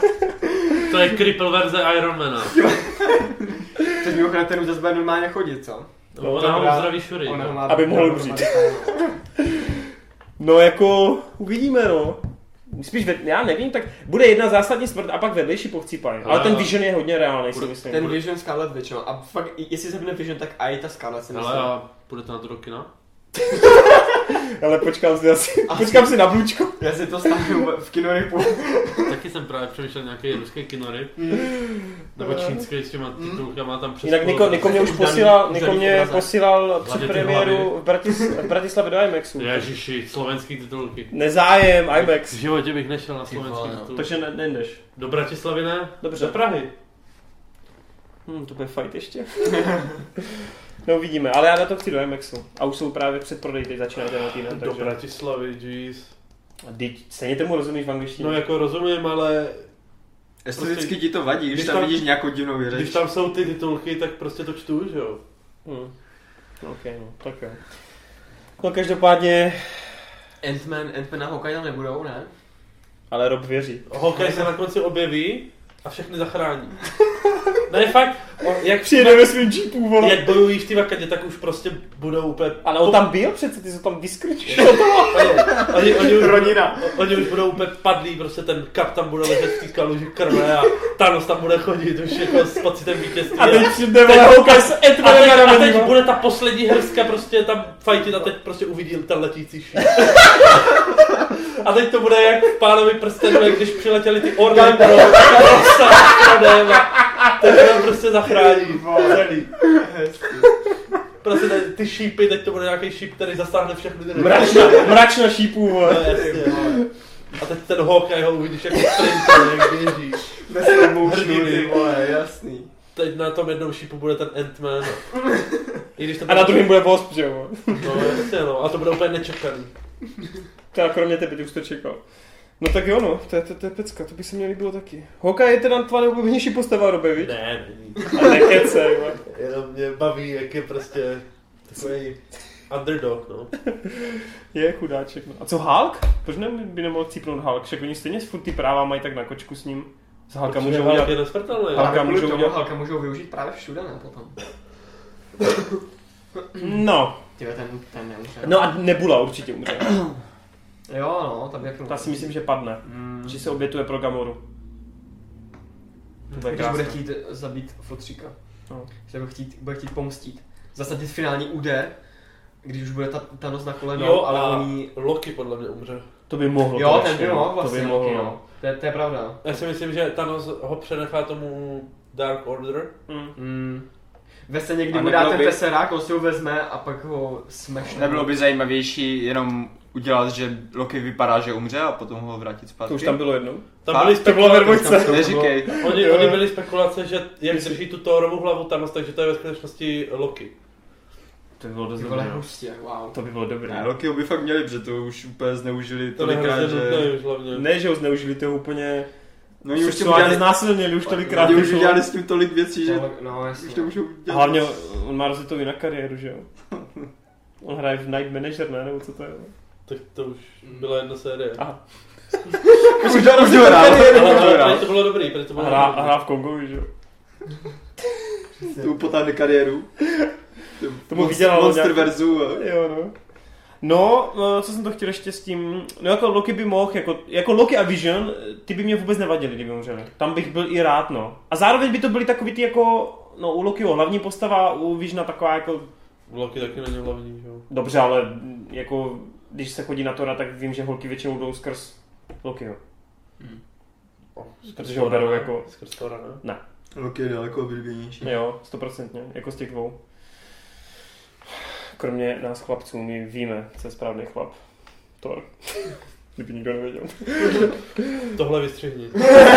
To je cripple verze Ironmana. Což mimochodem ten už zase bude normálně chodit, co? No, Ona ho dobrá. uzdraví Shuri. Ona ho má- Aby mohl umřít. No jako, uvidíme, no. Spíš, ved, já nevím, tak bude jedna zásadní smrt a pak vedlejší pochcípají. Ale Ale- ten Vision je hodně reálný, si Bude- myslím. Ten Vision Scarlet Witch, no. A fakt, jestli zhebne Vision, tak a i ta Scarlet si myslím. Ale a půjdete na to do kina? Ale počkám si asi, počkám si na Blučku. Já si to stavím v kinorypu. Taky jsem právě přemýšlel nějaký ruský kinoryb. Nebo čínský s těma titulkama tam přes Jinak půl- Niko, Niko mě už Už daný- posílal, už Niko daný mě obrazek. posílal při Hlavně ty premiéru hlavy. v, Bratis, v Bratislavě do IMAXu. Ježiši, slovenský titulky. Nezájem, V IMAX. životě bych nešel na Ty slovenský vole, no. titul. Takže ne, nejdeš. Do Bratislavy ne? Dobře. Do Prahy. Hm, to bude fight ještě. No uvidíme, ale já na to chci do IMAXu. A už jsou právě předprodej, teď začínají ten týden, Do takže... Bratislavy, jeez. A teď stejně tomu rozumíš v angličtině. No jako rozumím, ale Esteticky ti to vadí, když Když tam tam- vidíš nějakou divnou když řeč. tam jsou ty titulky, tak prostě to čtu, že jo? Hm. Ok, no, tak jo. No každopádně... Ant-Man, Ant-Man a Hawkeye tam nebudou, ne? Ale Rob věří. Hawkeye se na konci objeví a všechny zachrání. Ne, fakt, on, jak, Přijede ve svým jeepu, vole. jak bojují v té vakadě, tak už prostě budou úplně... Ale on tam byl přece, ty se tam vyskrčil. Oni, oni, oni, už, Rodina. oni už budou úplně padlí, prostě ten kap tam bude ležet v té kaluži krve a Thanos tam bude chodit už jako s pocitem vítězství. A teď přijde, vole, Hawkeye s A teď, Ant-Manem na a teď rameni. bude ta poslední hrstka prostě tam fajtit a teď prostě uvidí ten letící šíp. A teď to bude jak v Pánovi prstenu, jak když přiletěli ty orly pro Rosta a teď to prostě zachrání celý. Prostě ty, ty šípy, teď to bude nějaký šíp, který zasáhne všechny ty Mračna, mračna šípů, No, vole. jasně. A teď ten Hawkeye ho uvidíš jako sprinter, jak běží. Hrdiny. vole, jasný. Teď na tom jednom šípu bude ten Ant-Man. I když to A na druhém bude Wasp, že jo? No, jasně no, a to bude úplně nečekaný. Teda kromě tebe, ty už to čekal. No tak jo no, to je, to, to je pecka, to by se mě líbilo taky. Hawkeye je teda tvá nejoblíbenější postava, Robe, viď? Ne, není. A nekecej, vole. Jenom mě baví, jak je prostě takový underdog, no. Je chudáček, no. A co Hulk? Proč ne, by nemohl cípnout Hulk? Však oni stejně furt ty práva mají tak na kočku s ním. Z Hulka můžou Hulk udělat... je nesmrtelný. Hulka Halka můžou můžou, udělat- Halka můžou využít právě všude, ne, potom. No. Tyhle, ten, ten neumře. No a Nebula určitě umře. Jo, no, tam jak Ta si myslím, že padne. Mm. Že se obětuje pro Gamoru. To bude Když bude krásné. chtít zabít Flotříka. No. Že bude chtít, bude chtít pomstít. Zasadit finální úder, když už bude ta Thanos na koleno, Jo, ale a oni... Loki podle mě umře. To by mohlo. Jo, ten konečně, by mohl To vlastně, by Loki, mohlo. no. To je, to je pravda. Já si myslím, že Thanos ho přenechá tomu Dark Order. Mm. Mm. Ve scéně, kdy A mu dá nebylo ten by- teserák, on si ho vezme a pak ho smešne. Nebylo by zajímavější jenom udělat, že Loki vypadá, že umře a potom ho vrátit zpátky? To už tam bylo jednou. Tam Fakt? byly To bylo ve spekulace, dvojce. Neříkej. oni, Jo. oni byly spekulace, že jak drží tu Thorovu hlavu Thanos, takže to je ve skutečnosti Loki. To by bylo dost Ty vole, dobré. no. hustě, wow. To by bylo dobré. Ne, Lokiho by fakt měli, protože to už úplně zneužili To tolikrát, nehrozně že... nutné už hlavně. Ne, že ho zneužili, to úplně... No oni už tím sexuálně udělali, znásilnili už tolikrát. oni už ty vole. udělali s tím tolik věcí, že No, no, už jasně. to můžou A dělat. hlavně on má rozjetou jinak kariéru, že jo? On hraje v Night Manager, ne? Nebo co to je? Tak to už byla jedna série. Aha. Už to už to hrál, Ale, už to ale hrál. tady to bylo dobrý, tady to A bylo hrá, dobrý. a hrá v Kongovi, že jo? Tu potáhne kariéru. Tomu vydělalo Monster nějak- verzu. a- Jo, no. No, no, co jsem to chtěl ještě s tím, no jako Loki by mohl, jako, jako Loki a Vision, ty by mě vůbec nevadili, kdyby umřeli. Tam bych byl i rád, no. A zároveň by to byly takový ty jako, no u Lokiho hlavní postava, u Visiona taková jako, Loki taky není hlavní, že jo. dobře, ale jako, když se chodí na Tora, tak vím, že holky většinou jdou skrz Lokiho. Protože ho berou jako- Skrz Thora, ne? Loki je daleko oblíbenější. Jo, stoprocentně, jako z těch dvou. Kromě nás chlapců, my víme, co je správný chlap. Thor. Kdyby nikdo nevěděl. Tohle vystřihni.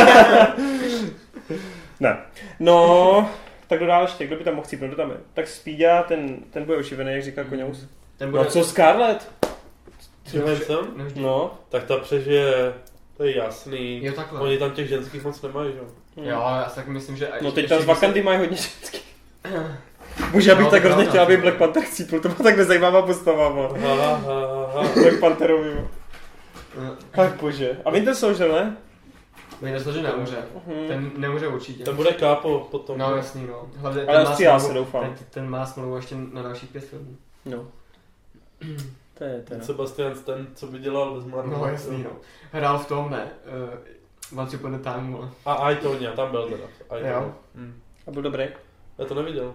Ne. No, tak kdo dál ještě, kdo by tam mohl cípnout, kdo tam je? Tak Speedia, ten, ten bude ošivený, jak říká Koňous. Ten No co Scarlett? Johansson? Nevždy. No. Tak ta přežije, to je jasný. Jo, takhle. Oni tam těch ženských moc nemají, že jo. Jo, já si taky myslím, že... No teď ještě tam z když Wakandy mají hodně ženský. Bože, já bych No, tak to hrozně pravda. chtěl, aby Black Panther cípl, to byla tak nezajímavá postava, bo. Ha, ha, ha, ha. Black Pantherovi, bo. se- Ach bože. A Winter Soldier, ne? Winter Soldier neumře. Mhm. Ten neumře určitě. Ten bude kápo potom. No jasný, no. Hlavně Ale má ostříhá smlouvu- se, doufám. Ten, ten má smlouvu ještě na dalších pět filmů. No. To je teda. Sebastian Stan, co by dělal bez Marvelu. No jasný, no. Hrál v tom, ne. Uh, Once Upon a Time, vole. A Aitonia, tam byl teda. Aitonia. Jo. Hm. A byl dobrý? Já to neviděl.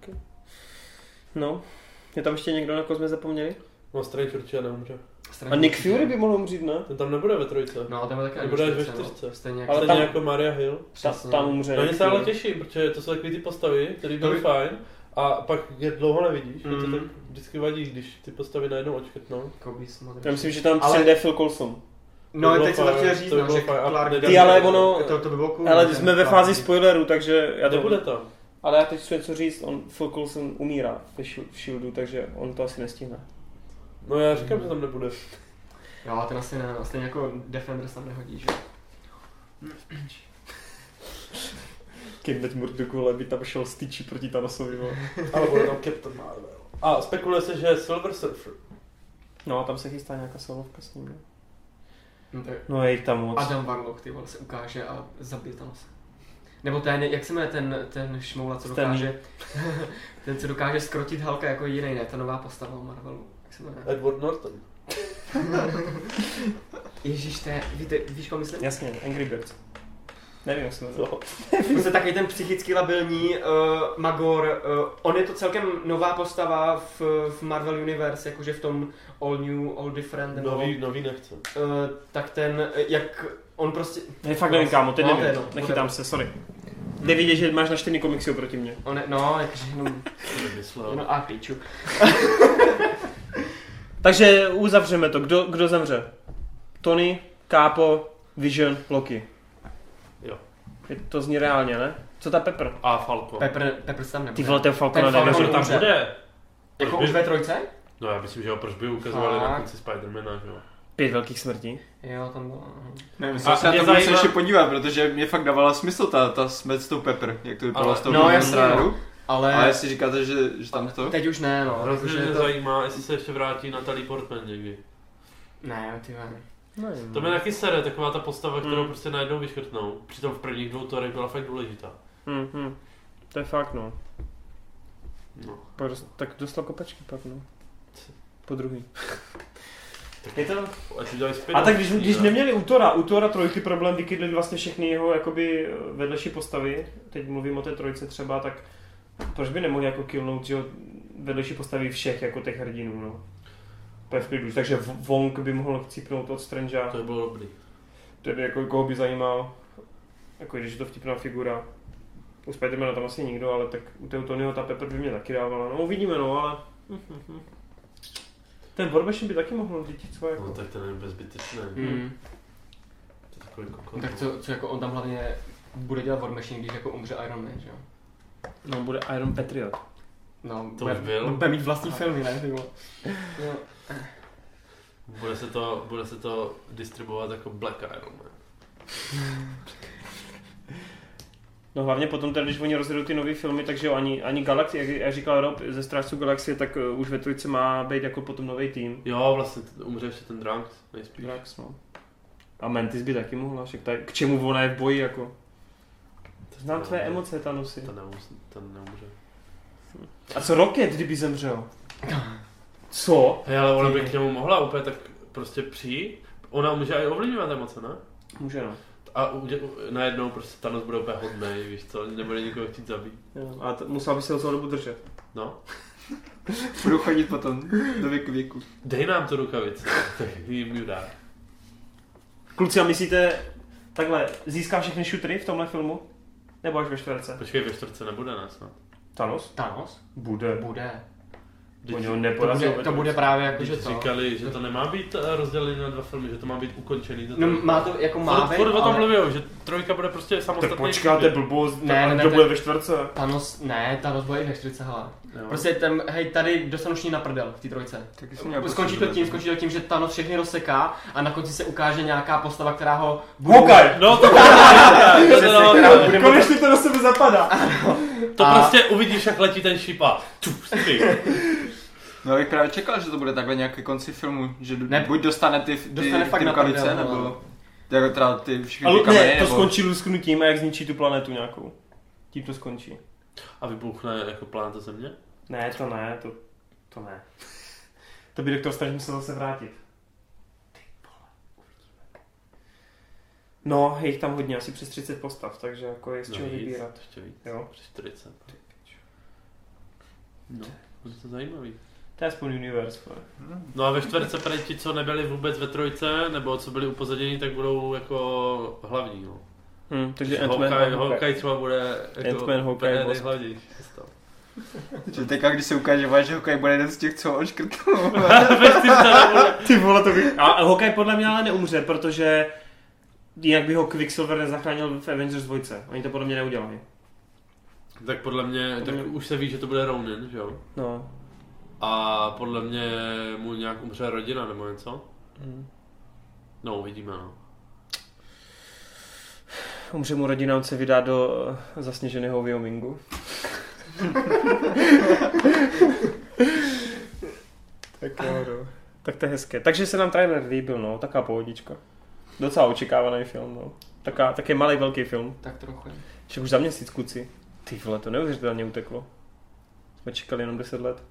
No. Je tam ještě někdo, na koho jsme zapomněli? No Strange určitě neumře. A Nick Fury by mohl umřít, ne? Ten tam nebude ve trojce. No, ten byl taky Nebude až ve čtyřce, no. čtyřce. Stejně jako... Ale Ale tam- tam... jako Maria Hill. Ta, Přesně. tam umře. Na ně Nick se ale Fury. těším, protože to jsou takové ty postavy, které byly by- fajn. A pak je dlouho nevidíš, mm. to Mm. tak vždycky vadí, když ty postavy najednou odškrtnou. Kobe Smulders. Já myslím, že tam Ale- přijde Phil Coulson. No, To bylo teď jsem to fajn, chtěl říct, to by no, bylo že fajn. A Clark... nedá- Ty, ale ono- To, to by bylo cool. Ale ten jsme ve Clark. fázi spoilerů, takže já to... Nebude tam. Ale já teď chci něco říct, on, Phil Coulson umírá ve Shield- v Shieldu, takže on to asi nestihne. No já říkám, že tam nebude. Jo, ten asi ne, no. Stejně jako Defenders tam nehodí, že? Kým teď Murdoch, vole, by tam šel styčí proti Thanosovi, vole. Ale bude tam Captain Marvel. A spekuluje se, že Silver Surfer. No a tam se chystá nějaká solovka s ním. Ne? No, tak No je jich tam moc. Adam Warlock, ty vole, se ukáže a zabije Thanos. Nebo ten, jak se jmenuje ten, ten šmoula, co dokáže, ten, co dokáže skrotit Hulka jako jiný, ne, ta nová postava v Marvelu. Jak se jmenuje? Edward Norton. Ježíš, to je, víte, víš, koho myslím? Jasně, Angry Birds. Nevím, jak se jmenuje. Prostě takový ten psychicky labilní uh, Magor, uh, on je to celkem nová postava v, v Marvel Universe, jakože v tom All New, All Different. Nebo, Nový, nový nechce. uh, tak ten, jak on prostě... Ne, fakt nevím, kámo, teď No, nevím, to je no, nechytám bude. se, sorry. Jde vidět, že máš načtený komiksy oproti mně. On je, no, jakože jenom, Nemyslel. jenom a píču. Takže uzavřeme to. Kdo, kdo zemře? Tony, Capo, Vision, Loki. Jo. Je to zní reálně, ne? Co ta Pepper? A Falcon. Pepper, Pepper se tam nebude. Ty vole, ten Falcon Ten Falcon nevím, tam umře. bude. Jako Proč už by- ve trojce? No já myslím, že jo, proč by ukazovali na Fakt? konci Spidermana, že jo. Pět velkých smrtí. Jo, tam bylo. aha. Nevím, A já se na mě to musím zajímá- ještě podívat, protože mě fakt dávala smysl ta, ta smet s tou Pepper, jak to vypadalo Ale- s tou no, druhou jasně, stranou. no. Ale, Ale jestli říkáte, že, že tam to... teď už ne, no. Hrozně Jakože mě to... zajímá, jestli se ještě vrátí Natalie Portman někdy. Ne, ty vole. Nevím. To mě taky sere, taková ta postava, kterou Hmm. prostě najednou vyškrtnou. Přitom v prvních dvou torech byla fakt důležitá. Hmm, hmm. To je fakt, no. No. Prost, tak dostal kopačky pak, no. Po druhý. Tak Je to... ať udělají spin. A tak když, když neměli u Tora, u Tora trojky problém vykydlit vlastně všechny jeho jakoby vedlejší postavy, teď mluvím o té trojce třeba, tak proč by nemohli jako killnout, že jo, vedlejší postavy všech jako těch hrdinů, no. To je v klidu. Takže V- Wong by mohl cípnout od Strangea, To by bylo dobrý. tedy jako koho by zajímal, jako když je to vtipná figura. U Spidermana tam asi nikdo, ale tak u toho Tonyho ta Pepper by mě taky dávala, no uvidíme, no, ale... Ten War Machine by taky mohl děti co jako... No tak ten je bezbytečný. Hmm. To je takový kokot. Tak co, co jako on tam hlavně bude dělat War Machine, když jako umře Iron Man, že jo? No, bude Iron Patriot. No, To bude, už byl. bude mít vlastní filmy, ne? Ty vole. No. Bude se to, bude se to distribuovat jako Black Iron Man. No hlavně potom, teda, když oni rozjedou ty nové filmy, takže jo, ani, ani Galaxy, jak, jak říkal Rob, ze Strážců Galaxie, tak uh, už ve trojce má být jako potom nový tým. Jo, vlastně t- umře ještě ten Drax, nejspíš. Drax, no. A Mantis by taky mohla, však tady, k čemu ona je v boji, jako. Znám tvé emoce, Thanosy. Ten neumře. Ten neumře. A co Rocket, kdyby zemřel? Co? Hej, ale ona by k němu mohla úplně tak prostě přijít. Ona může i ovlivňovat emoce, ne? Může, no. A udě- najednou prostě Thanos bude úplně hodnej, víš co, nebude nikoho chtít zabít. Jo, a t- musela by se ho celou dobu držet. No, Budu chodit potom do věku věku. dej nám tu rukavici, tak jim ji dá. Kluci, a myslíte, takhle, získá všechny šutry v tomhle filmu? Nebo až ve čtverce? Počkej, ve čtvrtce nebude nás, no. Thanos? Thanos? Bude. Bude. Oni ho To neporazí. bude, to bude právě jako, že Když to. říkali, že to nemá být eh, rozdělené na dva filmy, že to má být ukončený. To No trojka. má to, jako má Furt, být, furt o tom ale mluvil, že trojka bude prostě Tak samostatný. počkáte, blbost, Ne, ne, ne, ne, kdo ne. bude ve čtvrce? Thanos, ne, Thanos bude i ve čtyřice, hele. Jo. Prostě ten, hej, tady dostanu šní na prdel v té trojce. Taky jsem měl Skončí pocit, to že tím, to- skončí to tím, že Thanos všechny rozseká a na konci se ukáže nějaká postava, která ho bude... Hokaj! No to, to, bude- Konečně to do sebe zapadá. to A- prostě uvidíš, jak letí ten šíp a čuf, střih. No, já bych právě čekal, že to bude takhle nějaký konci filmu, že Ne. ne, buď dostane ty, ty, Dostane fakt ty na rukavice, prdel, nebo no. jako teda ty všechny Ale ty kameny, ne, to nebo... skončí lusknutím a jak zničí tu planetu nějakou. Tím to skončí. A vybuchne jako planeta Země? Ne, to ne, to, to ne. To by doktor Strange musel zase vrátit. Ty vole, uvidíme. No, je jich tam hodně, asi přes třicet postav, takže jako je z čeho víc, vybírat. ještě víc, Jo. přes čtyřicet. No, bude to zajímavý. To je aspoň universe, ne? No a ve čtvrtce prej ti, co nebyli vůbec ve trojce, nebo co byli upozaděni, tak budou jako hlavní, no. Hm, takže Hawkeye, Ant-Man, Hawkeye třeba bude jako Ant-Man, Hawkeye, úplně Wasp. nejhlavnější z toho. Že teďka, když se ukáže, že Hokaj bude jeden z těch, co ho oškrtnou. Ve čtyřce nebude. Ty vole, to bych... A Hawkeye podle mě ale neumře, protože jinak by ho Quicksilver nezachránil v Avengers dva. Oni to podle mě neudělají. Tak podle mě, tak Podle mě- už se ví, že to bude Ronin, že jo? No. A podle mě mu nějak umře rodina nebo něco. Hm. No, uvidíme, no. Umře mu rodina, on se vydá do eh, zasněženého Wyomingu. tak jo, no. Tak to je hezké. Takže se nám trailer líbil, no, taká pohodička. Docela očekávaný film, no. Taká, taky malý velký film. Tak trochu. Však už za měsíc, kluci. Ty vole, to neuvěřitelně uteklo. Jsme čekali jenom deset let.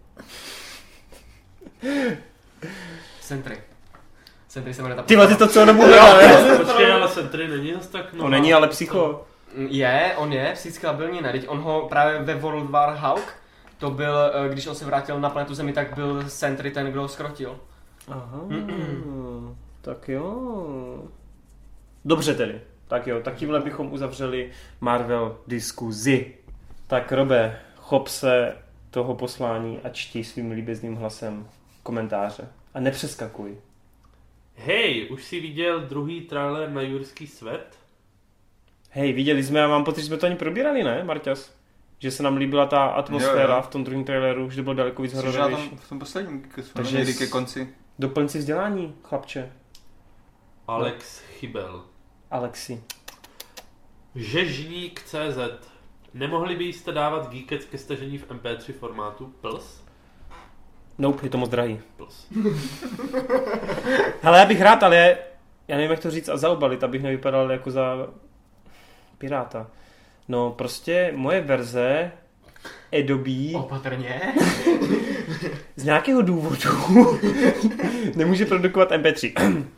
Sentry. Sentry se jmenuje ta... Ty vole, ty to co nebude, ne? Počkej, ale Sentry není zase tak... To není, ale Psycho. Je, on je psychicky labilní, ne? Teď on ho právě ve World War Hulk, to byl, když on se vrátil na planetu Zemi, tak byl Sentry ten, kdo ho skrotil. Aha, tak jo. Dobře tedy. Tak jo, tak tímhle bychom uzavřeli Marvel diskuzi. Tak Robe, chop se toho poslání a čti svým líbezným hlasem komentáře. A nepřeskakuj. Hej, už jsi viděl druhý trailer na Jurský svět? Hej, viděli jsme, a mám pocit, že jsme to ani probírali, ne, Marťas? Že se nám líbila ta atmosféra jo, jo. v tom druhém traileru, že to bylo daleko víc hororovější. V tom posledním, Takže někdy ke konci. Doplň si vzdělání, chlapče. Alex Chybel. Alexi. Žežník tečka cé zet. Nemohli byste dávat Geekec ke stažení v em pé tři formátu? Plus? Nope, je to moc drahý. Plus. Hele, já bych rád, ale já nevím, jak to říct a zaobalit, abych nevypadal jako za piráta. No, prostě moje verze Adobe Opatrně. z nějakého důvodu nemůže produkovat em pé tři.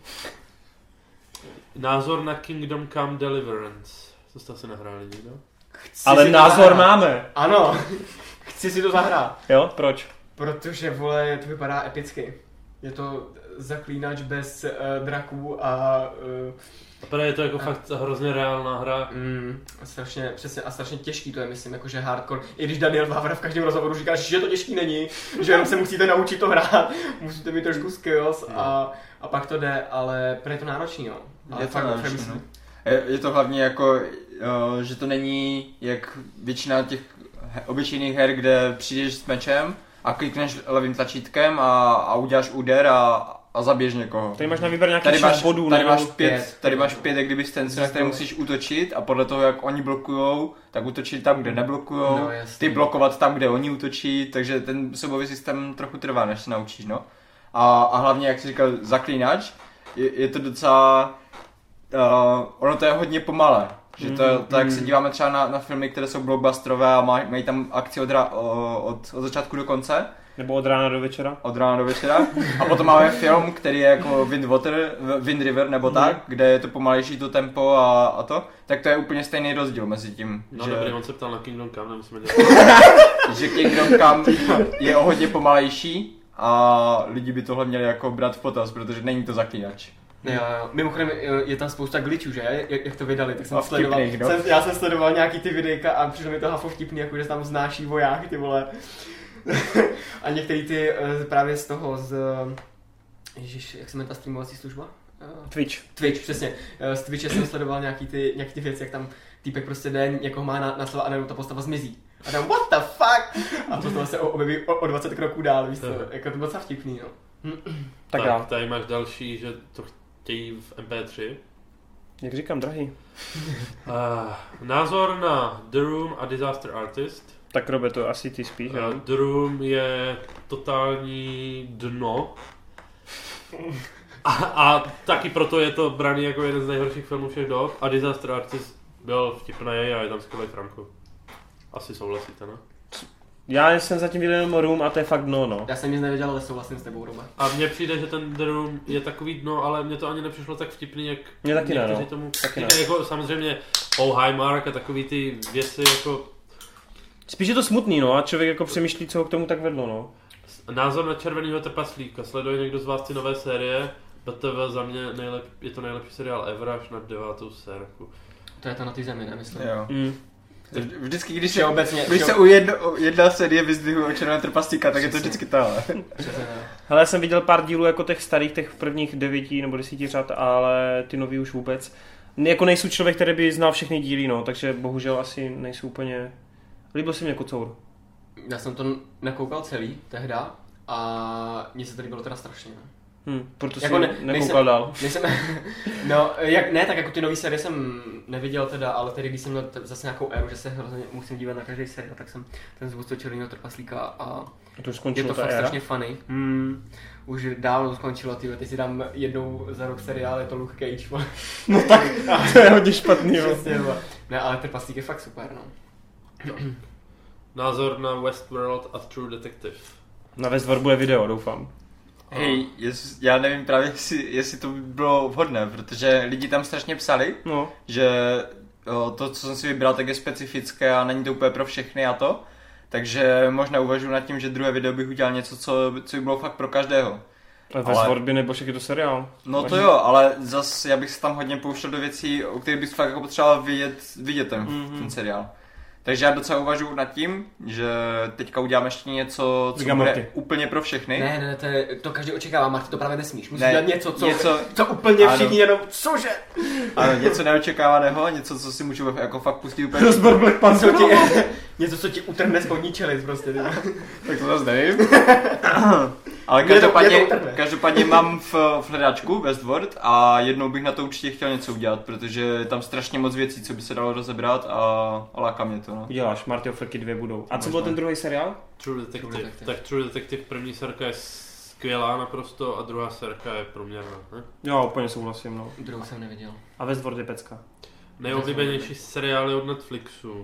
Názor na Kingdom Come Deliverance. To jste asi nahráli někdo? Chci Ale si to názor zahrát. máme. Ano, chci si to zahrát. Jo, proč? Protože, vole, to vypadá epicky. Je to zaklínač bez uh, draků a... Uh, A právě je to jako a... fakt hrozně reálná hra. Mm, a strašně, přesně, a strašně těžký to je, myslím, jakože hardcore. I když Daniel Vávra v každém rozhovoru říká, že to těžký není, že jenom se musíte naučit to hrát, musíte mít trošku skills a, a pak to jde, ale pro je to náročný, no. Ale Je to fakt, náročný, fakt no. Je, je to hlavně jako, uh, že to není jak většina těch he- obyčejných her, kde přijdeš s mečem a klikneš levým tlačítkem a, a uděláš úder a, a zabiješ někoho. Tady máš na výběr nějakých Tady šest máš, bodů. tady nebo máš pět, pět. tady máš pět, jak kdyby stencil, který musíš útočit a podle toho, jak oni blokujou, tak útočit tam, kde neblokujou, No, jasně. ty blokovat tam, kde oni útočí, takže ten soubojový systém trochu trvá, než se naučíš, no. A, a hlavně, jak jsi říkal, zaklínač, je, je to docela, uh, ono to je hodně pomalé. Že to, to jak se díváme třeba na, na filmy, které jsou blockbusterové a mají, mají tam akci od, ra, od, od začátku do konce, Nebo od rána do večera. od rána do večera. A potom máme film, který je jako Wind Water, Wind River nebo tak, kde je to pomalejší to tempo a, a to. Tak to je úplně stejný rozdíl mezi tím. No že, dobrý, on se ptal na Kingdom Come, nemusíme dělat. že Kingdom Come je o hodně pomalejší a lidi by tohle měli jako brát v potaz, protože není to zaklínač. Jo, jo. Mimochodem je tam spousta glitchů, že? Jak, jak to vydali, tak jsem A sledoval, vtipných, no. jsem, já jsem sledoval nějaký ty videjka a přišlo mi to hafo vtipný, jako že se tam znáší voják, ty vole. A některý ty právě z toho, z... Ježiš, jak se jmenuje ta streamovací služba? Twitch. Twitch, přesně. Z Twitche jsem sledoval nějaký ty, nějaký ty věci, jak tam týpek prostě jde, někoho má na, na slova a najednou ta postava zmizí. A tam what the fuck? A postava se objeví o, o dvacet kroků dál, víš co? Jako to bylo docela vtipný, no. Tak, tak já. tady máš další, že to chtějí v em pé tři. Jak říkám, drahý. Uh, názor na The Room a Disaster Artist. Tak Robe, to asi ty spíš, Uh, jo? The Room je totální dno. A, a taky proto je to braný jako jeden z nejhorších filmů všech dob. A Disaster Artist byl vtipný a je tam skvělý Franko. Asi souhlasíte, ne? Já jsem zatím viděl jenom Room a to je fakt dno, no. Já jsem nic nevěděl, ale souhlasím s tebou, Robe. A mně přijde, že ten The Room je takový dno, ale mně to ani nepřišlo tak vtipný, jak Mně taky ne, někteří no. tomu Taky ne. jako samozřejmě Paul Highmark a takový ty věci jako Spíš je to smutný, no, a člověk jako přemýšlí, co ho k tomu tak vedlo, no. názor na Červenýho trpaslíka. Sleduje někdo z vás ty nové série? B T V za mě nejlep, je to nejlepší seriál ever až na devátou sérku. To je to na té zemi, nemyslím. Jo. Mm. Vždycky, když se, Všeobecně, když se u jedno, jedna série vyzdvihuje o Červeného trpaslíka, tak je to vždycky tohle. Přesně, ne. Hele, já jsem viděl pár dílů jako těch starých, těch prvních devíti nebo desíti řad, ale ty nový už vůbec. Jako nejsou člověk, který by znal všechny díly, no, takže bohužel asi nejsou úplně... Líbil se mi Kocour. Já jsem to nakoukal celý tehda a mně se to líbilo teda strašně. Ne? Hmm, proto jako si ne, nekoukal dál. Nejsem, no, jak, ne, tak jako ty nový série jsem neviděl teda, ale tedy když jsem měl t- zase nějakou éru, že se hrozně musím dívat na každý seriál, tak jsem ten Zbůdce černého trpaslíka a to je to fakt éra? strašně funny. Hmm, už dávno skončilo, tyhle, ty si dám jednou za rok seriál, je to Luke Cage. No tak, to je hodně špatný, jo. Přesně, ne, ale trpaslík je fakt super, no. Názor na Westworld a True Detective. Na Westworld bude video, doufám. Hej, jest, já nevím právě, jestli, jestli to by bylo vhodné, protože lidi tam strašně psali, No. že o, to, co jsem si vybral, tak je specifické a není to úplně pro všechny a to. Takže možná uvažuji nad tím, že druhé video bych udělal něco, co, co by bylo fakt pro každého. Ale Westworld by nebyl všechny to seriál. No to jo, ale zas já bych se tam hodně pouštěl do věcí, o kterých bych fakt jako potřeboval vidět, vidět ten, mm-hmm. ten seriál. Takže já docela uvažuji nad tím, že teďka uděláme ještě něco, co bude Morty. úplně pro všechny. Ne, ne, to, je, to každý očekává, Marty, to právě nesmíš. Musíš Ne, dělat něco, co, něco- co úplně ano. všichni jenom, cože? Ano, něco neočekávaného, něco, co si můžu jako fakt pustit úplně. Rozbor Black Co Panther. ti, něco, co ti utrhne spodní čelist prostě. Tyba. Tak to zase nevím. Ale Mě to- každopádně, mě to utrhne. každopádně mám v, v hledáčku Westworld a jednou bych na to určitě chtěl něco udělat, protože je tam strašně moc věcí, co by se dalo rozebrat a, a láká mě to. No. Uděláš, Marty Offerky dvě budou. A co Možná. byl ten druhý seriál? True Detective. True Detective. Tak True Detective první serka je skvělá naprosto a druhá serka je průměrná. Ne? Jo, úplně souhlasím, no. Druhou jsem neviděl. A Westworld je pecka. Nejoblíbenější seriály od Netflixu.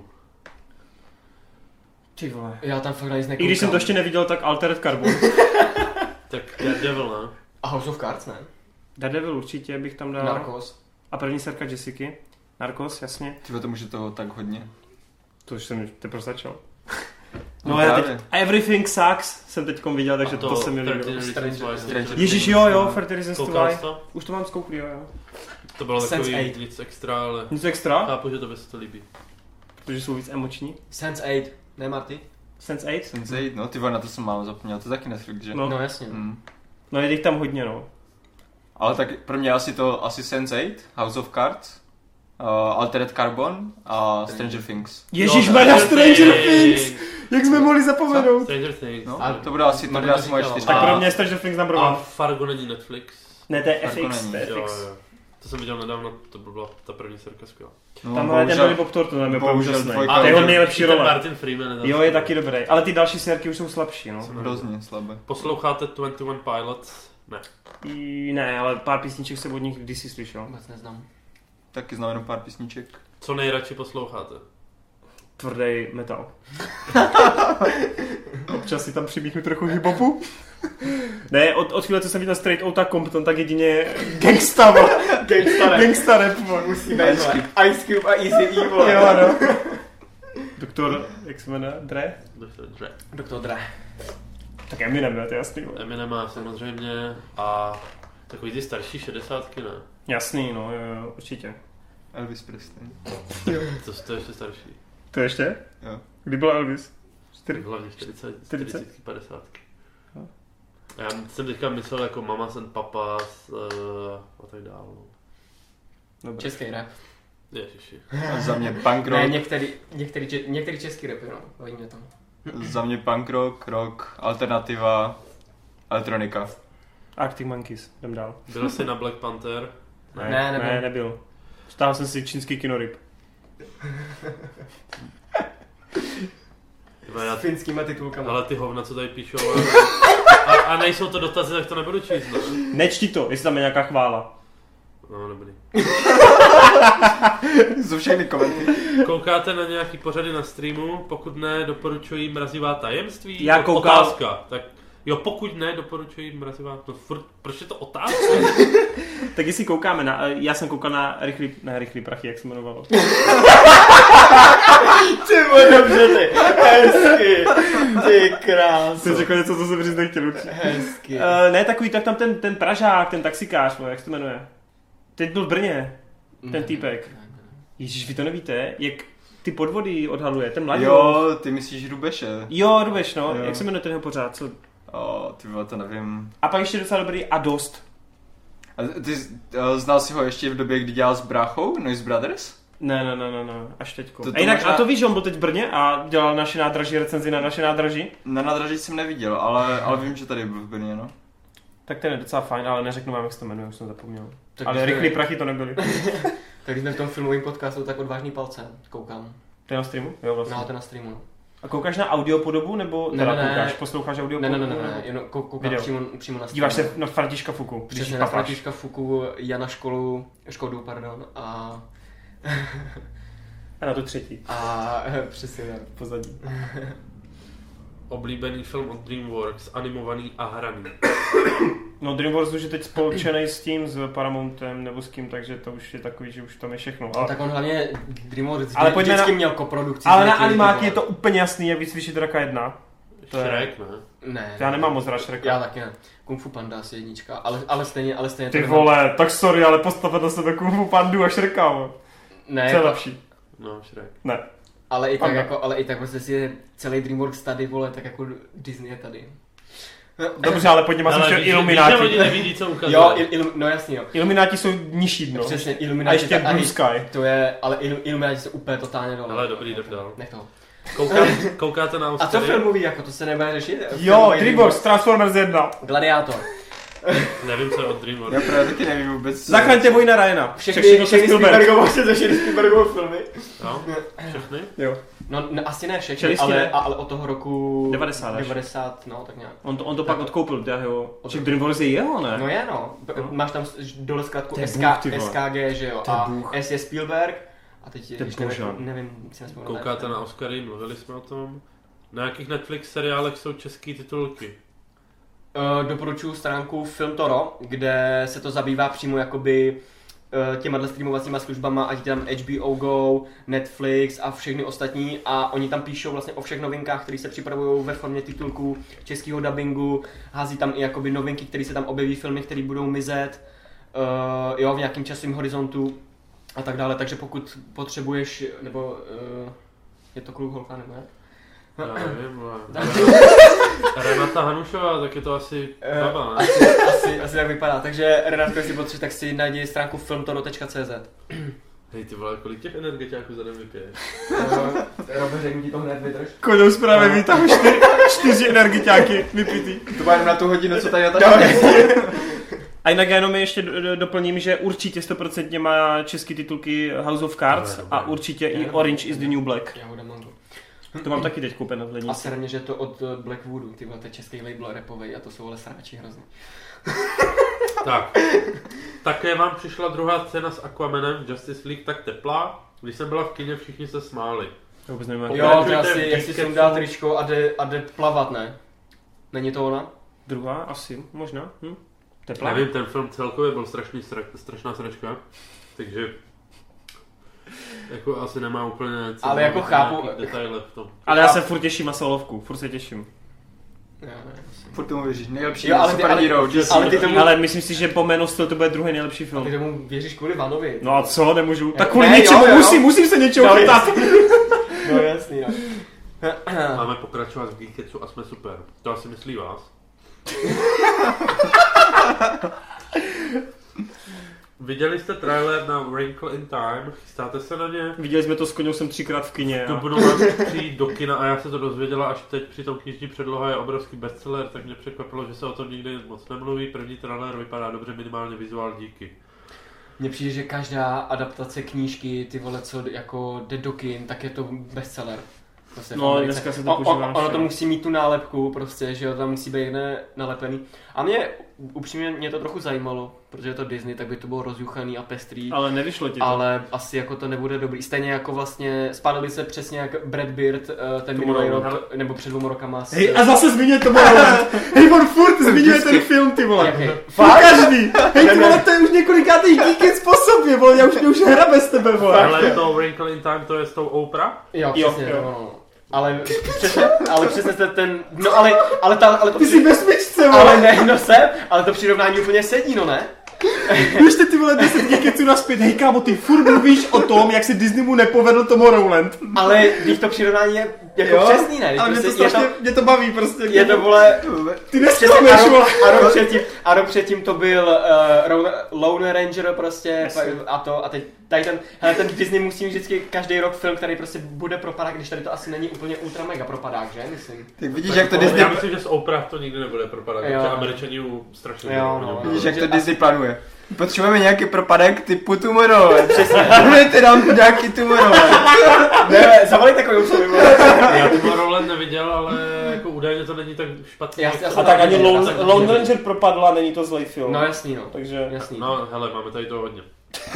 Ty vole. Já tam fakt na nic nekoukám. I když jsem to ještě neviděl, tak Altered Carbon. Tak Daredevil, ne? A House of Cards, ne? Daredevil určitě bych tam dal. Narcos. A první serka Jessica. Narcos, jasně. Tyhle to může toho tak hodně. To už jsem teprve začal. No No, já teď právě. Everything Sucks jsem teďkom viděl, takže A to, to se mi líbilo. thirteen Reasons Why. Stranger Ježíš, jo, jo, thirty Reasons to Koukal Why. jsi to? Už to mám zkouklý, jo, jo. To bylo Sense takový eight. nic extra, ale Nic extra? chápu, že to by se to líbí. Protože jsou víc emoční. Sense eight, ne Marty? Sense eight? Sense eight, no ty vole, na to jsem málo zapomněl, to je taky Netflix, že? No. No jasně. Hmm. No je těch tam hodně, no. Ale tak pro mě asi to, asi Sense eight, House of Cards, uh, Altered Carbon a Stranger Things. Ježíš, Jo, Maria Stranger Stranger Things. Things! Jak jsme mohli zapomenout? Stranger Things. No, A- to bude asi, to Martin bude to asi moje říkal. čtyřka. Tak A- pro mě je Stranger Things number A one. Fargo není Netflix. Ne, to je Fargo F X, není. to je Jo, F X. jo. To jsem viděl nedávno, to byla ta první serka skvělá. No, Tam hraje ten bohužel- Billy Bob Thornton, tam je úplně bohužel úžasný. dvojka- To je jeho Ale nejlepší I ten role. Martin Freeman je tam Jo, je skvělý. taky dobrý. Ale ty další serky už jsou slabší, no. Hrozně slabé. Posloucháte Twenty One Pilots? Ne. I, ne, ale pár písniček jsem od nich kdysi slyšel. Vůbec neznám. Taky znám jenom pár písniček. Co nejradši posloucháte? Tvrdý metal. Občas si tam přibíchnu trochu hip-hopu. Ne, od, od chvíle, co jsem viděl Straight Outta Compton, tak jedině gangsta, vole. Gangsta rap. Gangsta rap, vole. Musí být, vole. Ice Cube a Easy E, vole. Jo, no. Doktor, jak se jmenuje? Dre? doktor Dre. Doktor Dre. Tak Eminem, ne, to je jasný, vole. Eminem má samozřejmě a takový ty starší šedesátky, ne? Jasný, no, jo, jo, určitě. Elvis Presley. To, to je ještě starší. To ještě? Jo. Kdy byl Elvis? Čtyři? Hlavně čtyřicet, čtyřicet? čtyřicet, padesátky. No. Já jsem teďka myslel jako Mamas and Papas uh, a tak dále. no. Dobře. Český rap. Ježiši. A za mě punk Ne, rock, některý, některý, če- některý český rapy, no. Baví mě to. za mě punk rock, rock, alternativa, elektronika. Arctic Monkeys, jdem dál. Byl jsi na Black Panther? Ne, Ne, nebyl. ne, nebyl. Stáhl jsem si čínský kinoryb. Tyba, já, S finskýma titulkama. ale ty hovna, co tady píšou. A, a, a nejsou to dotazy, tak to nebudu číst, no. Nečti to, jestli tam je nějaká chvála. No, dobrý. Jsou všechny komenty. Koukáte na nějaký pořady na streamu? Pokud ne, doporučuji Mrazivá tajemství? Já Od- koukal- Otázka. Tak, jo, pokud ne, doporučuji Mrazivá... No furt, proč je to otázka? Tak jestli koukáme na, já jsem koukal na rychlý, ne rychlý prachy, jak se jmenovalo. Ty vole, dobře ty. Hezky. Ty krás. Jsem řekl něco, co jsem říct nechtěl určitě. Hezky. Uh, ne, takový, tak tam ten, ten Pražák, ten taxikář, vole, jak se to jmenuje? Teď byl v Brně, ten týpek. Ježíš, vy to nevíte, jak ty podvody odhaluje, ten mladý. Jo, ty myslíš Rubeše. Jo, Rubeš, no, Jo. jak se jmenuje ten jeho pořád, co? O, ty vole, to nevím. A pak ještě docela dobrý a dost. A ty uh, znal jsi ho ještě v době, kdy dělal s bráchou, Noise Brothers? Ne, ne, ne, ne, ne, až teďko. To- to a jinak, možná- a to víš, že on byl teď v Brně a dělal naše nádraží, recenzi na naše nádraží? Na nádraží jsem neviděl, ale, ale vím, že tady byl v Brně, no. Tak ten je docela fajn, ale neřeknu vám, jak se to jmenuje, už jsem zapomněl. Tak Ale jsme- rychlý prachy to nebyly. Tak jsme v tom filmovém podcastu, tak odvážný palce, koukám. To je na streamu? Jo, vlastně. No, to na streamu. No. A koukáš na audio podobu, nebo Ne, teda ne, ne. koukáš, posloucháš audio Ne, ne, ne, podobu? ne, ne, jenom kou- koukám Video. přímo, přímo na streamu. Díváš se na Františka Fuku, když Přesně na Františka Fuku, Jana Školu, Škodu, pardon, a... A na to třetí, a přesně tak. pozadí. Oblíbený film od DreamWorks, animovaný a hraný. No DreamWorks už je teď spolčený s tím, s Paramountem nebo s kým, takže to už je takový, že už tam je všechno. Ale, Tak on hlavně DreamWorks Ale pojďme vždycky na- měl koprodukci. ale s na někým, animáky ty je vole. to úplně jasný, jak víc Vyšší draka jedna. To je- Shrek, ne? Ne. Já nemám moc rád Shreka. Já taky ne. Kung Fu Panda asi jednička, ale, ale stejně, ale stejně Ty to nemám- vole, tak sorry, ale postavit na sebe Kung Fu Pandu a Shreka, jo. Ne, Co je jako, lepší? No, Shrek. Ne. ale i tak Panda. jako, ale i tak prostě si je celý DreamWorks tady, vole, tak jako Disney je tady. Dobře, ale pod něma jsem Ale chtěl víš, že- víš, že Illuminati. oni nevidí, co ukazuje. Jo, il, il, no jasný jo. Illuminati jsou nižší dno. Přesně, A Illuminati. ještě ta- Blue a- Sky. To je, ale il, Illuminati jsou úplně totálně dole. Ale dobrý, jdem dál. Nech to. Kouká, koukáte na A co Oscary? filmový, jako to se nebude řešit? Jo, Filmový DreamWorks, Transformers jedna. Gladiátor. Nevím, co je od DreamWorks. Já právě taky nevím vůbec. Zachraňte vojna Ryana. Všechny, Všechno všechny Spielberg. Spielbergovou se všechny Spielbergovou filmy. Jo? Všechny? Jo. No, ne, asi ne všechny, Čelistí ale, ne. ale od toho roku... devadesát až. devadesát, no tak nějak. On to, on to pak odkoupil, já ho... Či DreamWorks je jeho, ne? No je no, B- No. máš tam s- dole zkrátku To je S Bůh, K, ty vole. S K G, že jo, To je a Bůh. S je Spielberg, a teď To je když nevím, božan. nevím, si nespomenu. Koukáte na Oscary, mluvili jsme o tom. Na jakých Netflix seriálech jsou české titulky? Uh, doporučuji stránku Film Toro, kde se to zabývá přímo jakoby uh, těma streamovacíma službama, ať je tam H B O Go, Netflix a všechny ostatní, a oni tam píšou vlastně o všech novinkách, které se připravují ve formě titulků, českého dubbingu, hází tam i jakoby novinky, které se tam objeví, filmy, které budou mizet, uh, jo, v nějakém časovém horizontu a tak dále, takže pokud potřebuješ, nebo uh, je to kluk holka, nebo jak? Já nevím, ale... Renata Hanušová, tak je to asi baba, ne? Asi, asi, asi tak vypadá. Takže Renátko, jestli potřebuješ, tak si najdi stránku filmtoro tečka cé zet. Hej, ty vole, kolik těch energetiáků za den vypiješ? Robert, řeknu ti to hned, vydrž. Koňou zprávě vítám čtyři, čtyři energiťáky vypitý. To má jenom na tu hodinu, co tady No, natáčíme. A jinak já jenom ještě do- do- doplním, že určitě sto procent má české titulky House of Cards Dobré, dobré. a určitě i Orange is the New Black. Já ho dám mango. To mám taky teď koupené v A lednici. sere mě, že je to od eh, Blackwoodu, ty vole, to je český label rapovej a to jsou ale sráči hrozný. Tak. Také vám přišla druhá scéna s Aquamanem Justice League tak teplá. Když jsem byla v kině, všichni se smáli. To vůbec nevím. Jo. Jo, Pokračujte to asi, v jak si Geeketsu. sundá tričko a jde, a jde plavat, ne? Není to ona? Druhá? Asi, možná. Hm? Teplá? Nevím, ten film celkově byl strašný, sra, strašná sračka. Takže... Jako asi nemá úplně... co Ale jako nějaký chápu- detaily v tom. Ale já se furt těším na solovku, furt se těším. Já ne, asi. Furt tomu věříš, nejlepší Jo, ale ty- superhero. ale- Jesse. ale ty tomu- Ale myslím si, že po Man of Steel to bude druhý nejlepší A ty film. tomu věříš kvůli Vanovi? No a co, nemůžu. Tak Ne, kvůli jo, něčemu jo. musím, musím se něčeho No, chytat. No jasný, no. Máme pokračovat v Geeketsu a jsme super. To asi myslí vás. Viděli jste trailer na Wrinkle in Time? Chystáte se na ně? Viděli jsme to s Koňou jsem třikrát v kině. To A... budou vám přijít do kina a já se to dozvěděla až teď, při tom knižní předloha je obrovský bestseller, tak mě překvapilo, že se o tom nikdy moc nemluví. První trailer vypadá dobře, minimálně vizuál díky. Mně přijde, že každá adaptace knížky, ty vole, co jako jde do kin, tak je to bestseller. Prostě v No, Americe. dneska se to O- používá o- na Ono to všem. musí mít tu nálepku prostě, že jo, tam musí být jedné nalepený. A mě, upřímně, mě to trochu zajímalo, protože je to Disney, tak by to bylo rozjuchaný a pestrý. Ale nevyšlo ti to. Ale asi jako to nebude dobrý. Stejně jako vlastně spálili se přesně jak Brad Beard eh, ten minulý Tomorrowland. rok, nebo před dvěma rokama. s- Hej, a zase zmiňuje Tomorrowland. Hej, on furt zmiňuje ten film, ty vole. Jaký? Fakt? Každý. Hej, ty vole, to je už několikátý díky po sobě, vole. Já už mě už hra bez tebe, vole. Ale to Wrinkle in Time, to je s tou Oprah? Jo, Jo, přesně, jo. no, no. Ale přesně, ale přesně ten, ten, no ale, ale, ta, ale to Ty jsi ve smyčce, vole. ale ne, no jsem, ale to přirovnání úplně sedí, no ne? Ještě ty vole deset díkeců naspět. Hej, kámo, ty furt mluvíš o tom, jak se Disney mu nepovedl Tomorrowland. Ale když to přirovnání je jako přesný, ne? Když Ale mě to prostě je strašně, mě to baví prostě. je to, vole, Ty přesně, nesklameš, a rok, vole. a rok předtím, a rok předtím to byl uh, Lone Ranger prostě Jasně. a to, a teď Tady ten, hele, ten Disney musí mít vždycky každý rok film, který prostě bude propadák, když tady to asi není úplně ultra mega propadák, že? Myslím. Tak vidíš, Tak jak to to, Disney... Já myslím, že z Oprah to nikdy nebude propadat, Jo. protože Američani strašně Jo, budou. no, Vidíš, no. jak to Disney plánuje. Potřebujeme nějaký propadek typu Tomorrowland. Přesně. Dávejte nám nějaký Tomorrowland. Ne, zavolej takový úsloví. Já Tomorrowland neviděl, ale jako údajně to není tak špatný. Já- jak já to- jsem A tak ani Já Lone, jsem- Lone Ranger propadla, není to zlej film. No jasný, no. Takže... Jasný. No hele, máme tady to hodně.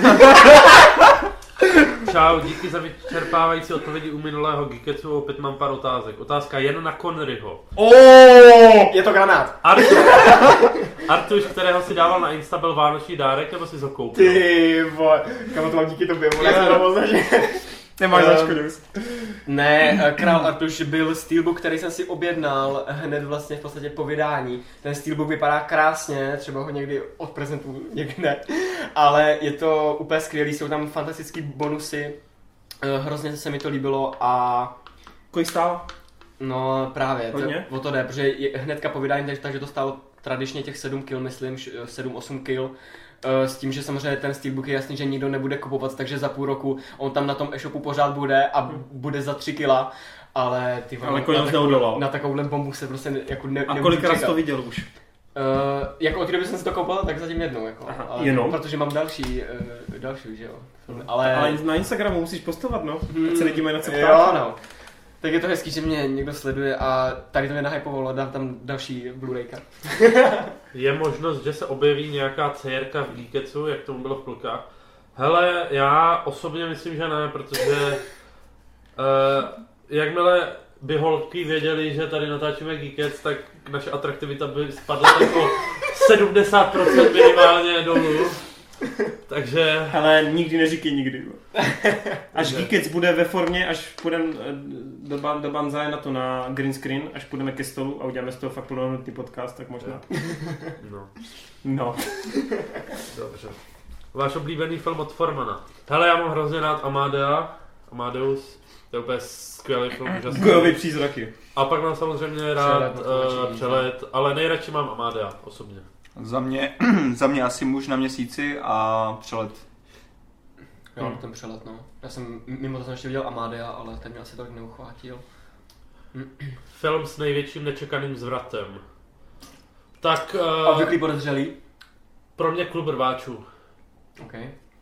Čau, díky za vyčerpávající odpovědi u minulého Geeketsu, opět mám pár otázek. Otázka jen na Conneryho. Oh, je to granát. Artuš, Artuš, kterého si dával na Insta, byl vánoční dárek, nebo si ho koupil? Ty vole, kamo to mám díky tobě, vole, já to poznačím. Nemáš Ehm, značku, Deus. Ne, eh, Král Artuš byl steelbook, který jsem si objednal hned vlastně v podstatě po vydání. Ten steelbook vypadá krásně, třeba ho někdy odprezentuju, někdy ne. Ale je to úplně skvělý, jsou tam fantastický bonusy. Eh, Hrozně se mi to líbilo a Kolik stál? no právě, Hodně? to, o to jde, protože je hnedka po vydání, takže, takže to stálo tradičně těch sedm kil, myslím, sedm osm kil. Eh, S tím, že samozřejmě ten steelbook je jasný, že nikdo nebude kupovat, takže za půl roku on tam na tom e-shopu pořád bude a bude za tři kila. Ale ty vole, Ale na, konec takovou- neodolal. na takovouhle bombu se prostě ne, jako ne, A nemůžu kolikrát jsi čekat. to viděl už? Uh, jako od té doby jsem si to koupil, tak zatím jednou, jako. Aha, ale, jenom? Protože mám další, uh, další, že jo. Ale, Ale na Instagramu musíš postovat, no. Ať se lidi mají na co ptát. jo, no. Tak je to hezký, že mě někdo sleduje a tady to mě nahypovalo, dám tam další Blu-rayka. Je možnost, že se objeví nějaká cérka v Geeketsu, jak tomu bylo v Plkách? Hele, já osobně myslím, že ne, protože uh, jakmile by holky věděli, že tady natáčíme Geekets, tak naše atraktivita by spadla tak o sedmdesát procent minimálně dolů. Takže Ale nikdy neříkej nikdy. Až Geekets bude ve formě, až půjdeme do, ban, do Banzai na to na green screen, až půjdeme ke stolu a uděláme z toho fakt plnohodnotný podcast, tak možná. no, No. dobře. Váš oblíbený film od Formana. Hele, já mám hrozně rád Amadea, Amadeus, to je úplně skvělý film, úžasný. Gojový přízraky. A pak mám samozřejmě rád Přelet, no to uh, radši Přelet, ale nejradši mám Amadea osobně. Za mě, za mě asi Muž na měsíci a Přelet. Jo, Hmm. ten přelet, no. Já jsem, mimo to jsem ještě viděl Amadea, ale ten mě asi tolik neuchvátil. Film s největším nečekaným zvratem. Tak uh, Obvyklý podezřelý. pro mě Klub rváčů. OK.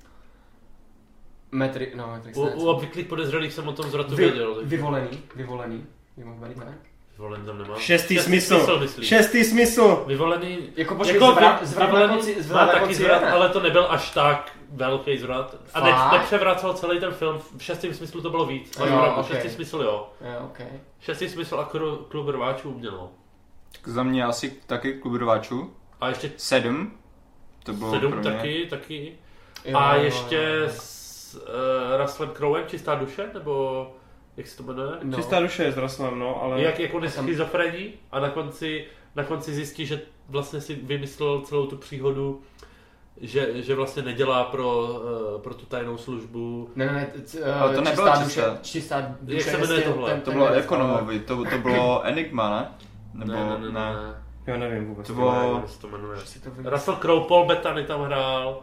Metri, no, Matrix U, ne. u obvyklých podezřelých jsem o tom zvratu Vy, věděl. takže- vyvolený, vyvolený. Vyvolený, ne? Vyvolený tam nemám. Šestý smysl. myslím. Šestý smysl. Vyvolený... Jako počkej, jako zvrat, vy- zvrat na vyvolený konci, má zvrat na taky konci zvrat, je, ne? ale to nebyl až tak velký zvrat. A ne, Fakt? nepřevracel celý ten film. V šestém smyslu to bylo víc. Ale Jo, opravdu, ok. šestý smysl jo. Jo, OK. Šestý smysl a kru- Klub rváčů umělo. Tak za mě asi taky Klub rváčů. A ještě Sedm. To bylo sedm pro mě. taky, taky. Jo, A jo, ještě jo, jo. s uh, Russellem Crowem, Čistá duše, nebo jak se to jmenuje? No. Čistá duše je s Russellem, no, ale... Jak jako neschizofrení a na konci, na konci zjistí, že vlastně si vymyslel celou tu příhodu, že, že vlastně nedělá pro, uh, pro tu tajnou službu. Ne, ne, ne, c- Ale to čistá nebyla duše, čistá. čistá duše. Jak se je jmenuje styl, tohle? ten- To ten bylo je- Ekonomovi, to, to bylo Enigma, ne? Nebo ne, ne, ne, ne. Já nevím vůbec. To ne. bylo- Nevím, jak se to jmenuje. Si to vymyslel. Russell Crowe, Paul Bettany tam hrál,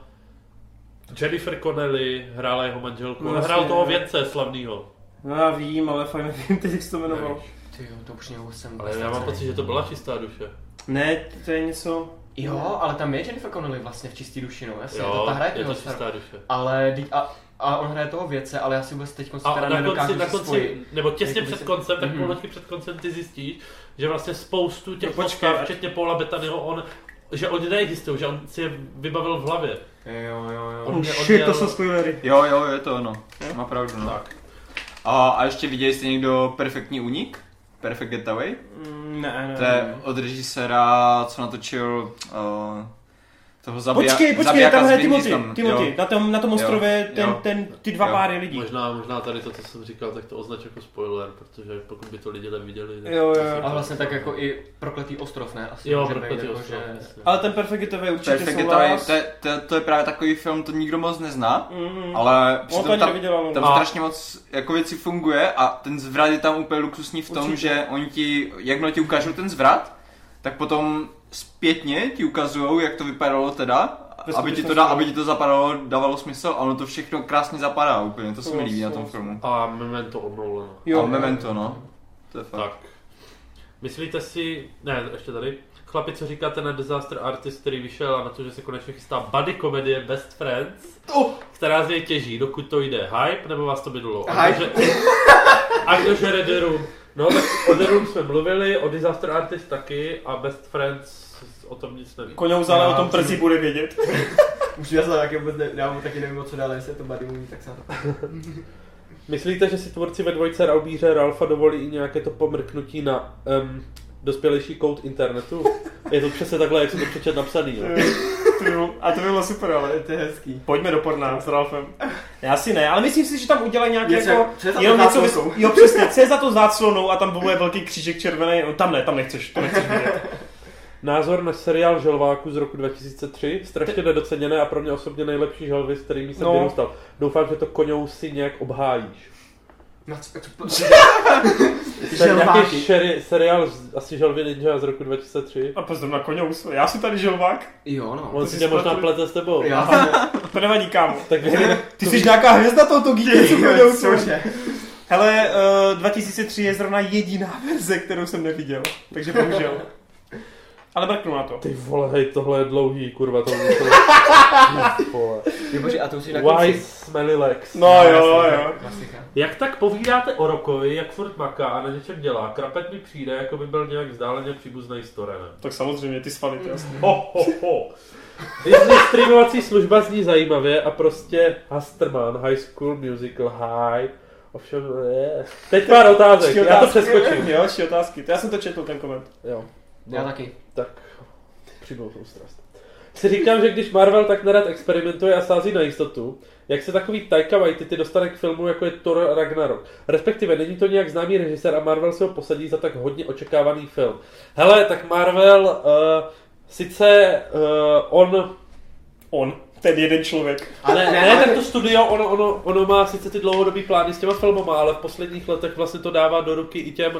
Jennifer Connelly hrála jeho manželku, No, on jasně, hrál toho no. vědce slavnýho. No já vím, ale fakt nevím teď, jak se to jmenovalo. Ty jo, to už něho jsem... Ale já mám pocit, že to byla Čistá duše. Ne, to je něco... Jo, ale tam je Jennifer Connelly vlastně v Čistý duši, no, jasně, Jo, to ta hraje je to toho Čistá duše. Ale, di- a, a on hraje toho vědce, ale já si vůbec teď A teda na nedokážu konci, na si konci, spojit. nebo těsně Jakoby před si- koncem, tak Mhm. půl hoďky před koncem ty zjistíš, že vlastně spoustu těch No počkej, postav, a- včetně Paula Bettanyho, on, že oni neexistují, že on si je vybavil v hlavě. Jo, jo, jo. On Oh mě shit, odjel- to jsou spoilery. Jo, jo, je to ono. Má pravdu, no. Tak. A, a ještě viděli jste někdo Perfektní únik? Perfect Getaway? Mm, ne, ne. To je od režiséra, co natočil uh, toho zabija, Počkej, počkej, zabijáka tam s hraje Vin Timothy, Dieselem. Timothy, Jo. na tom, na tom ostrově, ten, jo. ten, ty dva Jo. páry lidí. Možná, možná tady to, co jsem říkal, tak to označ jako spoiler, protože pokud by to lidi neviděli. tak- Jo, jo, jo. A vlastně tak jako i Prokletý ostrov, ne? Asi Jo, může Prokletý být jako, ostrov, že... jasně. Ale ten Perfect Getaway určitě Perfect Getaway, souhlas. to, je- to, je- to je právě takový film, to nikdo moc nezná, Mm, ale on to přitom ani tam, neviděl, ale... tam A- strašně moc jako věci funguje a ten zvrat je tam úplně luxusní v tom, Určitě. že oni ti, jakmile ti ukážou ten zvrat, tak potom zpětně ti ukazujou, jak to vypadalo teda aby ti to, dá, aby ti to zapadalo, dávalo smysl, a ono to všechno krásně zapadá úplně, to se mi líbí na tom filmu. A Memento od Nolana. Jo, a Memento, no. To je fakt. Tak. Myslíte si, ne, ještě tady, chlapi, co říkáte na Disaster Artist, který vyšel a na to, že se konečně chystá buddy komedie Best Friends, oh. která z něj těží, dokud to jde, hype, nebo vás to bydlo? Hype. A kdože jde The Room? No, tak o The Room jsme mluvili, o Disaster Artist taky a Best Friends o tom nic nevím. Koňous ale o tom brzy bude vědět. Už já se taky vůbec ne, já taky nevím, o co dále, jestli je to buddy movie, tak se na to. Myslíte, že si tvůrci ve dvojce Raubíře Ralfa dovolí i nějaké to pomrknutí na um, dospělejší kout internetu? Je to přesně takhle, jak se to přečet napsaný, jo? A to by bylo super, ale to je hezký. Pojďme do porna s Ralfem. Já si ne, ale myslím si, že tam udělají nějaké něco, jako... Jenom něco vys... Jo, přesně, co je za to záclonou a tam bude velký křížek červený, no, tam ne, tam nechceš, to nechceš vidět. Názor na seriál Želváku z roku dva tisíce tři, strašně nedoceněné a pro mě osobně nejlepší želvy, s kterými jsem no. vyrůstal. Doufám, že to Koňou si nějak obhájíš. No, co, co, to je nějaký šeri, seriál asi Želvy Ninja z roku dva tisíce tři. A pozor na Koňous, já jsem tady Želvák. Jo, no. On si tě možná plete s tebou. Já. To nevadí, kámo. Tak ty jsi nějaká hvězda tohoto Geeketsu Koňousu. Hele, uh, dva tisíce tři je zrovna jediná verze, kterou jsem neviděl, takže bohužel. Ale mrknu na to. Ty vole, hej, tohle je dlouhý, kurva, to muselo... vole. Joboži, a to už je na konci. Why smelly legs. No jo, jo. Klasika. Jak tak povídáte o Rockovi, jak furt maká a na něčem dělá? Krapet mi přijde, jako by byl nějak vzdáleně příbuznej s Thorenem. Tak samozřejmě, ty svaly, to jasně. Ho, ho, ho. Disney streamovací služba zní zajímavě a prostě Hasterman, High School Musical, High... Ovšem, je. Teď pár otázek, já to přeskočím. Jo, či otázky, to já jsem to četl, ten koment. Jo. No. Já taky. Tak, přijmou tou strast. Si říkám, že když Marvel tak nerad experimentuje a sází na jistotu, jak se takový Taika Waititi dostane k filmu, jako je Thor Ragnarok. Respektive není to nějak známý režisér a Marvel se ho posadí za tak hodně očekávaný film. Hele, tak Marvel, uh, sice uh, on... On. Ten jeden člověk. Ale ne, ne, tak to studio, ono, ono, ono má sice ty dlouhodobý plány s těma filmama, ale v posledních letech vlastně to dává do ruky i těm uh,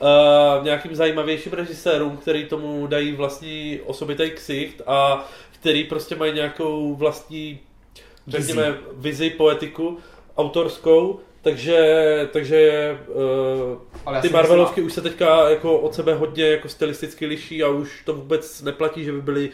nějakým zajímavějším režisérům, který tomu dají vlastní osobitý ksicht a který prostě mají nějakou vlastní, řekněme, vizi, poetiku autorskou. Takže, takže uh, ty Marvelovky už se teďka jako od sebe hodně jako stylisticky liší a už to vůbec neplatí, že by byly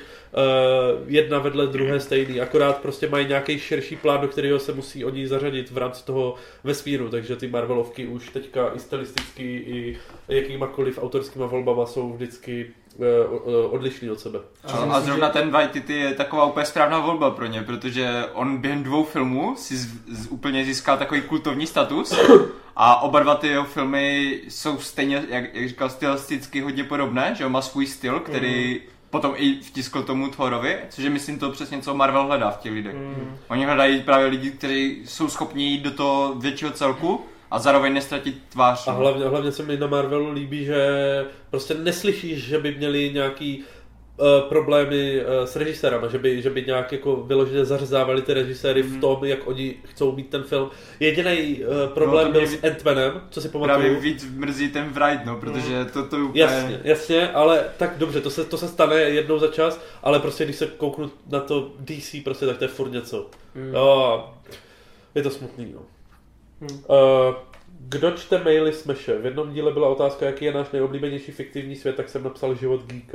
uh, jedna vedle druhé stejný. Akorát prostě mají nějaký širší plán, do kterého se musí oni zařadit v rámci toho vesmíru. Takže ty Marvelovky už teďka i stylisticky, i jakýmakoliv autorskýma volbama jsou vždycky uh, uh, odlišný od sebe. A, a zrovna ten Waititi je taková úplně správná volba pro ně, protože on během dvou filmů si z, z, úplně získal takový kultovní status a oba dva ty jeho filmy jsou stejně, jak, jak říkal, stylisticky hodně podobné, že on má svůj styl, který mm. potom i vtiskl tomu Thorovi, což je myslím to přesně, co Marvel hledá v těch lidech. Mm. Oni hledají právě lidi, kteří jsou schopni jít do toho většího celku a zároveň nestratit tvář. A hlavně, hlavně se mi na Marvelu líbí, že prostě neslyšíš, že by měli nějaký uh, problémy uh, s režisérama, že by, že by nějak jako vyloženě zařezávali ty režiséry mm. v tom, jak oni chcou mít ten film. Jediný uh, problém no, byl s Ant-Manem, co si pamatuju. Právě víc mrzí ten Wright, no, protože to, to úplně... Jasně, jasně, ale tak dobře, to se, to se stane jednou za čas, ale prostě když se kouknu na to D C, prostě tak to je furt něco. Mm. Jo, je to smutný, no. Hmm. Uh, kdo čte maily Smeše? V jednom díle byla otázka, jaký je náš nejoblíbenější fiktivní svět, tak jsem napsal Život geeka.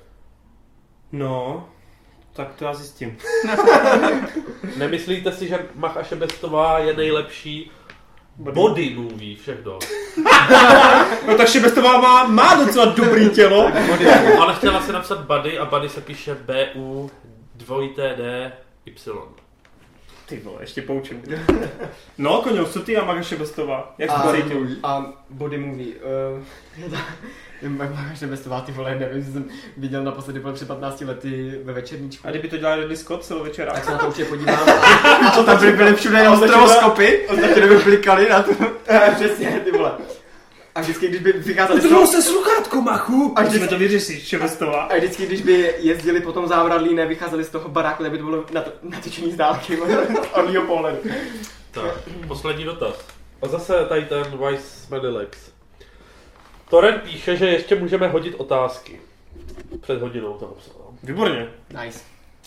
No, tak to já zjistím. Nemyslíte si, že Macha Šebestová je nejlepší body movie všech dob? No tak Šebestová má, má docela dobrý tělo. Ona chtěla si napsat Buddy a Buddy se píše B U dvojité D Y. Ty vole, ještě poučím. No, Koňou, co ty a Macha Šebestová? Jak jsi to cítil? A body movie. Uh, Macha Šebestová, ty vole, nevím, jsem viděl naposledy před patnácti lety ve Večerníčku. A kdyby to dělal Ridley Scott celovečera? Tak se na to určitě podívám. Co tam by byly všude na ostrovoskopy, které by blikali na to. Přesně, ty vole. A vždycky, když by vycházeli... To bylo se sluchátko, Machu! A vždycky to vyřešíš, Šebestová. A vždycky, když by jezdili po tom zábradlí, nevycházeli z toho baráku, tak by to bylo natočený z dálky, od mýho pohledu. Tak, poslední dotaz. A zase tady ten Wise Smelly Legs. Toren píše, že ještě můžeme hodit otázky. Před hodinou to napsal. Výborně. Nice.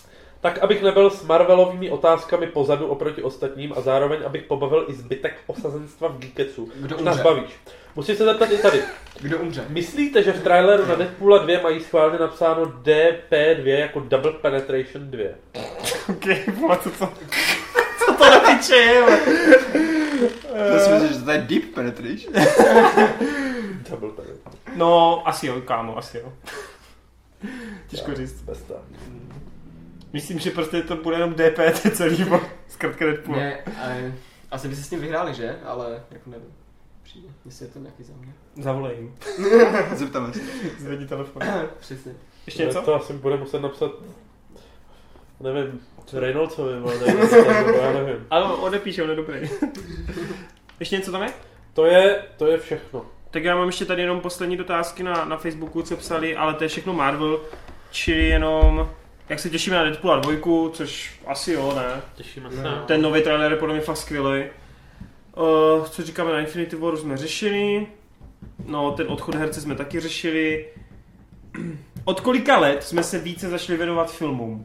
Tak, abych nebyl s Marvelovými otázkami pozadu oproti ostatním a zároveň abych pobavil i zbytek osazenstva v Geeketsu. Kdo Už nás umře? bavíš. Musím se zeptat i tady. Kdo umře? Myslíte, že v traileru na Deadpoola dva mají schválně napsáno D P dva jako Double Penetration dva? Okej, okay, co to? Co to na piče je? To si myslím, že to je Deep Penetration. Double Penetration. No, asi jo, kámo, asi jo. Těžko říct. Besta. Myslím, že prostě to bude jenom D P T celý, zkrátka Deadpool. Ne, ale asi by se s tím vyhráli, že? Ale jako nevím. Přijde, jestli je to nějaký za mě. Zavolej jim. Zeptáme se. Zvedni telefon. Přesně. Ještě něco? To asi bude muset napsat, nevím, Reynoldsovi, já nevím. Ale odepíše, on je dobrý. Ještě něco tam je? To je, to je všechno. Tak já mám ještě tady jenom poslední dotázky na, na Facebooku, co psali, ale to je všechno Marvel, čili jenom, jak se těšíme na Deadpoola dva, což asi jo, ne? Těšíme se. No. Ten nový trailer je podle mě fakt skvělý. Uh, co říkáme na Infinity War jsme řešili, no ten odchod herce jsme taky řešili. Od kolika let jsme se více začali věnovat filmům?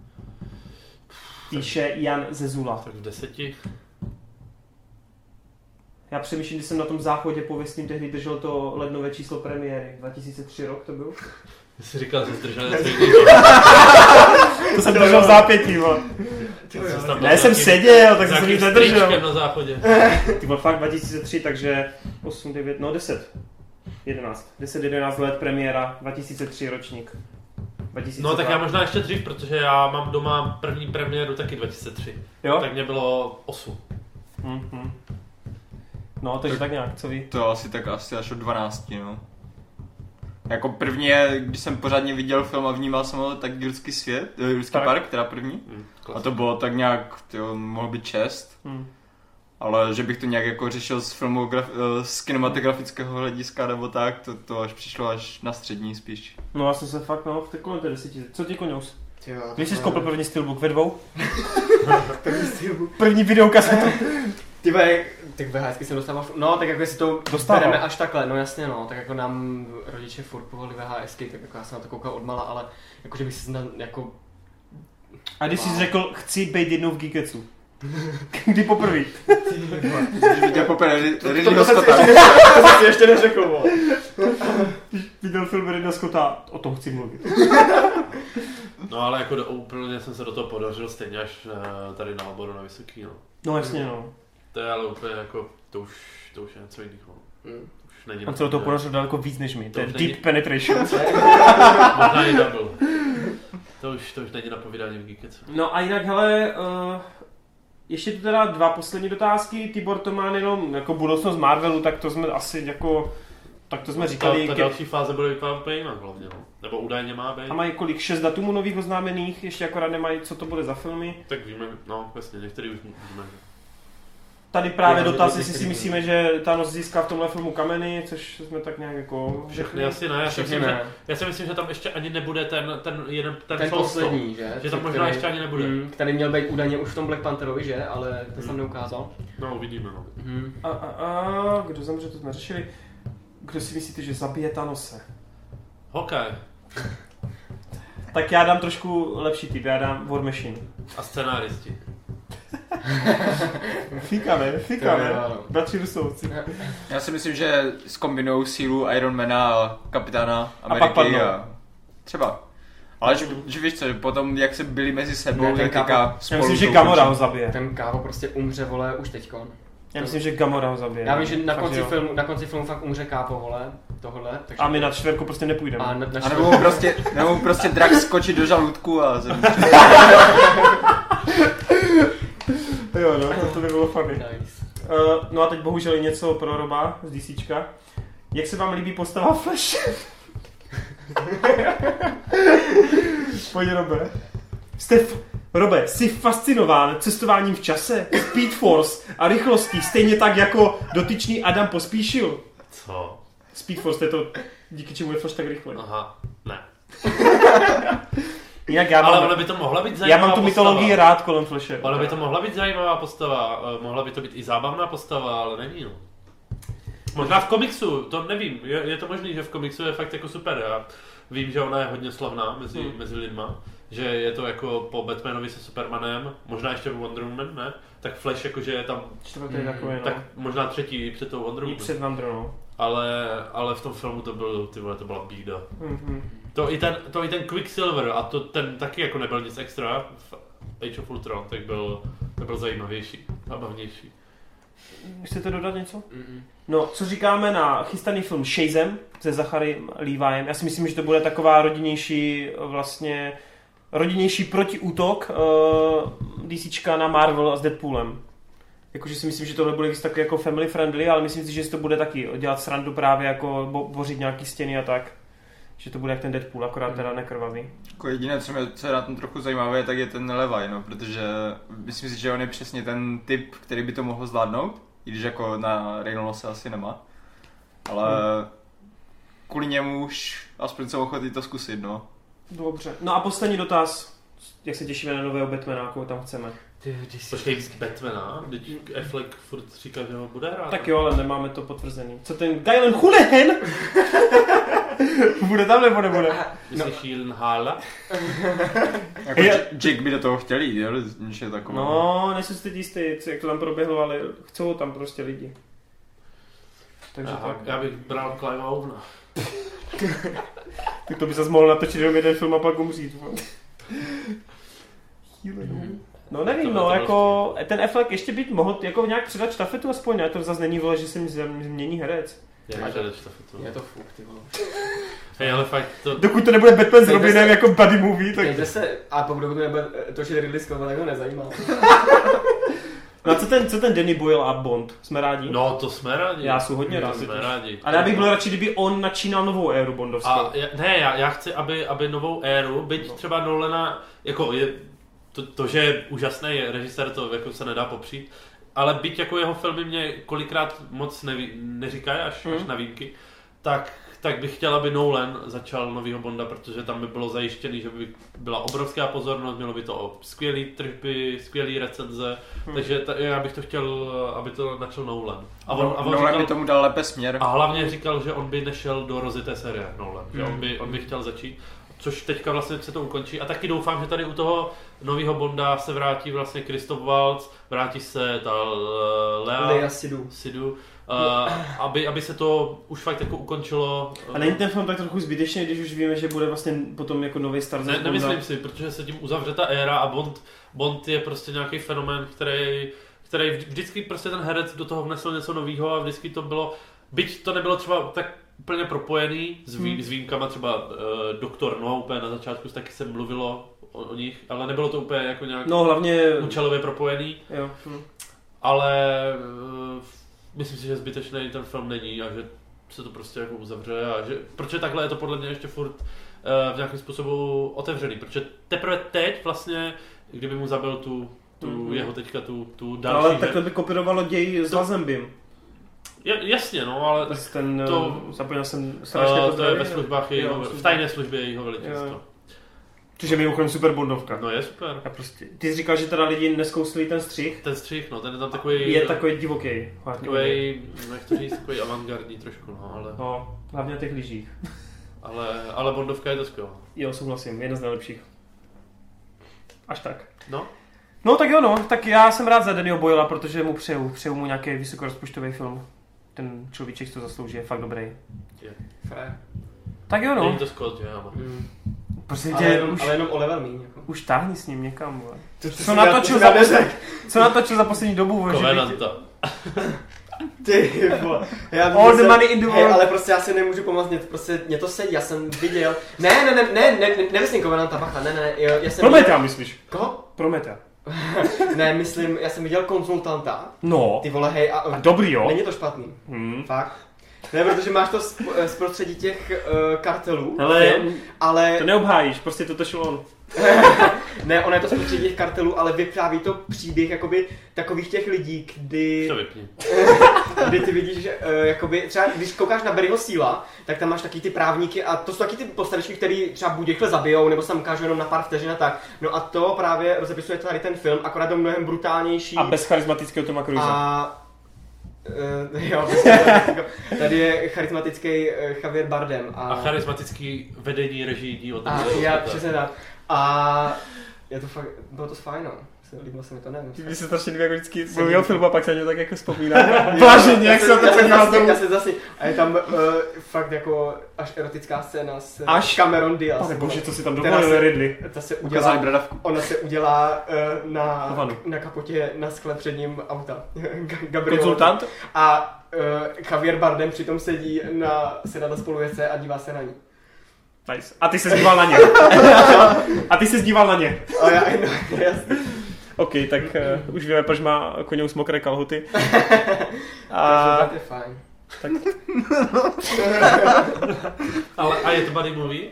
Píše Jan Zezula. Tak v deseti. Já přemýšlím, když jsem na tom záchodě pověstným tehdy držel to lednové číslo premiéry. dva tisíce tři rok to byl. Jsi říkal, že jsi držel něco To jsem držel v zápětí, vole. Ne, jsem seděl, tak jsem nic nedržel. Na záchodě. Ty byl fakt dva tisíce tři, takže osm, devět, no deset. jedenáct. deset, jedenáct let premiéra, dva tisíce tři ročník. dva tisíce dva. No tak já možná ještě dřív, protože já mám doma první premiéru taky dva tisíce tři. Jo? Tak mě bylo osm. Mm-hmm. No, takže tak nějak, co ví? To asi tak asi až od dvanácti, no. Jako první je, když jsem pořádně viděl film a vnímal jsem ho, tak Jurský svět, uh, Jurský Tak. park, teda první. Hmm, A to bylo tak nějak, tyjo, mohlo být šest. Hmm. Ale že bych to nějak jako řešil z filmograf, z kinematografického hlediska nebo tak, to, to až přišlo až na střední spíš. No já jsem se fakt, no, v té kolem té deseti. Co ti Koňous? Tyjo, Když jsi koupil první steelbook ve dvou? první steelbook. První videokasetu. Ty ve, tak ve házky jsem dostával, no tak jako jestli to Dostával. bereme až takhle, no jasně no, tak jako nám rodiče furt povolili VHSky, tak jako já jsem na to koukal odmala, ale jakože bych si na, jako... A když jsi Wow. řekl, chci být jednou v Geeketsu. Kdy poprvé? Když viděl poprvé Ridleyho to jsem Scotta. To jsem si ještě neřekl, vole. Viděl film Ridleyho Scotta, o tom chci mluvit. No ale jako do, úplně jsem se do toho podařil stejně až uh, tady na oboru na vysoký, no. No jasně, no. To je ale úplně jako, to už, to už je něco jiného. Hmm. To už není. On se do toho podařil daleko víc než my. To je To deep není- penetration. Možná i double. To už, to už není na povídání v Geeketsu. No a jinak, hele, uh, ještě tu teda dva poslední dotázky. Tibor to má jenom jako budoucnost Marvelu, tak to jsme asi jako, tak to jsme říkali. Ta, ta ke- další fáze bude vypadat úplně jinak hlavně, no. Nebo údajně má být. A mají kolik? Šest datumů nových oznámených, ještě akorát nemají, co to bude za filmy. Tak víme, no jasně, některý už víme. Tady právě Já nevím, dotaz, jestli některý si nevím. myslíme, že Thanos získá v tomhle filmu kameny, což jsme tak nějak jako Všechny asi ne, já si, Všechny myslím, ne. že, já si myslím, že tam ještě ani nebude ten, ten jeden, ten, Ten Soulstone. poslední, že? Že tam možná Který- ještě ani nebude. Hmm, který měl být údajně už v tom Black Pantherovi, že? Ale to jsem Hmm. neukázal. No uvidíme, no. Hmm. A, a, a, kdo zemře, to jsme řešili. Kdo si myslíte, že zabije Thanose? Hokej. Tak já dám trošku lepší typ, já dám War Machine. A scénáristi. Fíkame, To fíkame. je, ano. Bratři Rusovci. Já si myslím, že zkombinujou sílu Ironmana a Kapitána pak Ameriky padnou. a třeba. Ale že, že víš co, že potom jak se byli mezi sebou, Ne, ten jak teďka Já spolu myslím, že to Gamora ukončí. ho zabije. Ten kávo prostě umře, vole, už teďkon. Já myslím, že Gamora ho zabije. Já vím, že na Fakt, konci, jo. filmu, na konci filmu fakt umře kápo, vole, tohle. Takže... A my na čtverku prostě nepůjdeme. A na, na A nebo mu prostě, nebo mu prostě drak skočit do žaludku a zemře. Jo, no, to, to by bylo funny. Nice. Uh, no a teď bohužel je něco pro Roba z DCčka. Jak se vám líbí postava Flash? Pojď, Robe. Jste f- Robe, jsi fascinován cestováním v čase, Speed Force a rychlostí, stejně tak jako dotyčný Adam Pospíšil? Co? Speed Force, to je to, díky čemu je Flash tak rychle. Aha, ne. Jinak já Ale mám, ono by to mohla být já zajímavá mám tu postava. mytologii rád kolem Flashe. Ono by to mohla být zajímavá postava, eh, mohla by to být i zábavná postava, ale není, no. Možná v komiksu, to nevím, je, je to možný, že v komiksu je fakt jako super. Já vím, že ona je hodně slavná mezi, hmm. mezi lidma, že je to jako po Batmanovi se Supermanem, možná ještě Wonder Woman, ne? Tak Flash jakože je tam, čtvrtý takový, no. Tak možná třetí před tou Wonder Woman. I před Wonder, no. Ale, ale v tom filmu to byl, ty vole, to byla bída. Mm-hmm. To i ten, to i ten Quicksilver, a to ten taky jako nebyl nic extra v Age of Ultron, tak byl, to byl zajímavější a bavnější. Chcete dodat něco? Mm-mm. No, co říkáme na chystaný film Shazam se Zachary Levyem? Já si myslím, že to bude taková rodinnější vlastně rodinnější protiútok uh, DCčka na Marvel a s Deadpoolem. Jakože si myslím, že tohle bude víc taky jako family friendly, ale myslím si, že si to bude taky dělat srandu právě jako bo- bořit nějaký stěny a tak. Že to bude jak ten Deadpool, akorát teda nekrvavý. Jako jediné, co, mě, co je na tom trochu zajímavé, tak je ten Levi, no, protože myslím si, že on je přesně ten typ, který by to mohl zvládnout, i když jako na Reynolds asi nemá. Ale hmm. kvůli němu už aspoň jsem ochotný to zkusit, no. Dobře. No a poslední dotaz. Jak se těšíme na nového Batmana, koho tam chceme? Počkej, Batmana? Teď Affleck furt říká, že ho bude hrát. Tak jo, ale nemáme to potvrzený. Co ten Guylen Houlihan? Bude tam nebo nebude? Myslíš Gyllenhaala? Jako Jake by do toho chtěl jít, jo? Něco takového. No, nejsem si teď jistý, jak to tam proběhlo, ale chcou tam prostě lidi. Takže já, tak. Já bych bral Clive'a Ovna. Tak to by zase mohl natočit jenom jeden film a pak umřít. No nevím, no, jako ten Affleck ještě by mohl jako nějak předat štafetu aspoň, ne? To zase není vole, že se mi změní herec. Jak předat štafetu? Je to fuk, ty vole. Hej, ale fakt to... Dokud to nebude Batman s Robinem jako buddy movie, tak... Tejte se, a pokud to nebude točit Ridley Scott, tak ho nezajímá. No a co ten, co ten Danny Boyle a Bond? Jsme rádi? No to jsme rádi. Já jsem hodně rád. Jsme rádi. Ale já bych byl radši, kdyby on načínal novou éru bondovskou. A já, ne, já, já chci, aby, aby novou éru, byť no. třeba Nolana, jako je, to, to, že je úžasný režisér, to jako se nedá popřít, ale byť jako jeho filmy mě kolikrát moc neví, neříkají až, hmm. až na výjimky, tak, tak bych chtěl, aby Nolan začal novýho Bonda, protože tam by bylo zajištěný, že by byla obrovská pozornost, mělo by to o skvělý tržby, skvělý recenze, hmm. takže ta, já bych to chtěl, aby to načal Nolan. A on, no, a on Nolan říkal, by tomu dal lépe směr. A hlavně říkal, že on by nešel do rozité série Nolan, hmm. že on by, on by chtěl začít. Což teďka vlastně se to ukončí. A taky doufám, že tady u toho nového Bonda se vrátí vlastně Christoph Waltz, vrátí se ta uh, Lea, Lea Sidu, Sidu uh, aby, aby se to už fakt jako ukončilo. A není ten film tak trochu zbytečný, když už víme, že bude vlastně potom jako nový star z ne, Bonda? Nemyslím si, protože se tím uzavře ta éra a Bond, Bond je prostě nějaký fenomén, který, který vždycky prostě ten herec do toho vnesl něco nového a vždycky to bylo, byť to nebylo třeba tak úplně propojený s, vý, hmm. s výjimkama třeba uh, Doktor No, úplně na začátku taky se mluvilo o, o nich, ale nebylo to úplně jako nějak no, hlavně... účelově propojený, jo. Hm. ale uh, myslím si, že zbytečný ten film není a že se to prostě jako uzavře a že, protože takhle je to podle mě ještě furt uh, v nějakém způsobu otevřený, protože teprve teď vlastně, kdyby mu zabil tu, tu hmm. jeho teďka tu, tu další... Ale takhle by kopírovalo děj s Lazenbym. Jasně, no, ale ten, to, zapomněl jsem strašně uh, to je ve službách jejího, jo, v tajné službě jejího veličenstva. Což je mimochodem super bondovka. No je super. A prostě, ty jsi říkal, že teda lidi neskouslili ten střih. Ten střih, no, ten je tam takový... Je takový divoký. Takový, jak to říct, takový avantgardní trošku, no, ale... No, hlavně na těch lyžích. ale, ale bondovka je to skvělá. Jo, souhlasím, jedna z nejlepších. Až tak. No. No tak jo, no, tak já jsem rád za Dannyho Boyla, protože mu přeju, přeju mu nějaký vysokorozpočtový film. Ten človíček to zaslouží, je fakt dobrý. Je. Fair. Tak jo, no. Není to Scott, že jo? Mm. Prostě ale, jenom, už, ale jenom o level míň. Jako. Už táhni s ním někam, vole. Co, co, natočil za poslední, co natočil za poslední dobu? Covenanta. Ty vole. All the money in the world. Hey, ale prostě já si nemůžu pomoct, mě, prostě, mě to sedí, já jsem viděl. Ne, ne, ne, ne, ne, ne nemyslím Covenanta, bacha, ne, ne, já, já jsem Prometea myslíš? Koho? Prometea. Ne, myslím, já jsem viděl Konzultanta. No. Ty vole, hej. A, a dobrý, jo. Není to špatný. Hmm. Fakt. Ne, protože máš to z, z prostředí těch uh, kartelů. Hele, film, ale... to neobhájíš, prostě to šlo on. Ne, ono je to z prostředí těch kartelů, ale vypráví to příběh jakoby takových těch lidí, kdy... To vypni. Kdy ty vidíš, že uh, jakoby, třeba když koukáš na Barryho Steela, tak tam máš taky ty právníky a to jsou taky ty postavičky, který třeba buď rychle zabijou, nebo se tam ukážou jenom na pár vteřin a tak. No a to právě rozepisuje tady ten film, akorát do mnohem brutálnější. A bez charismatického Toma Cruise. A Uh, jo, prostě, tady je charismatický uh, Javier Bardem. A, a charismatický vedení režijní od a já přesně tak. A je to fakt, bylo to fajn, no. Líbilo se mi to, nevím. Mně se strašně líbí, jako vždycky mluvil film a pak se mě tak jako vzpomíná. Váženě, jak se to tak na tom. Já se zase, a je tam uh, fakt jako až erotická scéna s až? Cameron Diaz. Pane bože, co si tam dovolil Ridley. Ta se udělá, ona se udělá uh, na, Hovanu. na kapotě na skle před ním auta. Gabriel. Konzultant? A uh, Javier Bardem přitom sedí na sedadle spolujezdce a dívá se na ní. Nice. A ty se díval na ně. A ty se díval na ně. A já, no, jasně. OK, tak uh, už víme, proč má koněus mokré kalhoty. A... Takže to je fajn. Tak... Ale a je to buddy movie?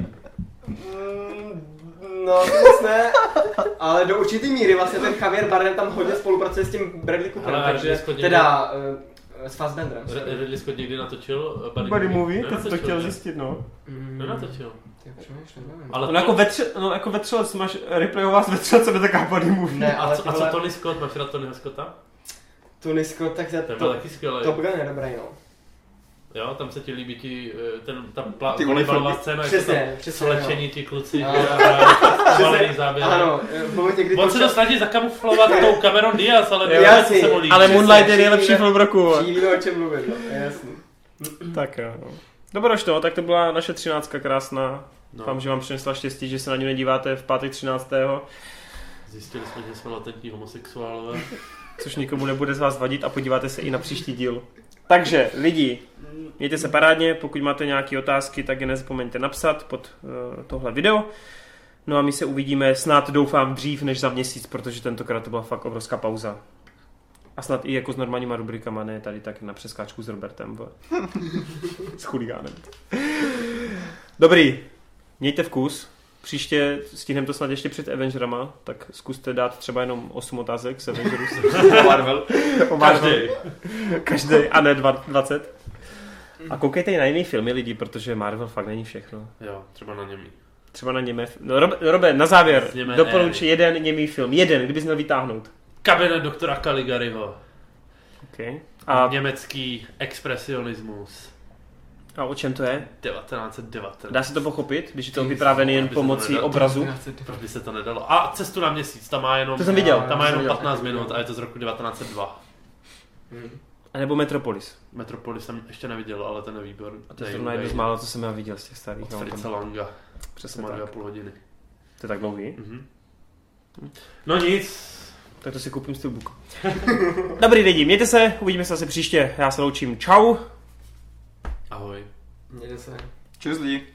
No, moc ne, ale do určitý míry vlastně ten Javier Bardem tam hodně spolupracuje s tím Bradley Cooperem, ale takže teda uh, s Fassbenderem. Ridley Scott někdy natočil buddy, Buddy movie? movie? To to chtěl zjistit, no. Mm. Nenatočil. Ale no, jako vetře, no jako vetřelec, máš Ripleyová z vetřelce, by taká buddy movie. Ne, a, ale co, a co Tony Scott, máš rád Tonyho Scotta? Tony Scott, tak to, to byl taky skvělý. Top Gun je dobrý, no. Jo, tam se ti líbí ti, ten, ta plá, ty volejbalová scéna, přesně, přesně, slečení ti kluci, no. povalený záběr. Ano, v momentě, kdy on se to snaží zakamuflovat tou Cameron Diaz, ale jasný, se volí. Ale Moonlight je nejlepší film roku. Víme, o čem mluvím, no, jasný. Tak jo, no. Dobroš, tak to byla naše třináctka krásná. No. Doufám, že vám přinesla štěstí, že se na ní nedíváte v pátek třináctého Zjistili jsme, že jsme latentní homosexuálové. Což nikomu nebude z vás vadit a podíváte se i na příští díl. Takže lidi, mějte se parádně, pokud máte nějaké otázky, tak je nezapomeňte napsat pod uh, tohle video. No a my se uvidíme snad doufám dřív než za měsíc, protože tentokrát to byla fakt obrovská pauza. A snad i jako s normálníma rubrikama, ne tady tak na přeskáčku s Robertem. S chuligánem. Dobrý, mějte vkus. Příště stihneme to snad ještě před Avengerama, tak zkuste dát třeba jenom osm otázek z Avengerů. O Marvel. O Marvel. Každý, a ne dvacet. A koukejte i na jiný filmy lidi, protože Marvel fakt není všechno. Jo, třeba na němý. Třeba na němé... No, Robe, Robe, na závěr, Němé doporuč jeden němý film. Jeden, kdybys měl vytáhnout. Kabinet doktora Caligariho. Okay. A... Německý expresionismus. A o čem to je? devatenáct set devatenáct. Dá se to pochopit, když je to vyprávěný jen pomocí obrazu? Proč by se to nedalo? A Cestu na měsíc, tam má jenom, to jsem viděl. Tam má jenom patnáct minut a je to z roku devatenáct set dva. Hmm. A nebo Metropolis. Metropolis jsem ještě neviděl, ale ten je výborný. A to je zrovna jedno z málo, co jsem já viděl z těch starých. Od Fritze Langa. Přesně má tak. dvě a půl hodiny. To je tak dlouhý? Mm-hmm. No nic. Tak to si koupím Steelbook. Dobrý lidi, mějte se, uvidíme se zase příště. Já se loučím. Čau. Ahoj. Mějte se. Čus lidi.